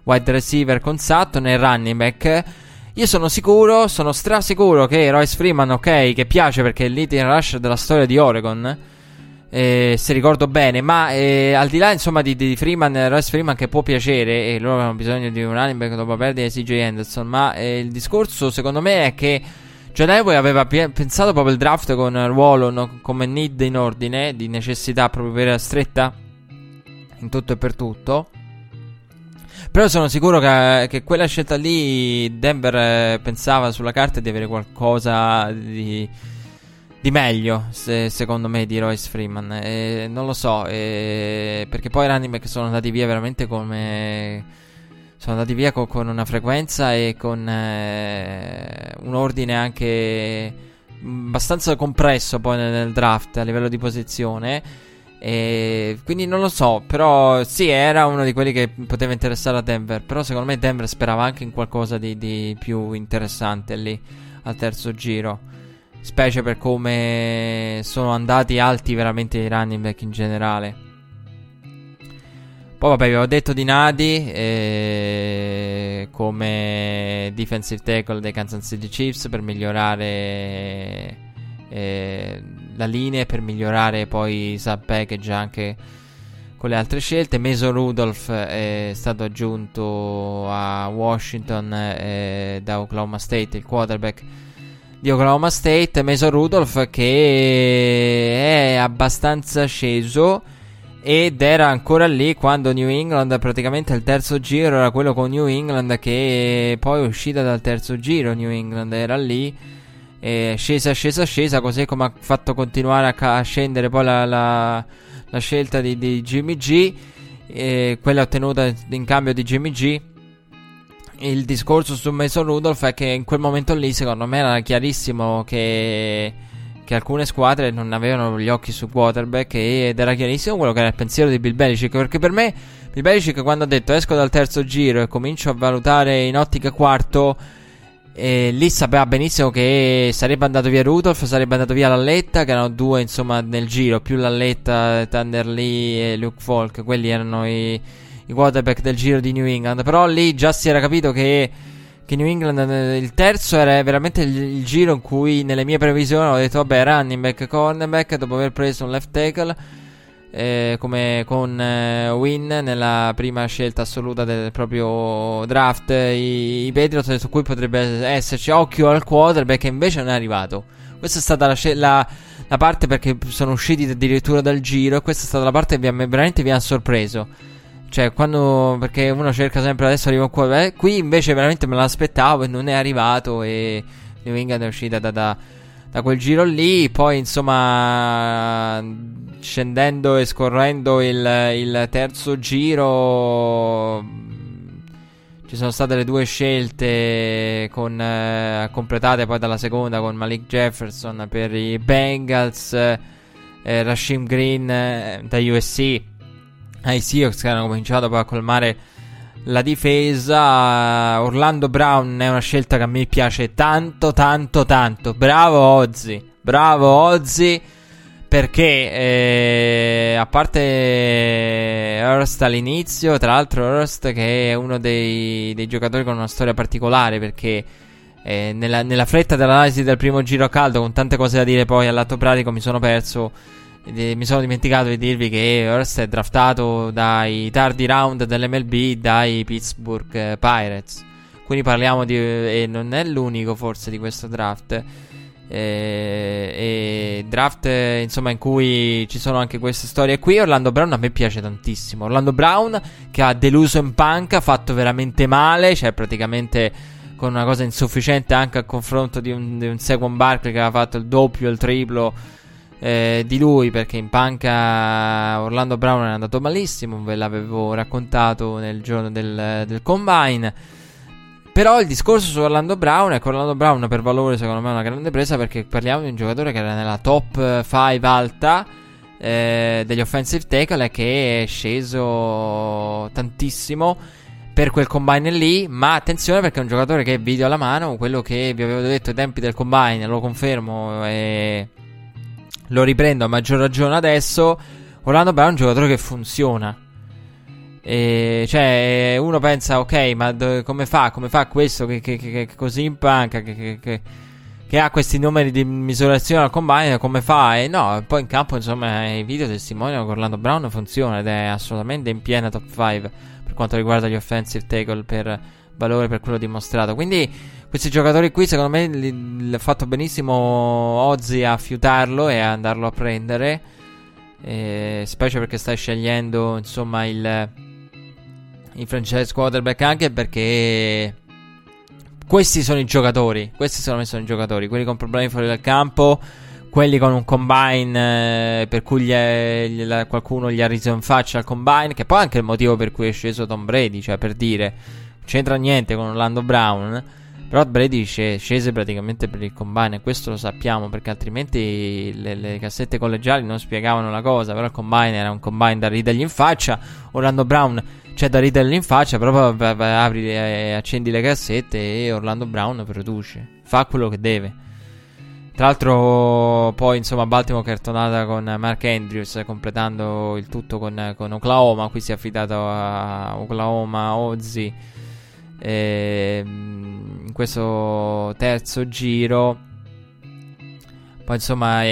wide receiver con Sutton e running back. Io sono strasicuro che Royce Freeman, ok, che piace perché è il leading rusher della storia di Oregon, se ricordo bene, ma al di là insomma di Freeman, Royce Freeman, che può piacere, e loro hanno bisogno di un running back dopo la perdita di CJ Henderson, ma il discorso secondo me è che John Elway aveva pensato proprio il draft con ruolo come need in ordine, di necessità proprio vera stretta in tutto e per tutto. Però sono sicuro che quella scelta lì Denver pensava sulla carta di avere qualcosa di meglio, secondo me, di Royce Freeman. Non lo so, perché poi i running back sono andati via veramente come... Sono andati via con una frequenza e con un ordine anche abbastanza compresso poi nel draft a livello di posizione. Quindi non lo so, però sì, era uno di quelli che poteva interessare a Denver. Però secondo me Denver sperava anche in qualcosa di più interessante lì al terzo giro, specie per come sono andati alti veramente i running back in generale. Poi vabbè, vi avevo detto di Nadi come defensive tackle dei Kansas City Chiefs per migliorare la linea, per migliorare poi il sub package anche con le altre scelte. Mason Rudolph è stato aggiunto a Washington da Oklahoma State, il quarterback di Oklahoma State. Mason Rudolph che è abbastanza sceso ed era ancora lì quando New England, praticamente il terzo giro era quello con New England, che poi è uscita dal terzo giro. New England era lì, scesa, così come ha fatto continuare a scendere poi la scelta di Jimmy G, quella ottenuta in cambio di Jimmy G. Il discorso su Mason Rudolph è che in quel momento lì secondo me era chiarissimo che alcune squadre non avevano gli occhi su quarterback, ed era chiarissimo quello che era il pensiero di Bill Belichick, perché per me Bill Belichick, quando ha detto esco dal terzo giro e comincio a valutare in ottica quarto, lì sapeva benissimo che sarebbe andato via Rudolph, sarebbe andato via Lalletta, che erano due insomma nel giro, più Lalletta, Thunder Lee e Luke Falk, quelli erano i quarterback del giro di New England. Però lì già si era capito che New England, il terzo, era veramente il giro in cui nelle mie previsioni ho detto vabbè, running back, cornerback, dopo aver preso un left tackle come con Wynn nella prima scelta assoluta del proprio draft, i Patriots, su cui potrebbe esserci occhio al quarterback, che invece non è arrivato. Questa è stata la parte, perché sono usciti addirittura dal giro, e questa è stata la parte che veramente vi ha sorpreso. Cioè, perché uno cerca sempre adesso arriva un quarterback, qui invece veramente me l'aspettavo e non è arrivato, e New England è uscita da quel giro lì. Poi insomma, scendendo e scorrendo il terzo giro, ci sono state le due scelte completate poi dalla seconda con Malik Jefferson per i Bengals, Rasheem Green da USC ai Seahawks, che hanno cominciato poi a colmare la difesa. Orlando Brown è una scelta che a me piace tanto. Bravo Ozzy, perché a parte Hurst all'inizio, tra l'altro Hurst che è uno dei giocatori con una storia particolare, perché nella fretta dell'analisi del primo giro a caldo, con tante cose da dire poi al lato pratico, mi sono dimenticato di dirvi che Hurst è draftato dai tardi round dell'MLB dai Pittsburgh Pirates. Quindi parliamo e non è l'unico forse di questo draft, e draft insomma in cui ci sono anche queste storie qui. Orlando Brown a me piace tantissimo. Orlando Brown che ha deluso in panca, ha fatto veramente male, cioè praticamente con una cosa insufficiente anche a confronto di un Saquon Barkley che aveva fatto il doppio, il triplo di lui, perché in panca Orlando Brown è andato malissimo, ve l'avevo raccontato nel giorno del Combine. Però il discorso su Orlando Brown è che Orlando Brown per valore secondo me è una grande presa, perché parliamo di un giocatore che era nella top 5 alta degli offensive tackle e che è sceso tantissimo per quel Combine lì. Ma attenzione, perché è un giocatore che è video alla mano, quello che vi avevo detto ai tempi del Combine, lo confermo e lo riprendo a maggior ragione adesso. Orlando Brown è un giocatore che funziona, Cioè, uno pensa, ok, ma come fa questo che così impanca, che ha questi numeri di misurazione al combine, come fa? E no, poi in campo, insomma, i video testimoniano che Orlando Brown funziona ed è assolutamente in piena top 5 per quanto riguarda gli offensive tackle per valore, per quello dimostrato. Quindi questi giocatori qui, secondo me, ha fatto benissimo Ozzy a fiutarlo e a andarlo a prendere, specie perché stai scegliendo, insomma, il franchise quarterback, anche perché questi sono i giocatori, quelli con problemi fuori dal campo, quelli con un combine per cui qualcuno gli ha riso in faccia al combine, che poi è anche il motivo per cui è sceso Tom Brady, cioè, per dire, non c'entra niente con Orlando Brown, però Brady scese praticamente per il combine, e questo lo sappiamo perché altrimenti le cassette collegiali non spiegavano la cosa. Però il combine era un combine da ridergli in faccia. Orlando Brown c'è da ridergli in faccia, però apri e accendi le cassette e Orlando Brown produce, fa quello che deve. Tra l'altro poi, insomma, Baltimore cartonata con Mark Andrews, completando il tutto con Oklahoma. Qui si è affidato a Oklahoma Ozzy in questo terzo giro. Poi, insomma,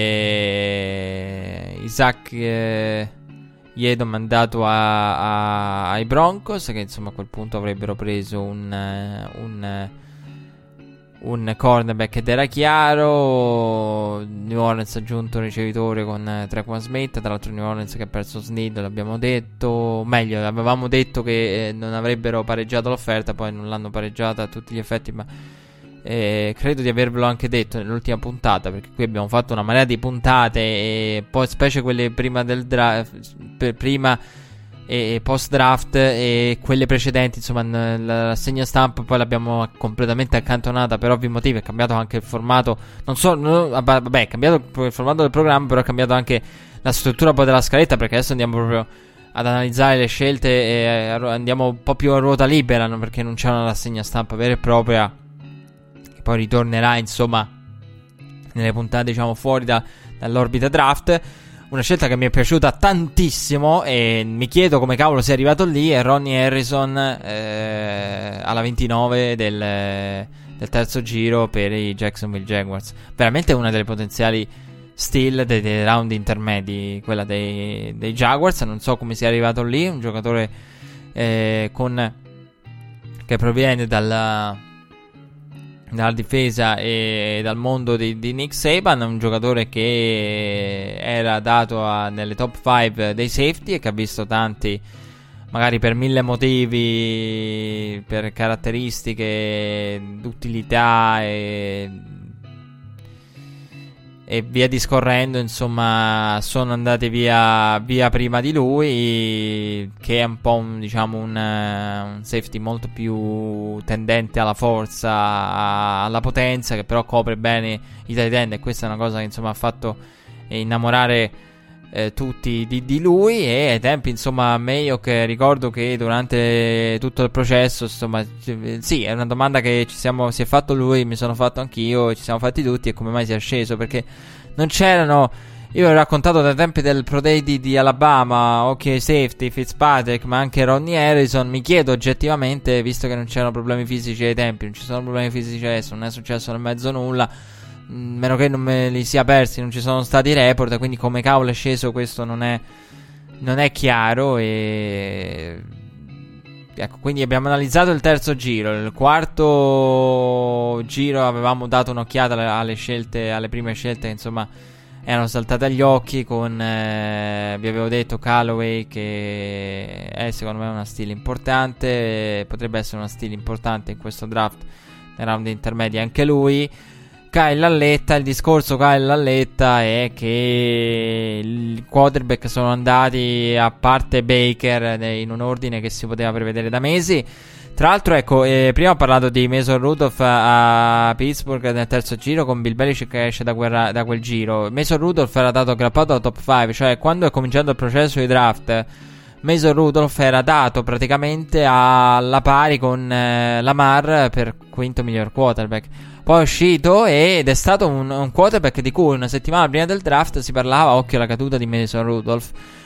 Isaac Yedo mandato ai Broncos, che insomma a quel punto avrebbero preso un cornerback ed era chiaro. New Orleans ha aggiunto un ricevitore con Tre'Quan Smith. Tra l'altro New Orleans che ha perso Snead, l'abbiamo detto. Meglio, avevamo detto che non avrebbero pareggiato l'offerta, poi non l'hanno pareggiata a tutti gli effetti, ma credo di avervelo anche detto nell'ultima puntata, perché qui abbiamo fatto una marea di puntate, e poi specie quelle prima del draft, prima e post draft, e quelle precedenti, insomma, la rassegna stampa poi l'abbiamo completamente accantonata per ovvi motivi. È cambiato anche il formato, è cambiato il formato del programma, però è cambiato anche la struttura poi della scaletta, perché adesso andiamo proprio ad analizzare le scelte e andiamo un po' più a ruota libera, no? Perché non c'è una rassegna stampa vera e propria, che poi ritornerà, insomma, nelle puntate, diciamo, fuori dall'orbita draft. Una scelta che mi è piaciuta tantissimo e mi chiedo come cavolo sia arrivato lì è Ronnie Harrison alla 29 del terzo giro per i Jacksonville Jaguars. Veramente una delle potenziali steal dei round intermedi, quella dei Jaguars. Non so come sia arrivato lì. Un giocatore che proviene dalla difesa e dal mondo di Nick Saban, un giocatore che era dato nelle top 5 dei safety e che ha visto tanti, magari per mille motivi, per caratteristiche, d'utilità e via discorrendo, insomma, sono andati via prima di lui, che è un po' un safety molto più tendente alla forza, alla potenza, che però copre bene i tight end, e questa è una cosa che, insomma, ha fatto innamorare tutti di lui. E ai tempi, insomma, Mayock, ricordo che durante tutto il processo, insomma, sì, è una domanda che si è fatto lui, mi sono fatto anch'io, ci siamo fatti tutti, e come mai si è sceso, perché non c'erano. Io ho raccontato dai tempi del Pro Day di Alabama, ok, safety, Fitzpatrick, ma anche Ronnie Harrison. Mi chiedo oggettivamente, visto che non c'erano problemi fisici ai tempi, non ci sono problemi fisici adesso, non è successo nel mezzo nulla, meno che non me li sia persi, non ci sono stati report, quindi come cavolo è sceso questo non è chiaro. E ecco, quindi abbiamo analizzato il terzo giro. Il quarto giro avevamo dato un'occhiata alle prime scelte, insomma, erano saltate agli occhi, con vi avevo detto Callaway, che è secondo me una steal importante, potrebbe essere una steal importante in questo draft, nei round intermedi anche lui. Kyle Lalletta, il discorso Kyle Lalletta è che i quarterback sono andati, a parte Baker, in un ordine che si poteva prevedere da mesi. Tra l'altro, ecco, prima ho parlato di Mason Rudolph a Pittsburgh nel terzo giro, con Bill Belichick che esce da quel giro. Mason Rudolph era dato aggrappato alla top 5, cioè quando è cominciato il processo di draft, Mason Rudolph era dato praticamente alla pari con Lamar per quinto miglior quarterback. Poi è uscito ed è stato un quarterback di cui una settimana prima del draft si parlava, occhio alla caduta di Mason Rudolph.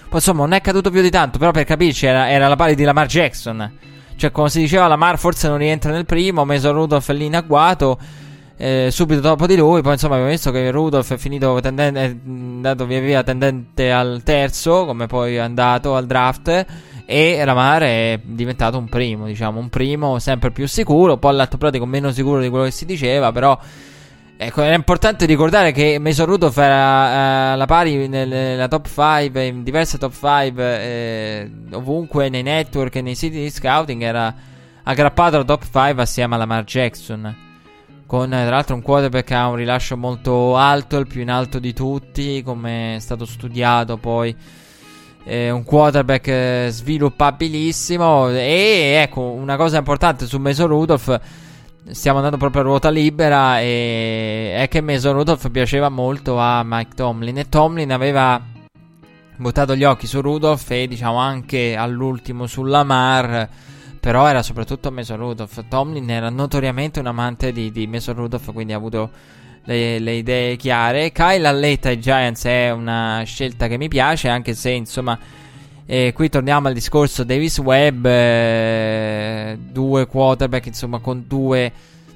Poi insomma non è caduto più di tanto, però per capirci era la pari di Lamar Jackson. Cioè, come si diceva, Lamar forse non rientra nel primo, Mason Rudolph è lì in agguato, subito dopo di lui. Poi insomma abbiamo visto che Rudolph è finito è andato via via tendente al terzo, come poi è andato al draft, e Lamar è diventato un primo, diciamo, un primo sempre più sicuro, un po' all'atto pratico meno sicuro di quello che si diceva, però ecco, è importante ricordare che Mason Rudolph era alla pari nella top 5, in diverse top 5, ovunque nei network e nei siti di scouting, era aggrappato alla top 5 assieme a Lamar Jackson, con tra l'altro un quarterback che ha un rilascio molto alto, il più in alto di tutti, come è stato studiato poi. Un quarterback sviluppabilissimo. E ecco, una cosa importante su Mason Rudolph, stiamo andando proprio a ruota libera, e è che Mason Rudolph piaceva molto a Mike Tomlin, e Tomlin aveva buttato gli occhi su Rudolph e diciamo anche all'ultimo su Lamar, però era soprattutto Mason Rudolph. Tomlin era notoriamente un amante di Mason Rudolph, quindi ha avuto le idee chiare. Kyle Alletta ai Giants è una scelta che mi piace, anche se insomma qui torniamo al discorso Davis Webb, due quarterback insomma con due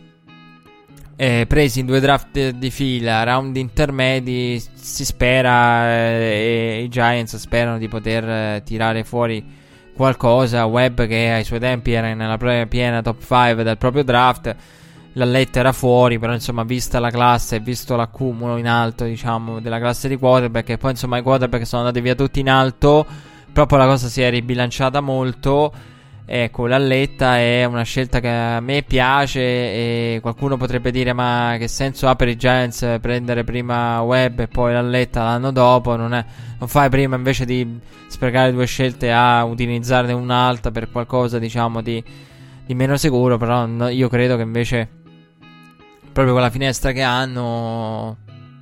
presi in 2 draft di fila, round intermedi. Si spera, e i Giants sperano di poter tirare fuori qualcosa. Webb, che ai suoi tempi era nella piena top 5 del proprio draft, la lettera fuori, però insomma vista la classe e visto l'accumulo in alto, diciamo, della classe di quarterback, e poi insomma i quarterback sono andati via tutti in alto, proprio la cosa si è ribilanciata molto. Ecco, l'Alletta è una scelta che a me piace, e qualcuno potrebbe dire: ma che senso ha per i Giants prendere prima Webb e poi l'Alletta l'anno dopo? Non fai prima, invece di sprecare 2 scelte, a utilizzarne un'altra per qualcosa, diciamo, di meno sicuro. Però io credo che invece, proprio con la finestra che hanno,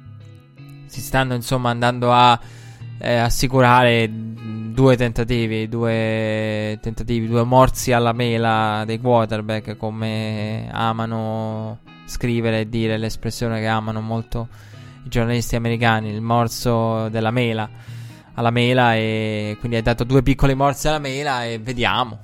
si stanno insomma andando a assicurare 2 tentativi, 2 morsi alla mela dei quarterback, come amano scrivere e dire, l'espressione che amano molto i giornalisti americani, il morso della mela alla mela. E quindi hai dato 2 piccoli morsi alla mela, e vediamo.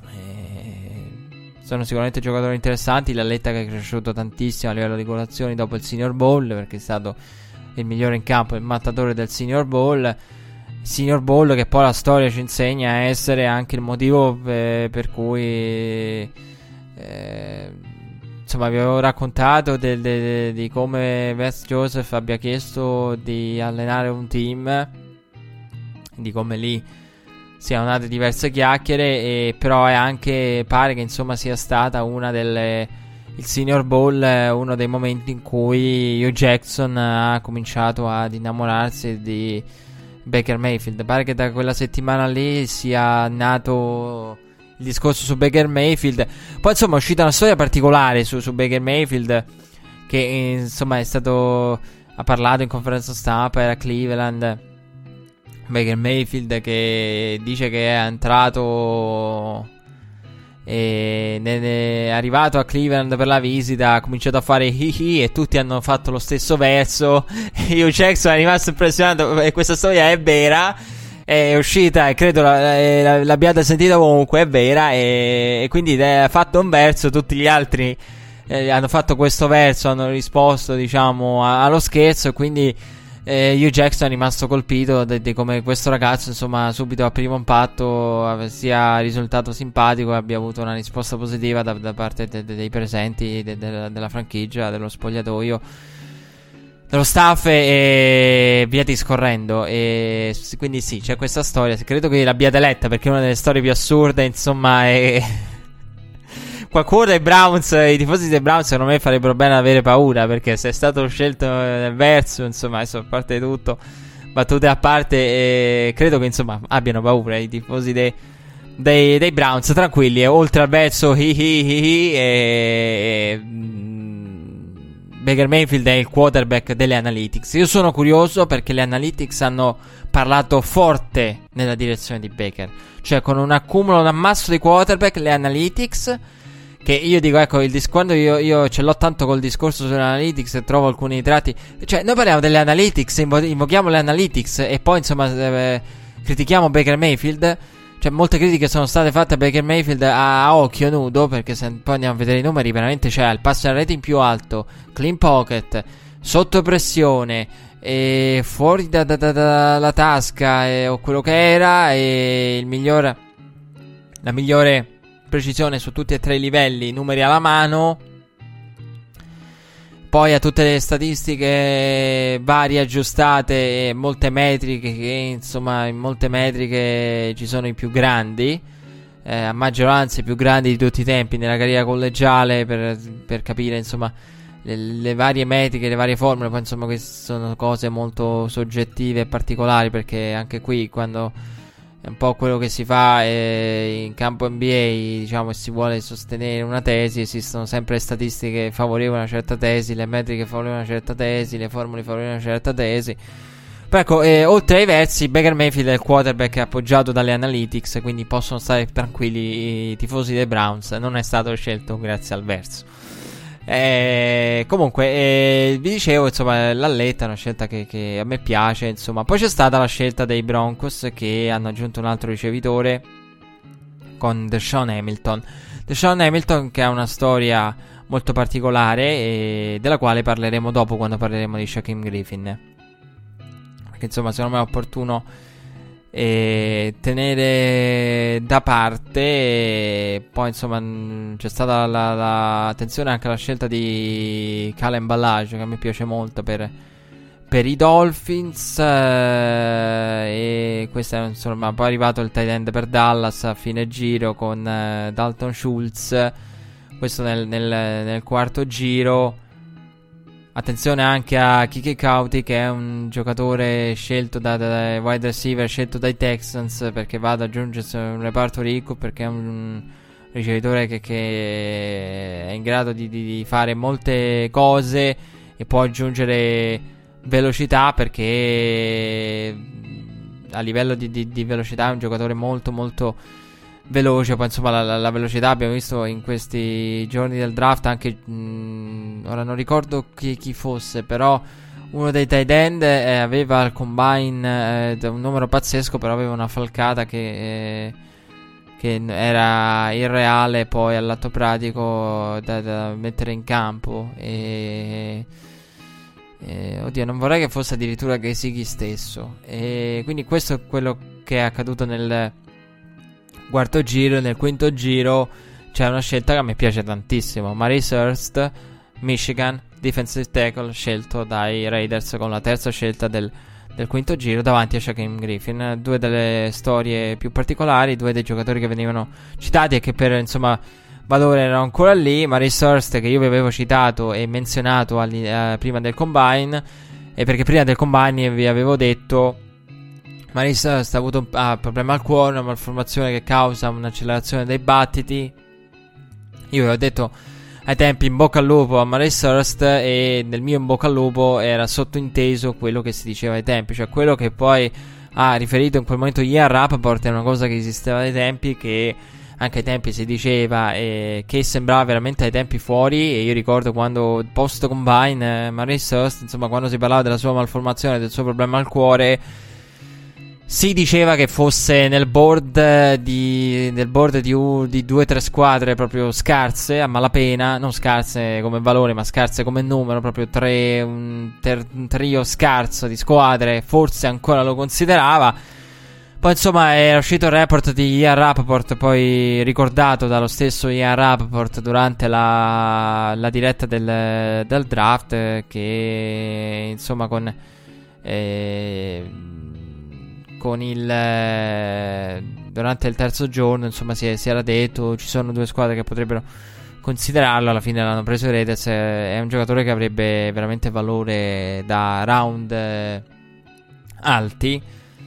Sono sicuramente giocatori interessanti. L'Alletta che è cresciuto tantissimo a livello di quotazioni dopo il Senior Bowl, perché è stato il migliore in campo, il mattatore del Senior Bowl. Senior Bowl che poi la storia ci insegna a essere anche il motivo per cui insomma vi avevo raccontato di come Wes Joseph abbia chiesto di allenare un team, di come lì siano nate diverse chiacchiere, e però è anche, pare che insomma sia stata il Senior Bowl, uno dei momenti in cui Hugh Jackson ha cominciato ad innamorarsi di Baker Mayfield. Pare che da quella settimana lì sia nato il discorso su Baker Mayfield. Poi insomma è uscita una storia particolare su Baker Mayfield, che insomma ha parlato in conferenza stampa, era a Cleveland. Baker Mayfield che dice che è entrato è arrivato a Cleveland per la visita, ha cominciato a fare hihi e tutti hanno fatto lo stesso verso. Hugh Jackson è rimasto impressionato, e questa storia è vera, è uscita e credo l'abbiate sentita comunque, è vera, e quindi ha fatto un verso, tutti gli altri hanno fatto questo verso, hanno risposto diciamo allo scherzo, e quindi Hugh Jackson è rimasto colpito di come questo ragazzo insomma subito a primo impatto sia risultato simpatico e abbia avuto una risposta positiva da parte dei presenti, della franchigia, dello spogliatoio, dello staff e via discorrendo. E quindi sì, c'è questa storia, credo che l'abbiate letta, perché è una delle storie più assurde, insomma. Qualcuno dei Browns, i tifosi dei Browns, secondo me farebbero bene ad avere paura, perché se è stato scelto nel verso, insomma, adesso a parte tutto, battute a parte, credo che insomma abbiano paura i tifosi dei Browns, tranquilli. E oltre al verso Baker Mayfield è il quarterback delle analytics. Io sono curioso perché le analytics hanno parlato forte nella direzione di Baker, cioè con un accumulo, un ammasso di quarterback, le analytics, che io dico, ecco, quando io ce l'ho tanto col discorso sulle analytics e trovo alcuni tratti, cioè noi parliamo delle analytics, invochiamo le analytics, e poi insomma critichiamo Baker Mayfield, cioè molte critiche sono state fatte a Baker Mayfield a occhio nudo, perché se poi andiamo a vedere i numeri veramente c'è il passer rating più alto, clean pocket, sotto pressione, e fuori dalla tasca, o quello che era, e la migliore precisione su tutti e tre i livelli, numeri alla mano. Poi ha tutte le statistiche varie aggiustate e molte metriche, che insomma in molte metriche ci sono i più grandi, a maggioranza i più grandi di tutti i tempi nella carriera collegiale, per capire insomma le varie metriche, le varie formule. Poi insomma queste sono cose molto soggettive e particolari, perché anche qui, quando è un po' quello che si fa in campo NBA, diciamo, e si vuole sostenere una tesi, esistono sempre statistiche favorevoli a una certa tesi, le metriche favorevoli a una certa tesi, le formule favorevoli a una certa tesi. Però ecco, oltre ai versi, Baker Mayfield è il quarterback appoggiato dalle analytics, quindi possono stare tranquilli i tifosi dei Browns, non è stato scelto grazie al verso. Comunque vi dicevo, insomma, l'Alletta è una scelta che a me piace, insomma. Poi c'è stata la scelta dei Broncos, che hanno aggiunto un altro ricevitore con DeSean Hamilton, che ha una storia molto particolare, e della quale parleremo dopo, quando parleremo di Shaquem Griffin, perché insomma secondo me è opportuno tenere da parte. E poi insomma c'è stata attenzione anche alla scelta di Kalen Ballage, che a me piace molto per i Dolphins, e questo è insomma poi è arrivato il tight end per Dallas a fine giro con Dalton Schultz, questo nel quarto giro. Attenzione anche a Kiki Kauti, che è un giocatore scelto da wide receiver, scelto dai Texans, perché va ad aggiungersi un reparto ricco, perché è un ricevitore che è in grado di fare molte cose e può aggiungere velocità, perché a livello di velocità è un giocatore molto molto veloce. Poi insomma la velocità abbiamo visto in questi giorni del draft anche ora non ricordo chi fosse, però uno dei tight end aveva al combine un numero pazzesco, però aveva una falcata che era irreale poi all'atto pratico da mettere in campo, oddio, non vorrei che fosse addirittura Gesicki stesso, e quindi questo è quello che è accaduto nel quarto giro. Nel quinto giro c'è una scelta che a me piace tantissimo, Maurice Hurst, Michigan, defensive tackle, scelto dai Raiders con la terza scelta del quinto giro, davanti a Shaquem Griffin. Due delle storie più particolari, due dei giocatori che venivano citati e che per insomma valore erano ancora lì. Maurice Hurst, che io vi avevo citato e menzionato prima del combine, e perché prima del combine vi avevo detto Maurice Hurst ha avuto un problema al cuore, una malformazione che causa un'accelerazione dei battiti. Io vi ho detto ai tempi in bocca al lupo a Maurice Hurst, e nel mio in bocca al lupo era sottointeso quello che si diceva ai tempi, cioè quello che poi ha riferito in quel momento Ian Rapoport. È una cosa che esisteva ai tempi, che anche ai tempi si diceva, che sembrava veramente ai tempi fuori. E io ricordo quando post combine Maurice Hurst, insomma, quando si parlava della sua malformazione, del suo problema al cuore, si diceva che fosse nel board di 2 o 3 squadre proprio scarse a malapena, non scarse come valore ma scarse come numero, proprio un trio scarso di squadre, forse ancora lo considerava. Poi insomma era uscito il report di Ian Rapoport, poi ricordato dallo stesso Ian Rapoport durante la diretta del draft, che insomma con durante il terzo giorno insomma si era detto ci sono 2 squadre che potrebbero considerarlo. Alla fine l'hanno preso i Raiders. È un giocatore che avrebbe veramente valore da round alti,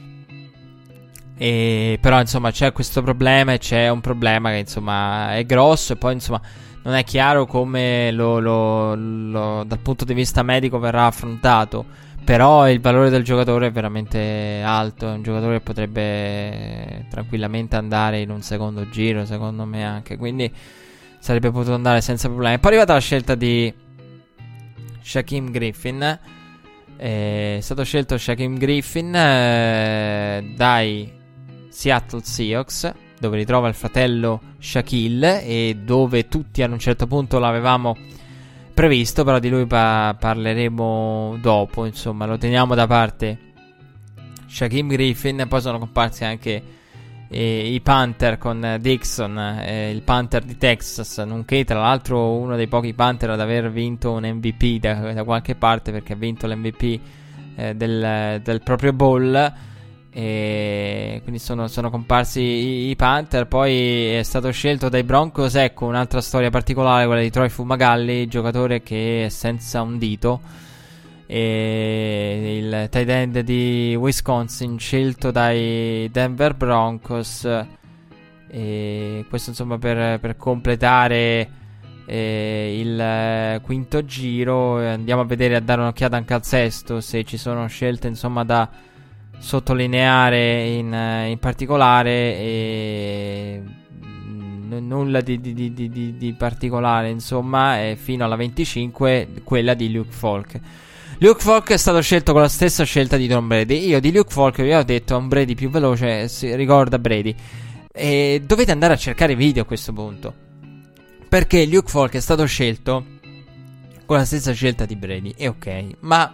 però insomma c'è questo problema, e c'è un problema che insomma è grosso, e poi insomma non è chiaro come dal punto di vista medico verrà affrontato. Però il valore del giocatore è veramente alto. È un giocatore che potrebbe tranquillamente andare in un secondo giro, secondo me anche. Quindi sarebbe potuto andare senza problemi. Poi è arrivata la scelta di Shaquem Griffin, È stato scelto Shaquem Griffin dai Seattle Seahawks, dove ritrova il fratello Shaquille e dove tutti ad un certo punto l'avevamo previsto, però di lui parleremo dopo, insomma lo teniamo da parte Shaquem Griffin. Poi sono comparsi anche i Panther con Dixon, il Panther di Texas, nonché tra l'altro uno dei pochi Panther ad aver vinto un MVP da qualche parte, perché ha vinto l'MVP del proprio bowl. E quindi sono comparsi i Panther. Poi è stato scelto dai Broncos, ecco un'altra storia particolare, quella di Troy Fumagalli, giocatore che è senza un dito, e il tight end di Wisconsin scelto dai Denver Broncos. E questo insomma per completare il quinto giro. Andiamo a vedere, a dare un'occhiata anche al sesto, se ci sono scelte insomma da sottolineare in particolare, e nulla di particolare insomma, fino alla 25 quella di Luke Falk. Luke Falk è stato scelto con la stessa scelta di Tom Brady. Io di Luke Falk vi ho detto, un Brady più veloce si ricorda Brady, e dovete andare a cercare i video a questo punto, perché Luke Falk è stato scelto con la stessa scelta di Brady, e ok, ma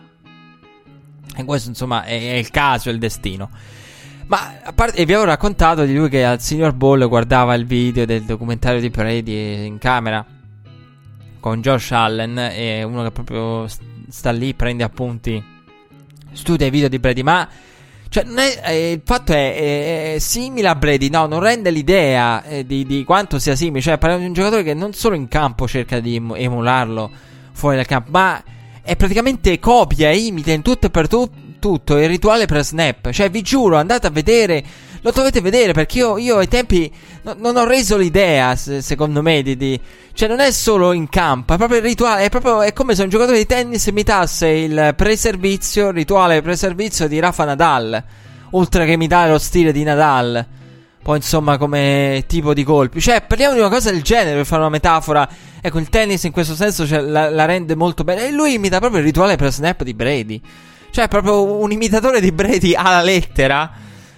e questo insomma è il caso, è il destino. Ma a parte, e vi avevo raccontato di lui che al Senior Bowl guardava il video del documentario di Brady in camera con Josh Allen, e uno che proprio sta lì, prende appunti, studia i video di Brady. Ma cioè non è, il fatto è simile a Brady, no, non rende l'idea di quanto sia simile. Cioè parliamo di un giocatore che non solo in campo cerca di emularlo fuori dal campo, ma è praticamente copia e imita in tutto e per tutto il rituale pre-snap. Cioè vi giuro, andate a vedere, lo dovete vedere, perché io ai tempi non ho reso l'idea, secondo me, cioè non è solo in campo, è proprio il rituale, è come se un giocatore di tennis imitasse il preservizio, il rituale preservizio di Rafa Nadal, oltre che imitare lo stile di Nadal, poi insomma come tipo di colpi. Cioè parliamo di una cosa del genere, per fare una metafora. Ecco, il tennis in questo senso cioè, la rende molto bene, e lui imita proprio il rituale pre-snap di Brady. Cioè proprio un imitatore di Brady alla lettera.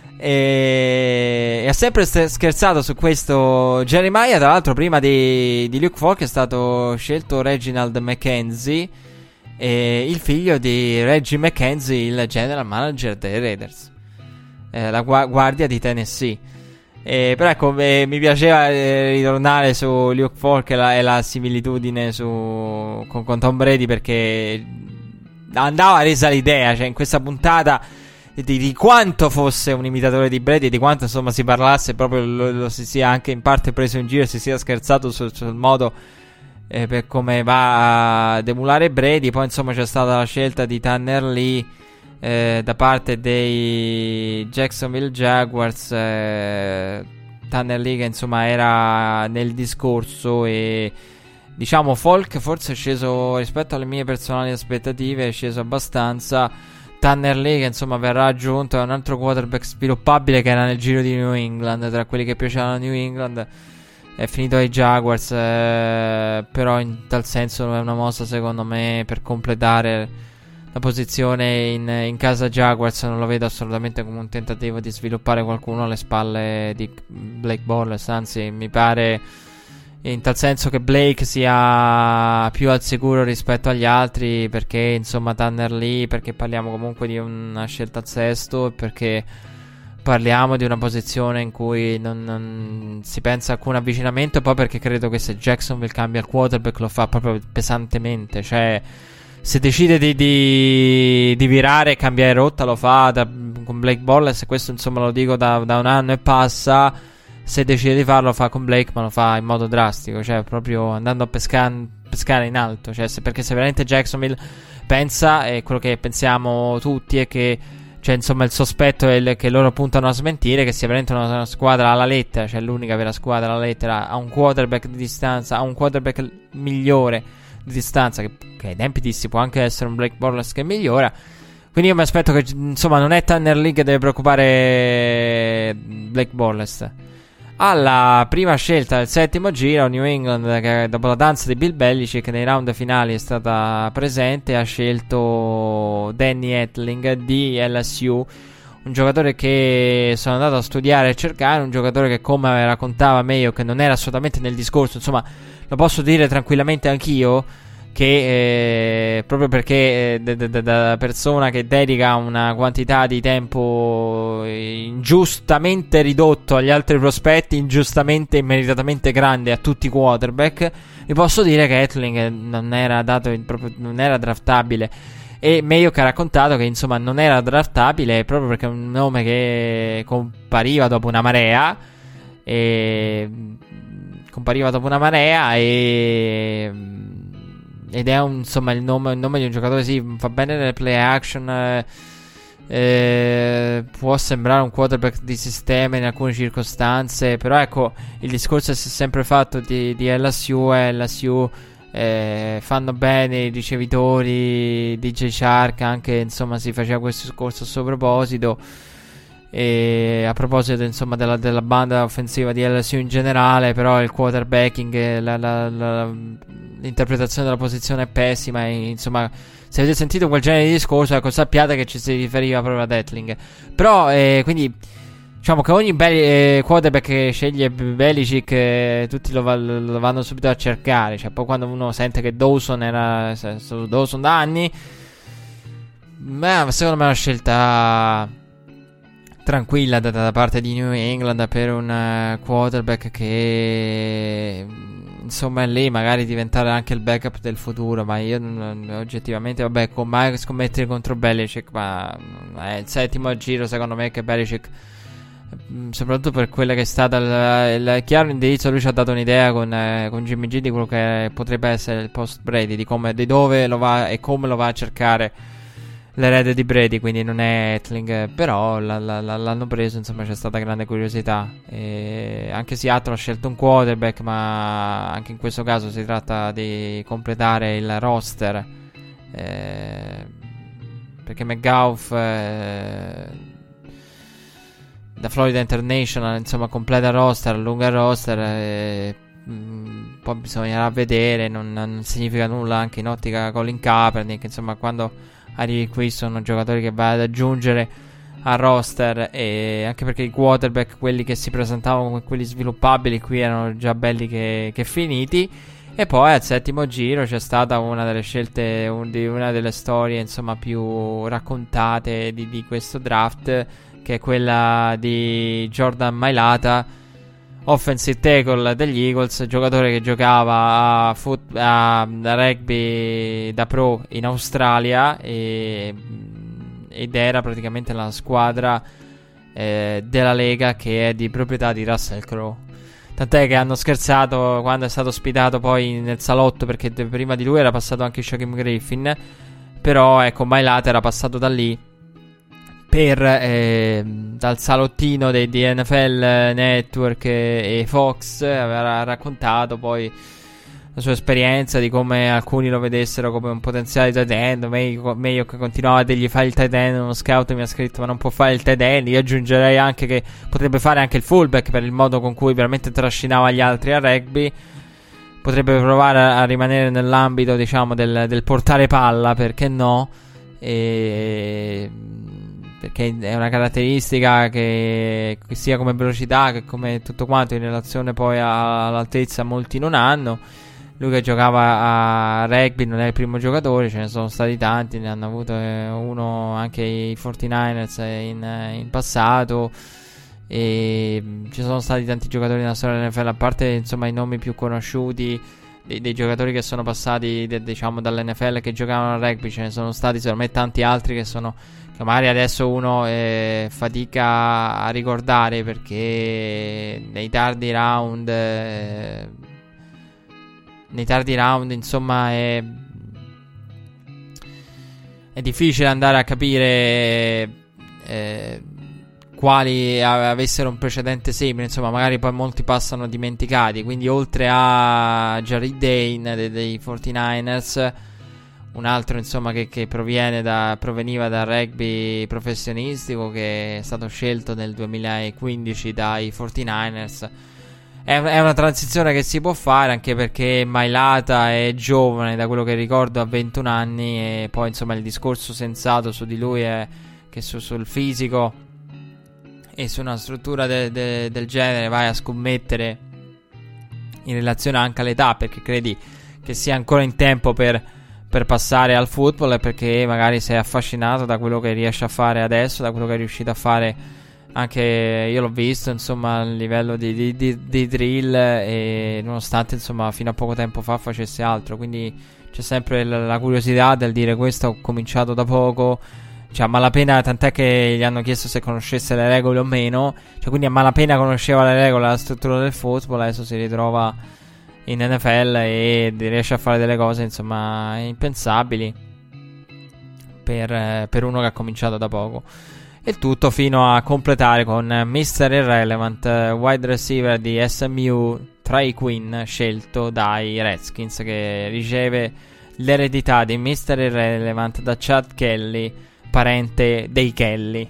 E ha sempre scherzato su questo Jeremiah. Tra l'altro prima di Luke Falk è stato scelto Reginald McKenzie, il figlio di Reggie McKenzie, il general manager dei Raiders, la guardia di Tennessee. Però ecco, mi piaceva ritornare su Luke Falk e la similitudine con Tom Brady, perché andava resa l'idea, cioè in questa puntata, di quanto fosse un imitatore di Brady, di quanto insomma si parlasse proprio, lo si sia anche in parte preso in giro, si sia scherzato sul modo per come va ad emulare Brady. Poi insomma c'è stata la scelta di Tanner Lee da parte dei Jacksonville Jaguars. Tanner Lee che insomma era nel discorso, e diciamo Falk forse è sceso rispetto alle mie personali aspettative, è sceso abbastanza. Tanner Lee che insomma verrà aggiunto, è un altro quarterback sviluppabile che era nel giro di New England, tra quelli che piacevano a New England, è finito ai Jaguars, però in tal senso non è una mossa secondo me per completare la posizione in casa Jaguars. Non lo vedo assolutamente come un tentativo di sviluppare qualcuno alle spalle di Blake Bortles, anzi mi pare in tal senso che Blake sia più al sicuro rispetto agli altri, perché insomma Tanner Lee, perché parliamo comunque di una scelta al sesto, e perché parliamo di una posizione in cui non si pensa a alcun avvicinamento, e poi perché credo che se Jacksonville cambia il quarterback lo fa proprio pesantemente. Cioè se decide di virare e cambiare rotta lo fa con Blake Bortles, e questo insomma lo dico da un anno e passa. Se decide di farlo fa con Blake, ma lo fa in modo drastico, cioè proprio andando a pescare in alto. Cioè perché se veramente Jacksonville pensa, e quello che pensiamo tutti è che, cioè insomma il sospetto è che loro puntano a smentire, che sia veramente una squadra alla lettera, cioè l'unica vera squadra alla lettera, a un quarterback di distanza, a un quarterback migliore di distanza, che ai tempi dissi può anche essere un Blake Bortles che migliora. Quindi io mi aspetto che insomma non è Tanner Lee che deve preoccupare Blake Bortles. alla prima scelta del settimo giro, New England, che dopo la danza di Bill Belichick nei round finali è stata presente, ha scelto Danny Etling di LSU, un giocatore che sono andato a studiare e cercare, un giocatore che, come raccontava Mayo, che non era assolutamente nel discorso, insomma lo posso dire tranquillamente anch'io, che proprio perché da persona che dedica una quantità di tempo ingiustamente ridotto agli altri prospetti, ingiustamente e immeritatamente grande a tutti i quarterback, vi posso dire che Etling non era non era draftabile. E Mayo che ha raccontato che insomma non era draftabile proprio perché è un nome che compariva dopo una marea ed è insomma il nome di un giocatore, sì, fa bene nelle play action, può sembrare un quarterback di sistema in alcune circostanze, però ecco, il discorso è sempre fatto di LSU fanno bene i ricevitori, DJ Shark anche, insomma si faceva questo discorso a suo proposito. E a proposito insomma della banda offensiva di LSU in generale, però il quarterbacking, l'interpretazione della posizione è pessima, e insomma se avete sentito quel genere di discorso, ecco, sappiate che ci si riferiva proprio ad Etling. Però quindi diciamo che ogni quarterback che sceglie Belichick, tutti lo vanno subito a cercare, cioè poi quando uno sente che Dawson era su Dawson da anni, secondo me è una scelta tranquilla da parte di New England per un quarterback che insomma è lì magari diventare anche il backup del futuro, ma io oggettivamente mai scommettere contro Belichick, ma è il settimo giro secondo me che Belichick, soprattutto per quella che è stata il chiaro indirizzo, lui ci ha dato un'idea con Jimmy G di quello che potrebbe essere il post Brady, di dove lo va e come lo va a cercare l'erede di Brady, quindi non è Etling, però l'hanno preso, insomma c'è stata grande curiosità, e anche Seattle ha scelto un quarterback, ma anche in questo caso si tratta di completare il roster, perché McGough da Florida International insomma completa il roster, allunga il roster, poi bisognerà vedere, non significa nulla anche in ottica Colin Kaepernick, insomma quando arrivi qui sono giocatori che vai ad aggiungere al roster, e anche perché i quarterback, quelli che si presentavano come quelli sviluppabili, qui erano già belli che finiti. E poi al settimo giro c'è stata una delle scelte, una delle storie insomma più raccontate di questo draft, che è quella di Jordan Mailata, offensive tackle degli Eagles, giocatore che giocava a rugby da pro in Australia ed era praticamente la squadra della Lega che è di proprietà di Russell Crowe. Tant'è che hanno scherzato quando è stato ospitato poi nel salotto, perché prima di lui era passato anche Shaquem Griffin, però ecco Mailata era passato da lì dal salottino di NFL Network e Fox, aveva raccontato poi la sua esperienza di come alcuni lo vedessero come un potenziale tight end. Meglio che continuava a dirgli fai il tight end, uno scout mi ha scritto ma non può fare il tight end. Io aggiungerei anche che potrebbe fare anche il fullback, per il modo con cui veramente trascinava gli altri a rugby. Potrebbe provare a rimanere nell'ambito, diciamo, del portare palla, perché no? Perché è una caratteristica che sia come velocità che come tutto quanto in relazione poi all'altezza molti non hanno. Lui che giocava a rugby non è il primo giocatore, ce ne sono stati tanti, ne hanno avuto uno anche i 49ers in passato, e ci sono stati tanti giocatori nella storia dell'NFL, a parte insomma i nomi più conosciuti dei giocatori che sono passati diciamo dall'NFL che giocavano a rugby. Ce ne sono stati secondo me tanti altri che magari adesso uno fatica a ricordare, perché nei tardi round insomma è difficile andare a capire quali avessero un precedente simile, insomma magari poi molti passano dimenticati. Quindi oltre a Jared Dane dei 49ers, un altro insomma che proveniva dal rugby professionistico, che è stato scelto nel 2015 dai 49ers. È una transizione che si può fare, anche perché Mailata è giovane, da quello che ricordo, ha 21 anni, e poi insomma il discorso sensato su di lui è che sul fisico e su una struttura del genere vai a scommettere in relazione anche all'età, perché credi che sia ancora in tempo per passare al football, e perché magari sei affascinato da quello che riesce a fare adesso, da quello che è riuscito a fare. Anche io l'ho visto insomma a livello di drill, e nonostante insomma fino a poco tempo fa facesse altro, quindi c'è sempre la curiosità del dire: questo ho cominciato da poco, cioè a malapena, tant'è che gli hanno chiesto se conoscesse le regole o meno, cioè quindi a malapena conosceva le regole, la struttura del football, adesso si ritrova in NFL e riesce a fare delle cose insomma impensabili per uno che ha cominciato da poco. Il tutto fino a completare con Mr. Irrelevant, wide receiver di SMU, Trey Quinn, scelto dai Redskins, che riceve l'eredità di Mr. Irrelevant da Chad Kelly, parente dei Kelly,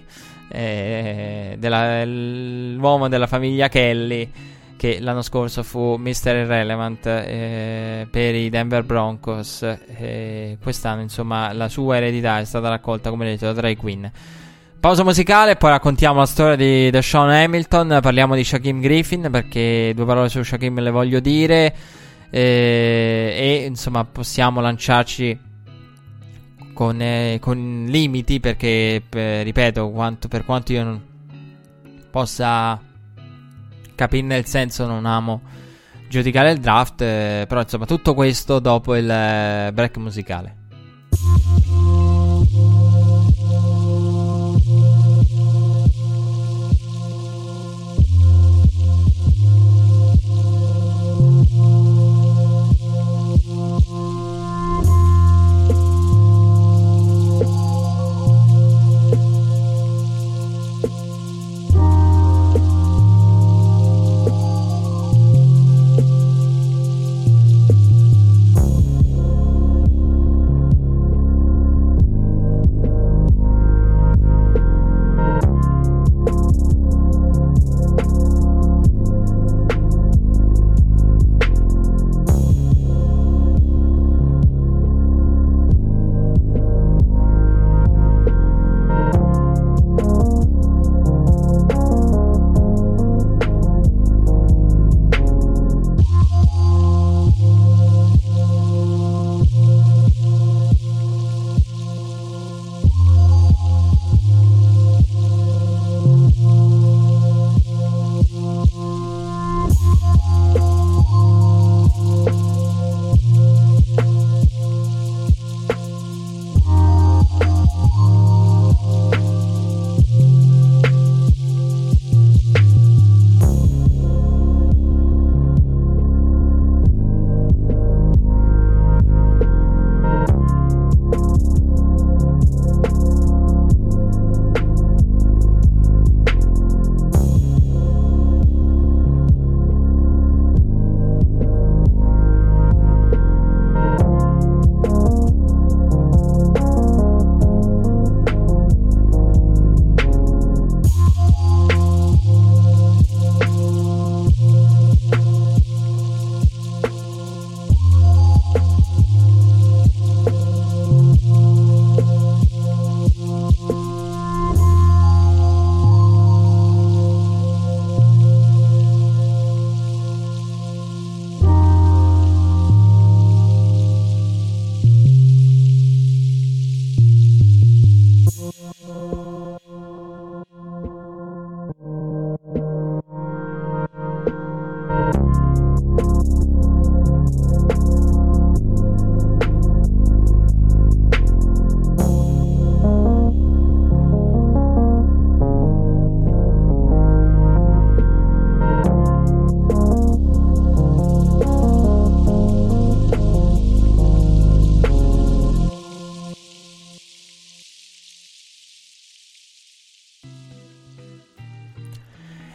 l'uomo della famiglia Kelly, che l'anno scorso fu Mr. Irrelevant per i Denver Broncos. Quest'anno insomma la sua eredità è stata raccolta, come detto, da Trey Quinn. Pausa musicale, poi raccontiamo la storia di Deshaun Hamilton. Parliamo di Shaquem Griffin, perché due parole su Shaquem le voglio dire, e insomma possiamo lanciarci con limiti, perché ripeto, per quanto io non possa capirne il senso, non amo giudicare il draft, però insomma tutto questo dopo il break musicale.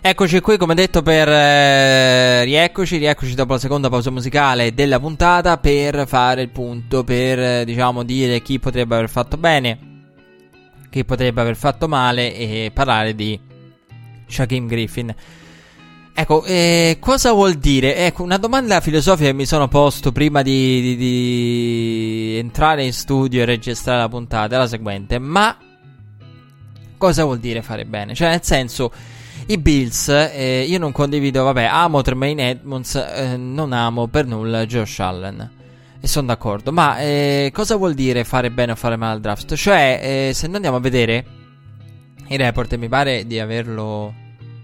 Eccoci qui, come detto, per rieccoci dopo la seconda pausa musicale della puntata per fare il punto, per diciamo dire chi potrebbe aver fatto bene, chi potrebbe aver fatto male e parlare di Shaquem Griffin. Ecco, cosa vuol dire? Ecco, una domanda filosofica che mi sono posto prima di entrare in studio e registrare la puntata è la seguente: ma cosa vuol dire fare bene? Cioè, nel senso, i Bills, io non condivido, amo Tremaine Edmonds, non amo per nulla Josh Allen, e sono d'accordo, ma cosa vuol dire fare bene o fare male al draft? Cioè, se noi andiamo a vedere i report, e mi pare di averlo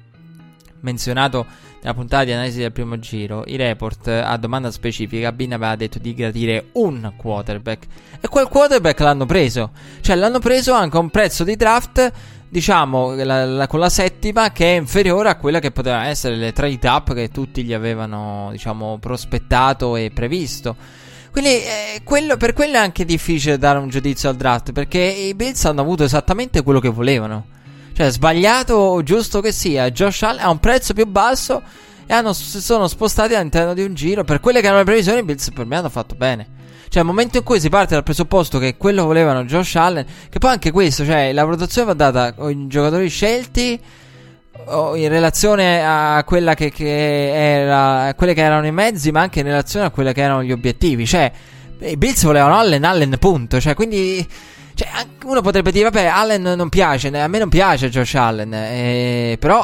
menzionato nella puntata di analisi del primo giro, i report a domanda specifica, Bin aveva detto di gradire un quarterback, e quel quarterback l'hanno preso, cioè l'hanno preso anche a un prezzo di draft, diciamo, con la settima, che è inferiore a quella che poteva essere le trade up che tutti gli avevano, diciamo, prospettato e previsto. Quindi per quello è anche difficile dare un giudizio al draft, perché i Bills hanno avuto esattamente quello che volevano. Cioè, sbagliato o giusto che sia, Josh Allen ha un prezzo più basso e si sono spostati all'interno di un giro. Per quelle che erano le previsioni, i Bills per me hanno fatto bene. Cioè, nel momento in cui si parte dal presupposto che quello volevano Josh Allen, che poi anche questo, cioè la valutazione va data in giocatori scelti o in relazione a quella che era, quelle che erano i mezzi, ma anche in relazione a quelle che erano gli obiettivi. Cioè, i Bills volevano Allen punto. Cioè, quindi, cioè, uno potrebbe dire, vabbè, Allen non piace, a me non piace Josh Allen, però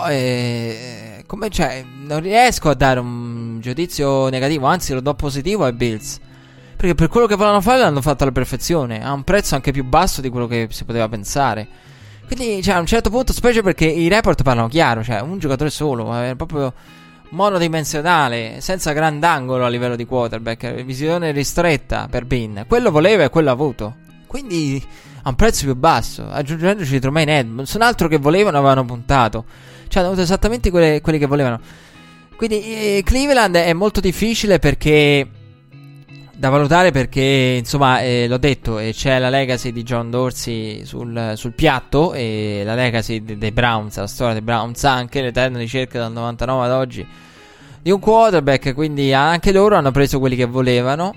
come, cioè, non riesco a dare un giudizio negativo, anzi lo do positivo ai Bills, perché per quello che volevano fare l'hanno fatto alla perfezione, a un prezzo anche più basso di quello che si poteva pensare. Quindi, cioè, a un certo punto, specie perché i report parlano chiaro, cioè un giocatore solo, proprio monodimensionale, senza grandangolo a livello di quarterback, visione ristretta per Bin, quello voleva e quello ha avuto. Quindi a un prezzo più basso, aggiungendoci Tremaine Edmonds, un altro che volevano, avevano puntato, cioè hanno avuto esattamente quelli che volevano. Quindi Cleveland è molto difficile perché da valutare, perché insomma, l'ho detto, c'è la legacy di John Dorsey sul piatto, e la legacy dei Browns, la storia dei Browns, anche l'eterna ricerca dal 99 ad oggi di un quarterback. Quindi anche loro hanno preso quelli che volevano,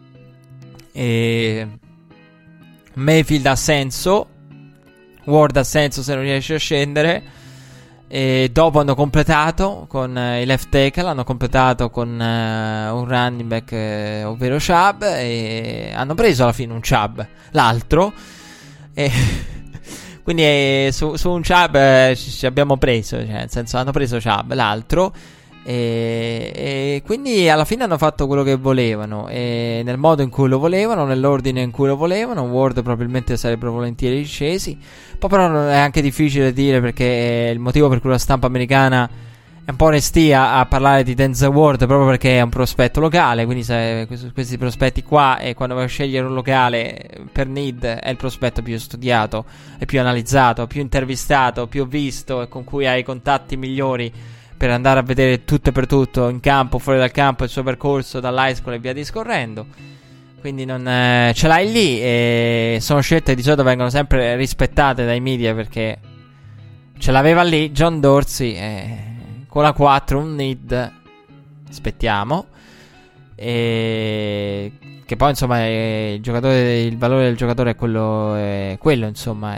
e Mayfield ha senso, Ward ha senso se non riesce a scendere, e dopo hanno completato con i left tackle, hanno completato con un running back, ovvero Chubb, e hanno preso alla fine un Chubb, l'altro, e quindi su un Chubb ci abbiamo preso, cioè nel senso hanno preso Chubb, l'altro, e quindi alla fine hanno fatto quello che volevano, e nel modo in cui lo volevano, nell'ordine in cui lo volevano. Ward probabilmente sarebbero volentieri scesi. Poi però è anche difficile dire, perché il motivo per cui la stampa americana è un po' restia a parlare di Denzel Ward, proprio perché è un prospetto locale. Quindi questi prospetti qua, e quando vai a scegliere un locale per need, è il prospetto più studiato, è più analizzato, più intervistato, più visto, e con cui hai i contatti migliori per andare a vedere tutto e per tutto, in campo, fuori dal campo, il suo percorso dall'high school e via discorrendo. Quindi non ce l'hai lì, e sono scelte che di solito vengono sempre rispettate dai media, perché ce l'aveva lì John Dorsey, con la 4 un need, aspettiamo, e che poi insomma il valore del giocatore è quello insomma,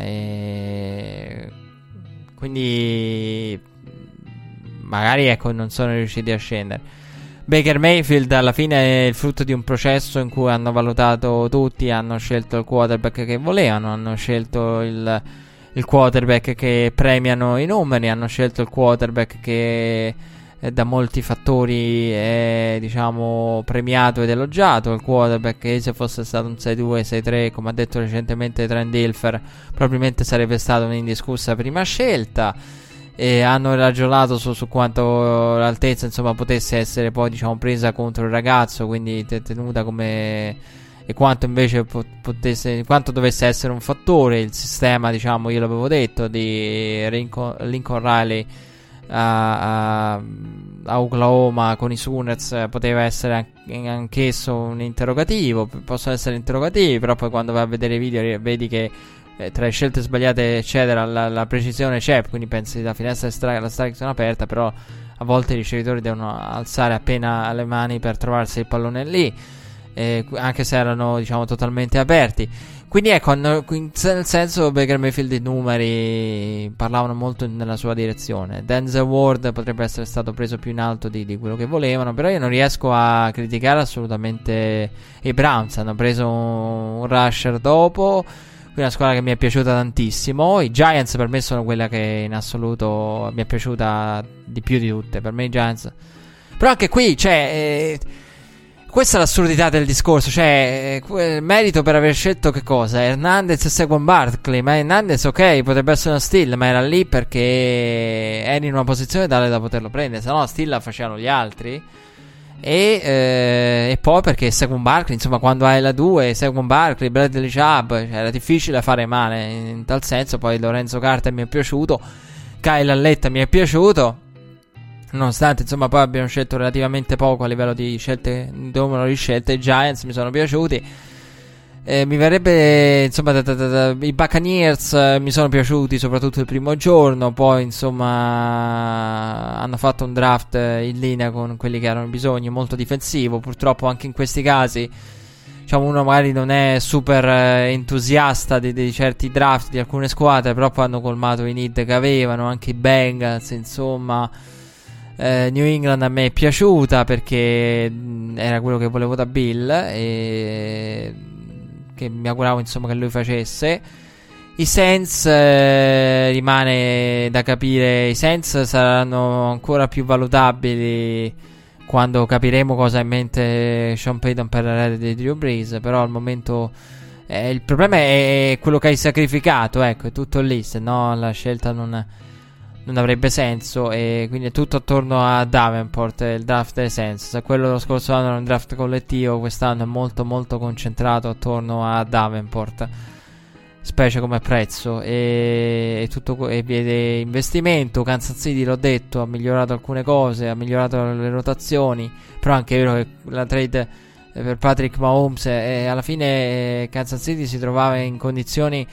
quindi magari, ecco, non sono riusciti a scendere. Baker Mayfield alla fine è il frutto di un processo in cui hanno valutato tutti, hanno scelto il quarterback che volevano, hanno scelto il quarterback che premiano i numeri, hanno scelto il quarterback che da molti fattori è, diciamo, premiato ed elogiato, il quarterback che, se fosse stato un 6-2, 6-3, come ha detto recentemente Trent Dilfer, probabilmente sarebbe stata un'indiscussa prima scelta. E hanno ragionato su quanto l'altezza, insomma, potesse essere poi, diciamo, presa contro il ragazzo, quindi tenuta come, e quanto invece quanto dovesse essere un fattore il sistema, diciamo, io l'avevo detto, di Lincoln Riley a Oklahoma con i Sooners, poteva essere anch'esso un interrogativo, possono essere interrogativi, però poi quando vai a vedere i video vedi che tra le scelte sbagliate eccetera la precisione c'è, quindi pensi la finestra la strike sono aperta, però a volte i ricevitori devono alzare appena le mani per trovarsi il pallone lì, anche se erano diciamo totalmente aperti. Quindi ecco, nel senso Baker Mayfield i numeri parlavano molto nella sua direzione. Denzel Ward potrebbe essere stato preso più in alto di quello che volevano, però io non riesco a criticare assolutamente i Browns. Hanno preso un rusher dopo, una squadra che mi è piaciuta tantissimo. I Giants per me sono quella che in assoluto mi è piaciuta di più di tutte. Per me i Giants, però anche qui c'è questa è l'assurdità del discorso. Cioè merito per aver scelto che cosa? Hernandez e Saquon Barkley. Ma Hernandez ok, potrebbe essere uno steal, ma era lì perché era in una posizione tale da poterlo prendere, se no la steal la facevano gli altri. E poi perché Saquon Barkley, insomma, quando hai la 2 Saquon Barkley, Bradley Chubb, cioè, era difficile fare male in tal senso. Poi Lorenzo Carter mi è piaciuto, Kyle Alletta mi è piaciuto, nonostante insomma poi abbiamo scelto relativamente poco a livello di scelte, numero di scelte. I Giants mi sono piaciuti, mi verrebbe insomma i Buccaneers mi sono piaciuti soprattutto il primo giorno. Poi insomma hanno fatto un draft in linea con quelli che erano bisogni, molto difensivo. Purtroppo anche in questi casi diciamo uno magari non è super entusiasta di certi draft di alcune squadre, però poi hanno colmato i need che avevano. Anche i Bengals insomma, New England a me è piaciuta perché era quello che volevo da Bill e che mi auguravo insomma che lui facesse. I Saints rimane da capire. I Saints saranno ancora più valutabili quando capiremo cosa ha in mente Sean Payton per la rete di Drew Brees. Però al momento il problema è quello che hai sacrificato, ecco, è tutto lì, se no la scelta non avrebbe senso. E quindi è tutto attorno a Davenport, il draft dei Saints. Se quello dello scorso anno era un draft collettivo, quest'anno è molto molto concentrato attorno a Davenport, specie come prezzo e tutto e investimento. Kansas City, l'ho detto, ha migliorato alcune cose, ha migliorato le rotazioni, però anche è vero che la trade per Patrick Mahomes alla fine Kansas City si trovava in condizioni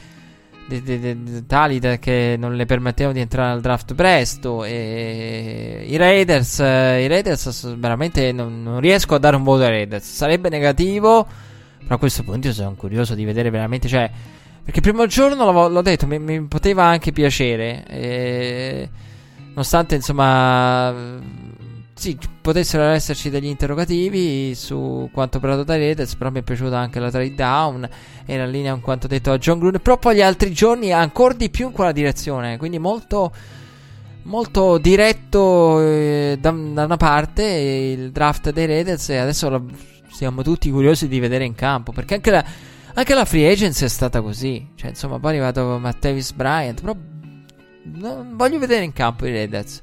tali che non le permettevano di entrare al draft presto. E i Raiders veramente non riesco a dare un voto ai Raiders, sarebbe negativo, però a questo punto io sono curioso di vedere veramente, cioè, perché il primo giorno l'ho detto, mi poteva anche piacere, nonostante insomma sì, potessero esserci degli interrogativi su quanto operato dai Raiders, però mi è piaciuta anche la trade down, era in linea con quanto detto da John Gruden. Però poi gli altri giorni ancora di più in quella direzione, quindi molto molto diretto da una parte il draft dei Raiders, e adesso siamo tutti curiosi di vedere in campo, perché anche la free agency è stata così, cioè insomma poi è arrivato Martavis Bryant, però voglio vedere in campo i Raiders.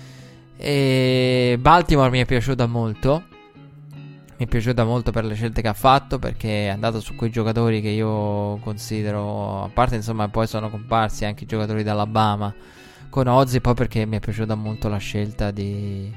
E Baltimore mi è piaciuta molto. Mi è piaciuta molto per le scelte che ha fatto, perché è andato su quei giocatori che io considero, a parte insomma poi sono comparsi anche i giocatori d'Alabama con Ozzy, poi perché mi è piaciuta molto la scelta di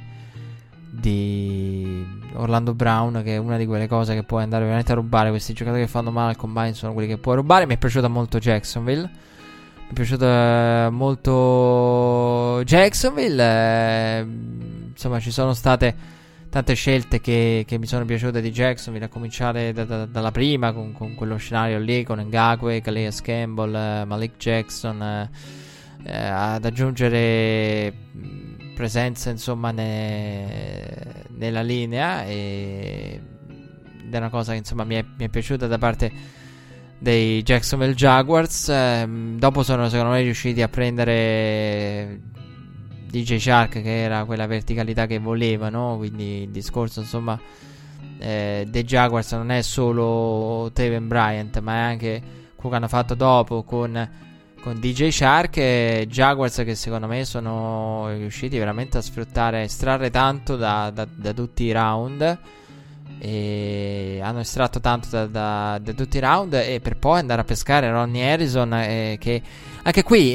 Orlando Brown, che è una di quelle cose che puoi andare veramente a rubare. Questi giocatori che fanno male al combine sono quelli che puoi rubare. Mi è piaciuta molto Jacksonville. Mi è piaciuta molto Jacksonville. Insomma, ci sono state tante scelte che mi sono piaciute di Jacksonville, a cominciare dalla prima, con quello scenario lì, con Ngakoue, Calais Campbell, Malik Jackson, ad aggiungere presenza insomma nella linea, ed è una cosa che insomma mi è piaciuta da parte dei Jacksonville Jaguars. Dopo sono secondo me riusciti a prendere DJ Shark, che era quella verticalità che volevano. Quindi il discorso insomma dei Jaguars non è solo Taven Bryant, ma è anche quello che hanno fatto dopo con DJ Shark. E Jaguars che secondo me sono riusciti veramente a sfruttare, estrarre tanto da tutti i round, e hanno estratto tanto da tutti i round, e per poi andare a pescare Ronnie Harrison, che anche qui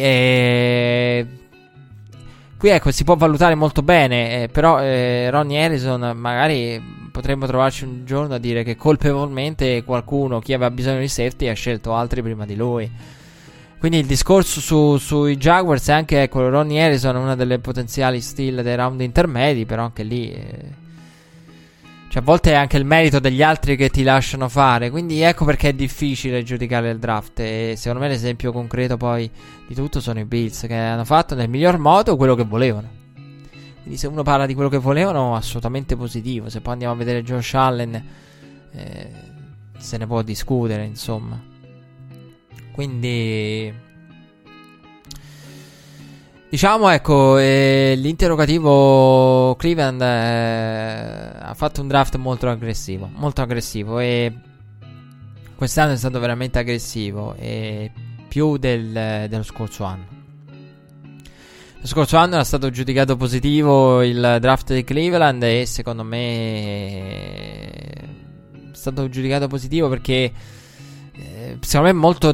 ecco, si può valutare molto bene, però Ronnie Harrison magari potremmo trovarci un giorno a dire che colpevolmente qualcuno, chi aveva bisogno di safety, ha scelto altri prima di lui. Quindi il discorso sui Jaguars è anche, ecco, Ronnie Harrison è una delle potenziali steal dei round intermedi, però anche lì cioè a volte è anche il merito degli altri che ti lasciano fare, quindi ecco perché è difficile giudicare il draft. E secondo me l'esempio concreto poi di tutto sono i Bills, che hanno fatto nel miglior modo quello che volevano. Quindi se uno parla di quello che volevano, assolutamente positivo. Se poi andiamo a vedere Josh Allen, se ne può discutere, insomma. Quindi diciamo, ecco, l'interrogativo Cleveland ha fatto un draft molto aggressivo, e quest'anno è stato veramente aggressivo, e più dello scorso anno. Lo scorso anno era stato giudicato positivo il draft di Cleveland, e secondo me è stato giudicato positivo perché secondo me molto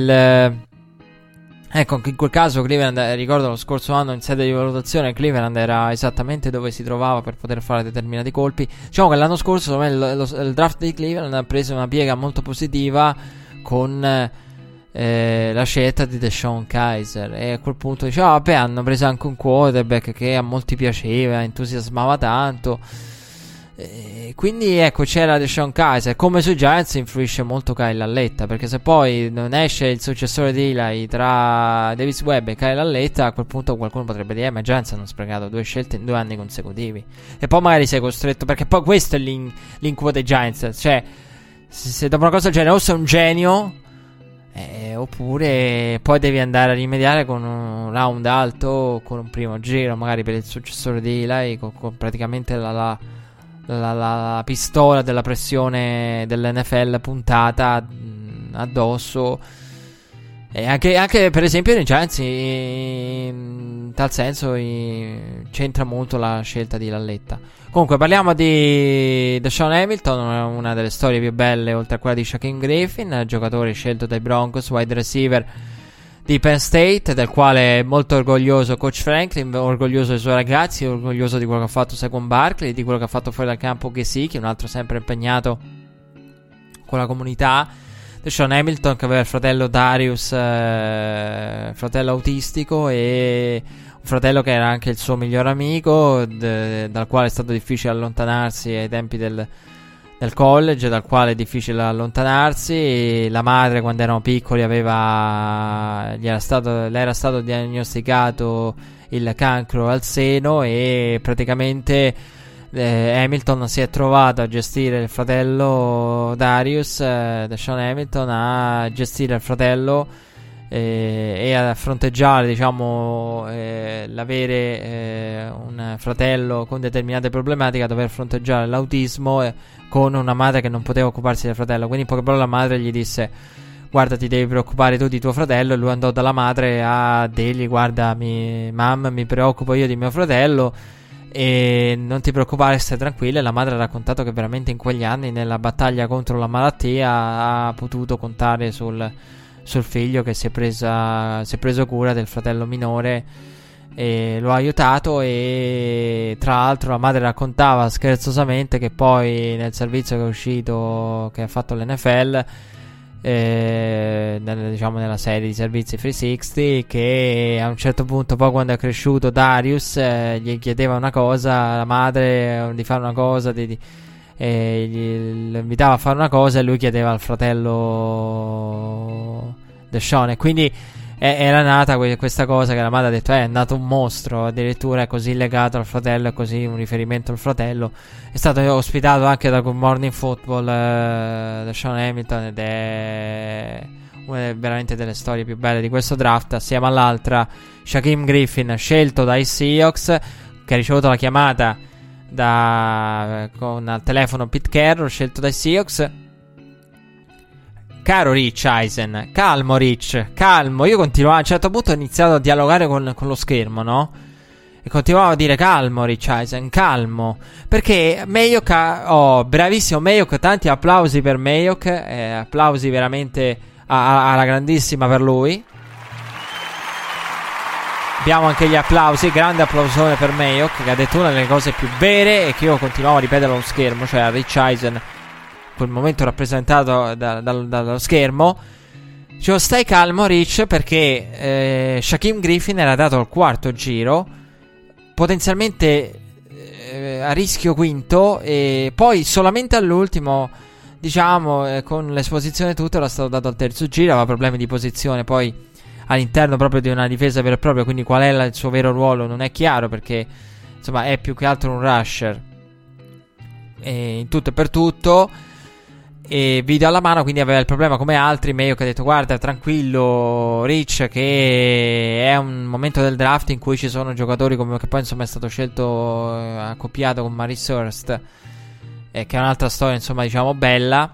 ecco, in quel caso Cleveland, ricordo lo scorso anno in sede di valutazione, Cleveland era esattamente dove si trovava per poter fare determinati colpi. Diciamo che l'anno scorso secondo me il draft di Cleveland ha preso una piega molto positiva con la scelta di DeShone Kizer, e a quel punto diceva vabbè, hanno preso anche un quarterback che a molti piaceva, entusiasmava tanto, quindi ecco, c'era DeShone Kizer. Come sui Giants influisce molto Kyle Alletta, perché se poi non esce il successore di Eli tra Davis Webb e Kyle Alletta, a quel punto qualcuno potrebbe dire ma i Giants hanno sprecato 2 scelte in 2 anni consecutivi, e poi magari sei costretto, perché poi questo è l'incubo dei Giants, cioè se dopo una cosa del genere o sei un genio, oppure poi devi andare a rimediare con un round alto, con un primo giro magari per il successore di Eli, con praticamente la pistola della pressione dell'NFL puntata addosso. E anche per esempio nei Giants in tal senso c'entra molto la scelta di Lalletta. Comunque parliamo di Deshaun Hamilton, una delle storie più belle oltre a quella di Shaquem Griffin, giocatore scelto dai Broncos, wide receiver di Penn State, del quale è molto orgoglioso coach Franklin, orgoglioso dei suoi ragazzi, orgoglioso di quello che ha fatto Saquon Barkley, di quello che ha fatto fuori dal campo Gesicki, un altro sempre impegnato con la comunità. Deshaun Hamilton, che aveva il fratello Darius, fratello autistico, e un fratello che era anche il suo miglior amico, dal quale è stato difficile allontanarsi ai tempi del college, dal quale è difficile allontanarsi. E la madre, quando erano piccoli, le era stato diagnosticato il cancro al seno, e praticamente Hamilton si è trovato a gestire il fratello Darius, Deshaun Hamilton, a gestire il fratello e a fronteggiare, diciamo, l'avere un fratello con determinate problematiche, a dover fronteggiare l'autismo con una madre che non poteva occuparsi del fratello. Quindi in poche parole la madre gli disse: guarda, ti devi preoccupare tu di tuo fratello. E lui andò dalla madre a dirgli: guarda, mamma, mi preoccupo io di mio fratello e non ti preoccupare, stai tranquilla. E la madre ha raccontato che veramente in quegli anni, nella battaglia contro la malattia, ha potuto contare sul figlio che si è preso cura del fratello minore e lo ha aiutato. E tra l'altro la madre raccontava scherzosamente che poi nel servizio che è uscito, che ha fatto l'NFL, diciamo nella serie di servizi 360, che a un certo punto, poi quando è cresciuto Darius, gli chiedeva una cosa, la madre, di fare una cosa, lo invitava a fare una cosa, e lui chiedeva al fratello Deshaun. E quindi era nata questa cosa che la madre ha detto: è nato un mostro, addirittura è così legato al fratello, è così un riferimento al fratello. È stato ospitato anche da Good Morning Football Deshaun Hamilton, ed è una veramente delle storie più belle di questo draft, assieme all'altra Shaquem Griffin, scelto dai Seahawks, che ha ricevuto la chiamata con al telefono Pete Carroll, scelto dai Seahawks. Caro Rich Eisen, calmo Rich, calmo. Io continuavo, a un certo punto ho iniziato a dialogare con lo schermo, no? E continuavo a dire: calmo Rich Eisen, calmo. Perché Mayock, bravissimo Mayock, tanti applausi per Mayock, applausi veramente alla grandissima per lui. Abbiamo anche gli applausi, grande applausone per Mayock, che ha detto una delle cose più vere e che io continuavo a ripetere allo schermo, cioè a Rich Eisen, quel momento rappresentato dallo schermo. Cioè, stai calmo, Rich, perché Shaquem Griffin era dato al quarto giro, potenzialmente a rischio quinto, e poi solamente all'ultimo, diciamo, con l'esposizione tutta, era stato dato al terzo giro. Aveva problemi di posizione poi all'interno proprio di una difesa vera e propria, quindi qual è il suo vero ruolo non è chiaro, perché insomma è più che altro un rusher in tutto e per tutto, e video alla mano, quindi aveva il problema come altri. Meglio che ha detto: guarda, tranquillo Rich, che è un momento del draft in cui ci sono giocatori come, che poi insomma è stato scelto accoppiato con Maurice Hurst, che è un'altra storia insomma diciamo bella,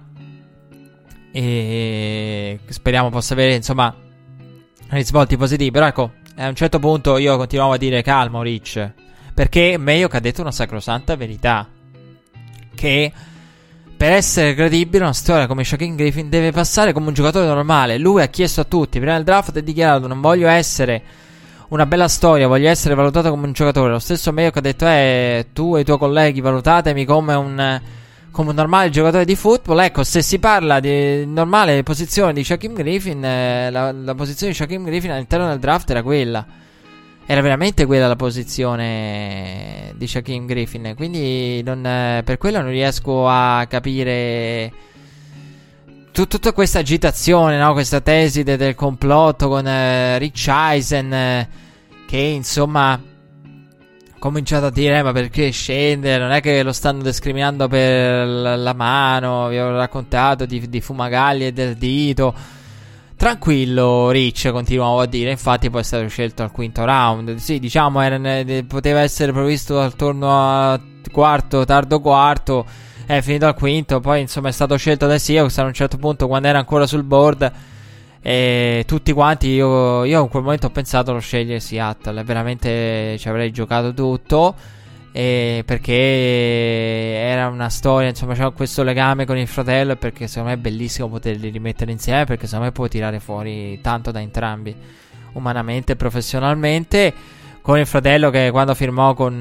e speriamo possa avere insomma risvolti positivi. Però ecco, a un certo punto io continuavo a dire calmo Rich, perché meglio che ha detto una sacrosanta verità, che per essere credibile una storia come Shaquem Griffin deve passare come un giocatore normale. Lui ha chiesto a tutti prima del draft, ha dichiarato: non voglio essere una bella storia, voglio essere valutato come un giocatore. Lo stesso Mayo che ha detto: tu e i tuoi colleghi valutatemi come un normale giocatore di football. Ecco, se si parla di normale posizione di Shaquem Griffin, la posizione di Shaquem Griffin all'interno del draft era quella. Era veramente quella la posizione di Shaquem Griffin. Quindi per quello non riesco a capire tutta questa agitazione, no? Questa tesi del complotto con Rich Eisen, che insomma ha cominciato a dire: ma perché scendere? Non è che lo stanno discriminando per la mano. Vi avevo raccontato di fumagalli e del dito. Tranquillo Rich, continuavo a dire. Infatti poi è stato scelto al quinto round. Sì, diciamo poteva essere previsto attorno a tardo quarto. È finito al quinto. Poi insomma è stato scelto da Seahawks a un certo punto, quando era ancora sul board. E tutti quanti, io in quel momento ho pensato lo scegliere Seattle. Veramente ci avrei giocato tutto, perché era una storia, insomma c'era questo legame con il fratello, perché secondo me è bellissimo poterli rimettere insieme, perché secondo me può tirare fuori tanto da entrambi, umanamente e professionalmente. Con il fratello che quando firmò con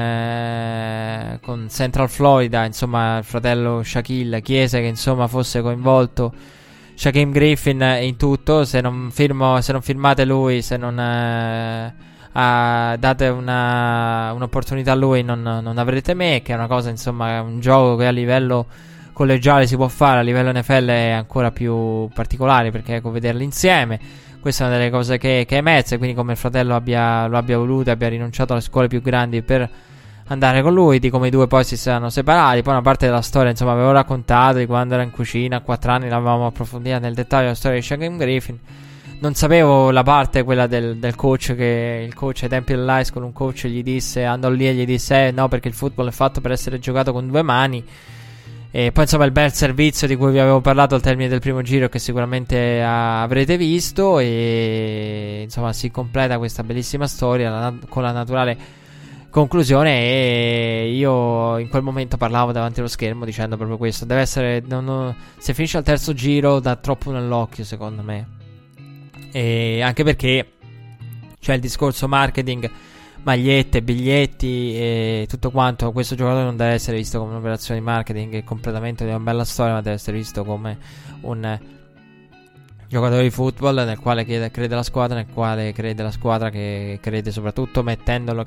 Central Florida, insomma il fratello Shaquille chiese che insomma fosse coinvolto Shaquem Griffin in tutto. Se non firmate lui, se non date un'opportunità a lui, non avrete me. Che è una cosa, insomma, un gioco che a livello collegiale si può fare, a livello NFL è ancora più particolare, perché ecco, vederli insieme, questa è una delle cose che è emersa. Quindi come il fratello lo abbia voluto, abbia rinunciato alle scuole più grandi per andare con lui, di come i due poi si siano separati. Poi una parte della storia, insomma, avevo raccontato di quando era in cucina a 4 anni, l'avevamo approfondita nel dettaglio la storia di Shaquem Griffin. Non sapevo la parte quella del coach, che il coach ai tempi dell'high school, un coach gli disse, andò lì e gli disse no, perché il football è fatto per essere giocato con 2 mani. E poi insomma il bel servizio di cui vi avevo parlato al termine del primo giro, che sicuramente avrete visto, e insomma si completa questa bellissima storia con la naturale conclusione. E io in quel momento parlavo davanti allo schermo dicendo proprio questo: deve essere, se finisce al terzo giro dà troppo nell'occhio, secondo me. E anche perché c'è il discorso marketing, magliette, biglietti e tutto quanto. Questo giocatore non deve essere visto come un'operazione di marketing completamente di una bella storia, ma deve essere visto come un giocatore di football nel quale crede la squadra, nel quale crede la squadra, che crede soprattutto mettendolo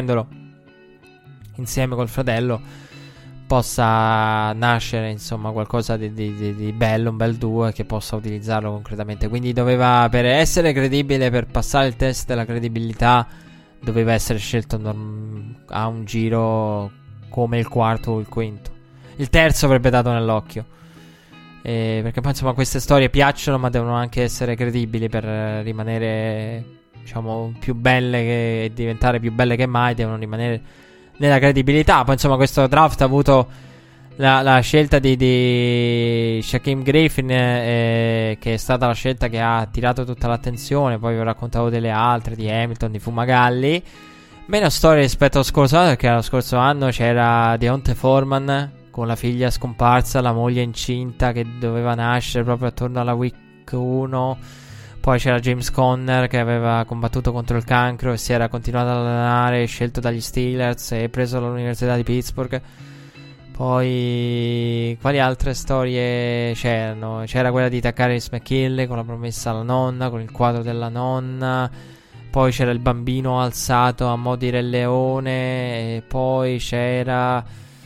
insieme col fratello possa nascere insomma qualcosa di bello, un bel duo, e che possa utilizzarlo concretamente. Quindi doveva, per essere credibile, per passare il test della credibilità, doveva essere scelto a un giro come il quarto o il quinto. Il terzo avrebbe dato nell'occhio, perché poi insomma queste storie piacciono, ma devono anche essere credibili per rimanere, diciamo, più belle, che diventare più belle che mai. Devono rimanere nella credibilità. Poi insomma questo draft ha avuto la scelta di Shaquem Griffin, che è stata la scelta che ha attirato tutta l'attenzione. Poi vi ho raccontato delle altre, di Hamilton, di Fumagalli. Meno storie rispetto allo scorso anno, perché lo scorso anno c'era Deontay Foreman con la figlia scomparsa, la moglie incinta che doveva nascere proprio attorno alla week 1. Poi c'era James Conner che aveva combattuto contro il cancro e si era continuato ad allenare, scelto dagli Steelers e preso all'Università di Pittsburgh. Poi quali altre storie c'erano? C'era quella di Takaris McKinley con la promessa alla nonna, con il quadro della nonna. Poi c'era il bambino alzato a mo' di Re Leone. E poi c'erano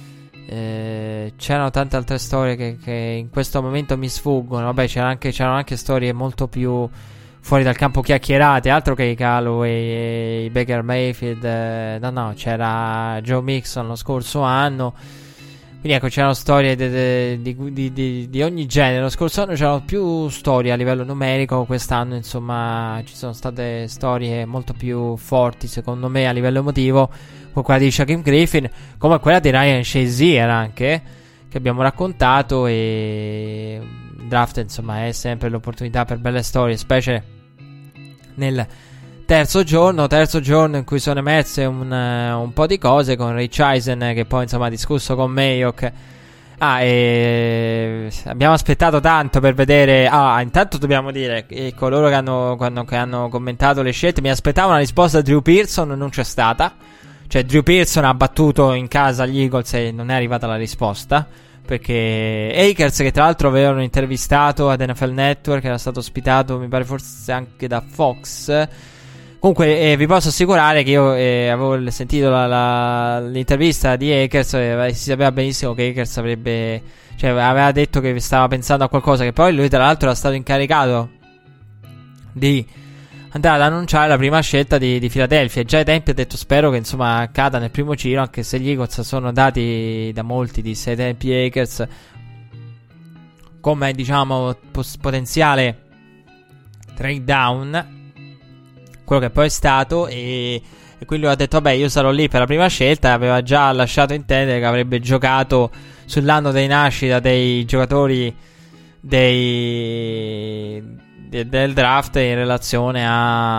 tante altre storie che in questo momento mi sfuggono. Vabbè, c'erano anche storie molto più fuori dal campo chiacchierate, altro che i Calloway e i Baker Mayfield. No, c'era Joe Mixon lo scorso anno. Quindi ecco, c'erano storie di ogni genere. Lo scorso anno c'erano più storie a livello numerico. Quest'anno, insomma, ci sono state storie molto più forti, secondo me, a livello emotivo, con quella di Shaquem Griffin, come quella di Ryan Shazier anche, che abbiamo raccontato. E il draft, insomma, è sempre l'opportunità per belle storie, specie nel terzo giorno in cui sono emerse un po' di cose, con Rich Eisen che poi, insomma, ha discusso con Mayock. Abbiamo aspettato tanto per vedere. Intanto dobbiamo dire che coloro che hanno commentato le scelte mi aspettavo una risposta da Drew Pearson, non c'è stata. Cioè, Drew Pearson ha battuto in casa gli Eagles e non è arrivata la risposta, perché Akers, che tra l'altro avevano intervistato ad NFL Network, era stato ospitato, mi pare forse anche da Fox. Comunque vi posso assicurare che io avevo sentito l'intervista di Akers e si sapeva benissimo che Akers aveva detto che stava pensando a qualcosa, che poi lui tra l'altro era stato incaricato di andare ad annunciare la prima scelta di Philadelphia, e già ai tempi ha detto spero che, insomma, accada nel primo giro, anche se gli Eagles sono dati da molti, disse ai tempi Akers, come, diciamo, potenziale trade down, quello che poi è stato, e quindi lui ha detto vabbè, io sarò lì per la prima scelta. Aveva già lasciato intendere che avrebbe giocato sull'anno di nascita dei giocatori del draft in relazione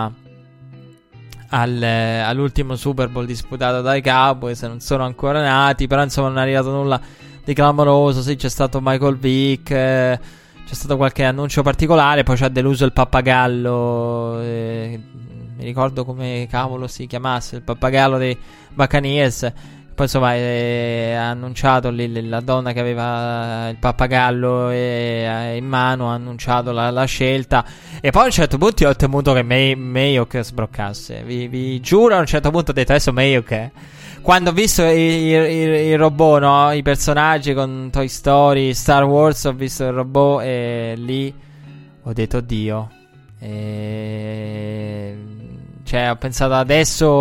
all'ultimo Super Bowl disputato dai Cowboys. Non sono ancora nati, però insomma non è arrivato nulla di clamoroso. Sì, c'è stato Michael Vick, c'è stato qualche annuncio particolare, poi ci ha deluso il pappagallo, mi ricordo come cavolo si chiamasse, il pappagallo dei Buccaneers. Poi, insomma, ha annunciato la donna che aveva il pappagallo in mano, ha annunciato la scelta. E poi a un certo punto io ho temuto che Mayock sbroccasse. Vi giuro, a un certo punto ho detto adesso Mayock quando ho visto i robot, no? I personaggi con Toy Story, Star Wars, ho visto il robot e lì ho detto oddio. Cioè, ho pensato adesso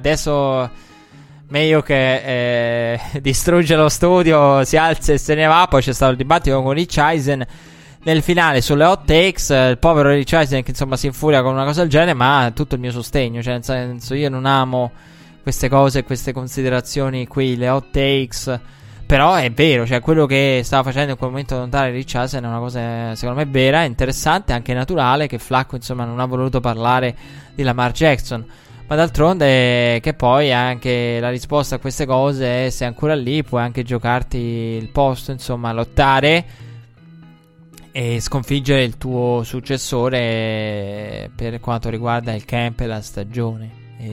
meglio che distrugge lo studio, si alza e se ne va. Poi c'è stato il dibattito con Rich Eisen nel finale sulle hot takes. Il povero Rich Eisen che, insomma, si infuria con una cosa del genere, ma ha tutto il mio sostegno. Cioè, nel senso, io non amo queste cose, queste considerazioni qui, le hot takes. Però è vero, cioè quello che stava facendo in quel momento notare Rich Eisen è una cosa, secondo me, vera, interessante, anche naturale, che Flacco, insomma, non ha voluto parlare di Lamar Jackson. Ma d'altronde, che poi anche la risposta a queste cose è: se è ancora lì puoi anche giocarti il posto, insomma, lottare e sconfiggere il tuo successore per quanto riguarda il camp e la stagione.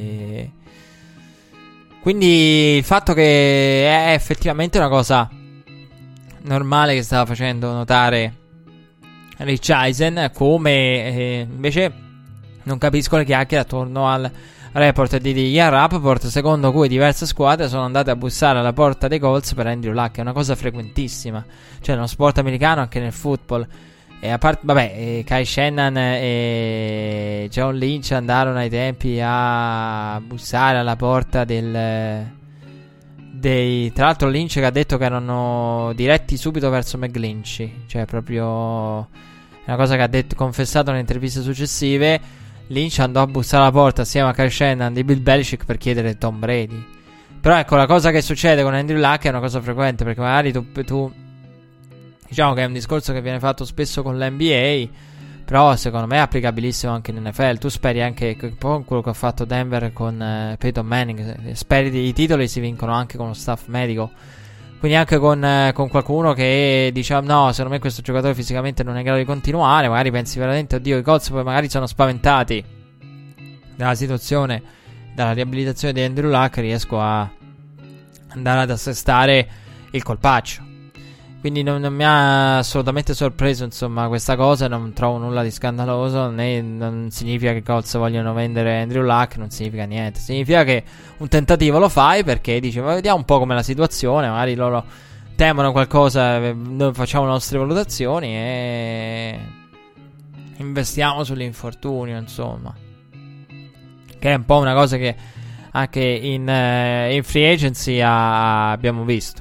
Quindi il fatto che è effettivamente una cosa normale che stava facendo notare Rich Eisen, come invece non capisco le chiacchiere attorno al report di Ian Rapoport, secondo cui diverse squadre sono andate a bussare alla porta dei Colts per Andrew Luck. È una cosa frequentissima, cioè nello sport americano, anche nel football. E a parte, vabbè, Kai Shannon e John Lynch andarono ai tempi a bussare alla porta tra l'altro Lynch che ha detto che erano diretti subito verso McGlinchey, cioè proprio è una cosa che ha confessato nelle interviste successive. Lynch andò a bussare alla porta assieme a Kai Shannon di Bill Belichick per chiedere Tom Brady. Però ecco, la cosa che succede con Andrew Luck è una cosa frequente, perché magari tu diciamo che è un discorso che viene fatto spesso con l'NBA, però secondo me è applicabilissimo anche in NFL. Tu speri anche con quello che ha fatto Denver con Peyton Manning, speri i titoli si vincono anche con lo staff medico. Quindi anche con qualcuno che dice no, secondo me questo giocatore fisicamente non è in grado di continuare, magari pensi veramente oddio, i Colts poi magari sono spaventati dalla situazione, dalla riabilitazione di Andrew Luck, riesco a andare ad assestare il colpaccio. Quindi non mi ha assolutamente sorpreso, insomma, questa cosa. Non trovo nulla di scandaloso, né non significa che i Colts vogliono vendere Andrew Luck, non significa niente. Significa che un tentativo lo fai perché dici, ma vediamo un po' com'è la situazione, magari loro temono qualcosa, noi facciamo le nostre valutazioni e investiamo sull'infortunio, insomma. Che è un po' una cosa che anche in free agency abbiamo visto.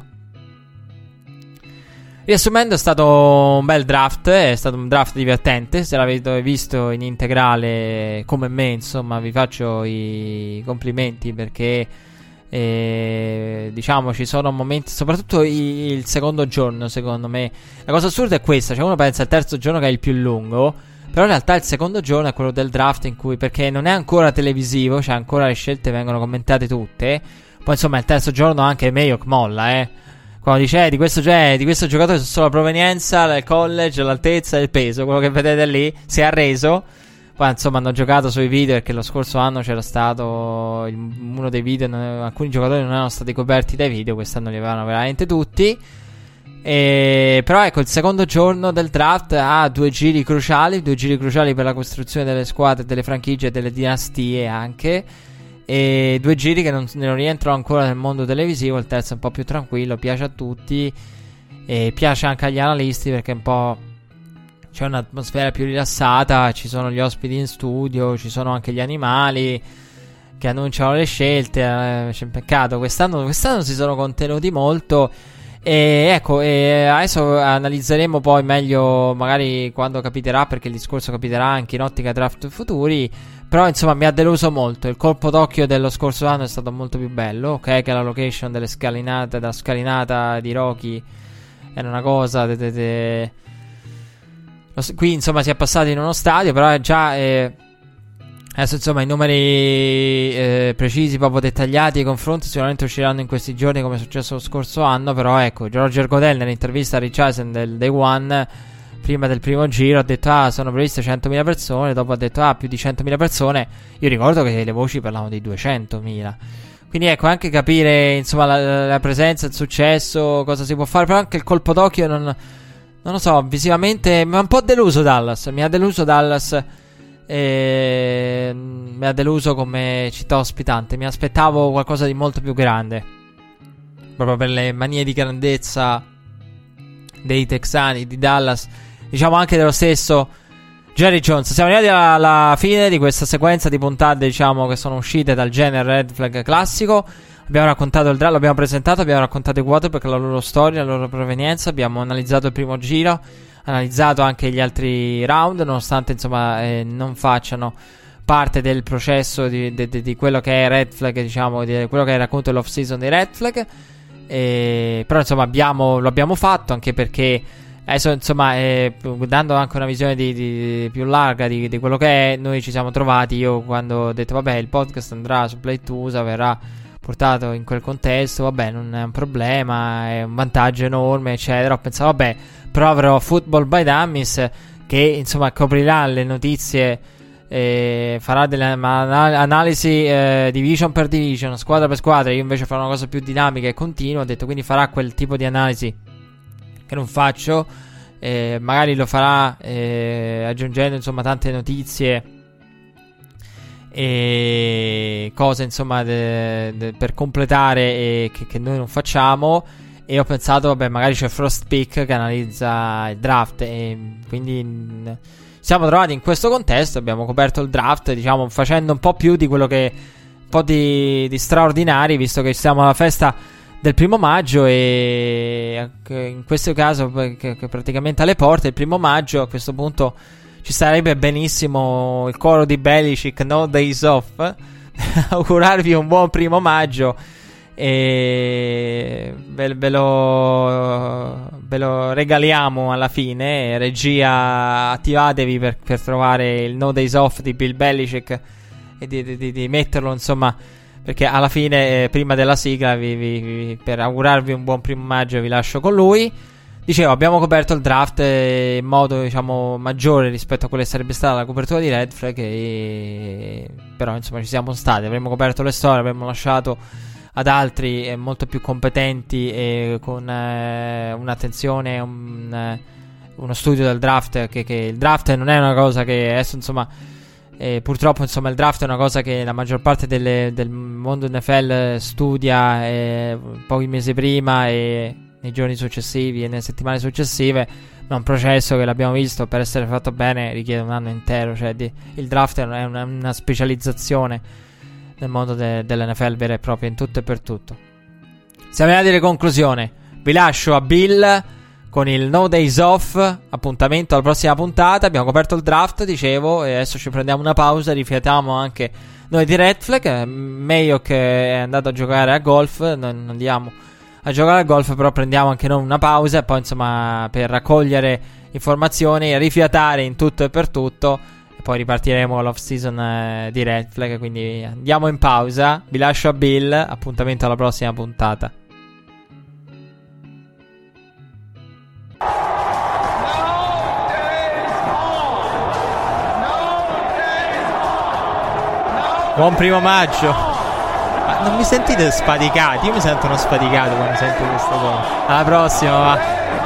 Riassumendo, è stato un bel draft, è stato un draft divertente. Se l'avete visto in integrale come me, insomma, vi faccio i complimenti perché diciamo ci sono momenti, soprattutto il secondo giorno, secondo me. La cosa assurda è questa, cioè uno pensa al terzo giorno che è il più lungo, però in realtà il secondo giorno è quello del draft in cui, perché non è ancora televisivo, cioè ancora le scelte vengono commentate tutte. Poi insomma il terzo giorno anche Mayock molla, quando dice di questo giocatore solo la provenienza, il college, l'altezza e il peso, quello che vedete lì si è arreso. Poi insomma hanno giocato sui video perché lo scorso anno c'era stato uno dei video, alcuni giocatori non erano stati coperti dai video, quest'anno li avevano veramente tutti. Però ecco, il secondo giorno del draft ha due giri cruciali per la costruzione delle squadre, delle franchigie e delle dinastie anche. E due giri che non rientrano ancora nel mondo televisivo. Il terzo è un po' più tranquillo, piace a tutti e piace anche agli analisti perché un po' c'è un'atmosfera più rilassata, ci sono gli ospiti in studio, ci sono anche gli animali che annunciano le scelte. C'è un peccato, quest'anno si sono contenuti molto. E ecco, adesso analizzeremo poi meglio magari quando capiterà, perché il discorso capiterà anche in ottica draft futuri. Però insomma mi ha deluso molto. Il colpo d'occhio dello scorso anno è stato molto più bello, ok, che la location della scalinata di Rocky era una cosa qui insomma si è passati in uno stadio, però è già adesso insomma i numeri precisi, proprio dettagliati, i confronti sicuramente usciranno in questi giorni come è successo lo scorso anno. Però ecco, Roger Goodell nell'intervista a Rich Eisen del Day One, prima del primo giro, ha detto sono previste 100.000 persone, dopo ha detto più di 100.000 persone. Io ricordo che le voci parlavano di 200.000. Quindi ecco, anche capire insomma la presenza, il successo, cosa si può fare. Però anche il colpo d'occhio non lo so, visivamente mi ha un po' deluso Dallas. Mi ha deluso come città ospitante. Mi aspettavo qualcosa di molto più grande, proprio per le manie di grandezza dei texani, di Dallas, diciamo anche dello stesso Jerry Jones. Siamo arrivati alla fine di questa sequenza di puntate, diciamo, che sono uscite dal genere Red Flag classico. Abbiamo raccontato il draft, l'abbiamo presentato, abbiamo raccontato i quarterback, la loro storia, la loro provenienza, abbiamo analizzato il primo giro, analizzato anche gli altri round, nonostante insomma non facciano parte del processo di quello che è Red Flag, diciamo, di quello che è il racconto dell'off season dei Red Flag. Però insomma lo abbiamo fatto, anche perché adesso insomma dando anche una visione più larga di quello che è, noi ci siamo trovati. Io quando ho detto vabbè, il podcast andrà su Play2, verrà portato in quel contesto, vabbè, non è un problema, è un vantaggio enorme eccetera. Ho pensato vabbè, però avrò Football by Dummies che insomma coprirà le notizie, farà delle analisi division per division, squadra per squadra. Io invece farò una cosa più dinamica e continua, ho detto, quindi farà quel tipo di analisi che non faccio, magari lo farà aggiungendo insomma tante notizie e cose insomma per completare che noi non facciamo. E ho pensato vabbè, magari c'è Frost Peak che analizza il draft, e quindi siamo trovati in questo contesto. Abbiamo coperto il draft, diciamo, facendo un po' più di quello che un po' di straordinari, visto che siamo alla festa del 1 maggio e in questo caso che praticamente alle porte il 1 maggio. A questo punto ci sarebbe benissimo il coro di Belichick, no days off. Augurarvi un buon 1 maggio e ve lo regaliamo alla fine. Regia, attivatevi per trovare il no days off di Bill Belichick e di metterlo insomma, perché alla fine prima della sigla per augurarvi un buon 1 maggio vi lascio con lui. Dicevo, abbiamo coperto il draft in modo, diciamo, maggiore rispetto a quella che sarebbe stata la copertura di Red Flag, però insomma ci siamo stati, avremmo coperto le storie, avremmo lasciato ad altri molto più competenti e con un'attenzione, uno studio del draft, che il draft non è una cosa che adesso, insomma, purtroppo, insomma, il draft è una cosa che la maggior parte del mondo NFL studia pochi mesi prima e nei giorni successivi e nelle settimane successive, ma è un processo che, l'abbiamo visto, per essere fatto bene richiede un anno intero. Cioè il draft è una specializzazione nel mondo dell'NFL vera e propria, in tutto e per tutto. Siamo arrivati alle conclusioni. Vi lascio a Bill con il No Days Off. Appuntamento alla prossima puntata. Abbiamo coperto il draft, dicevo, e adesso ci prendiamo una pausa. Rifiatiamo anche noi di Red Flag. Mayock è andato a giocare a golf. Non andiamo a giocare a golf, però prendiamo anche noi una pausa, e poi, insomma, per raccogliere informazioni, rifiatare in tutto e per tutto, e poi ripartiremo l'off season di Red Flag. Quindi andiamo in pausa. Vi lascio a Bill. Appuntamento alla prossima puntata. Buon primo maggio. Ma non mi sentite sfaticati? Io mi sento uno sfaticato quando sento queste cose. Alla prossima, va.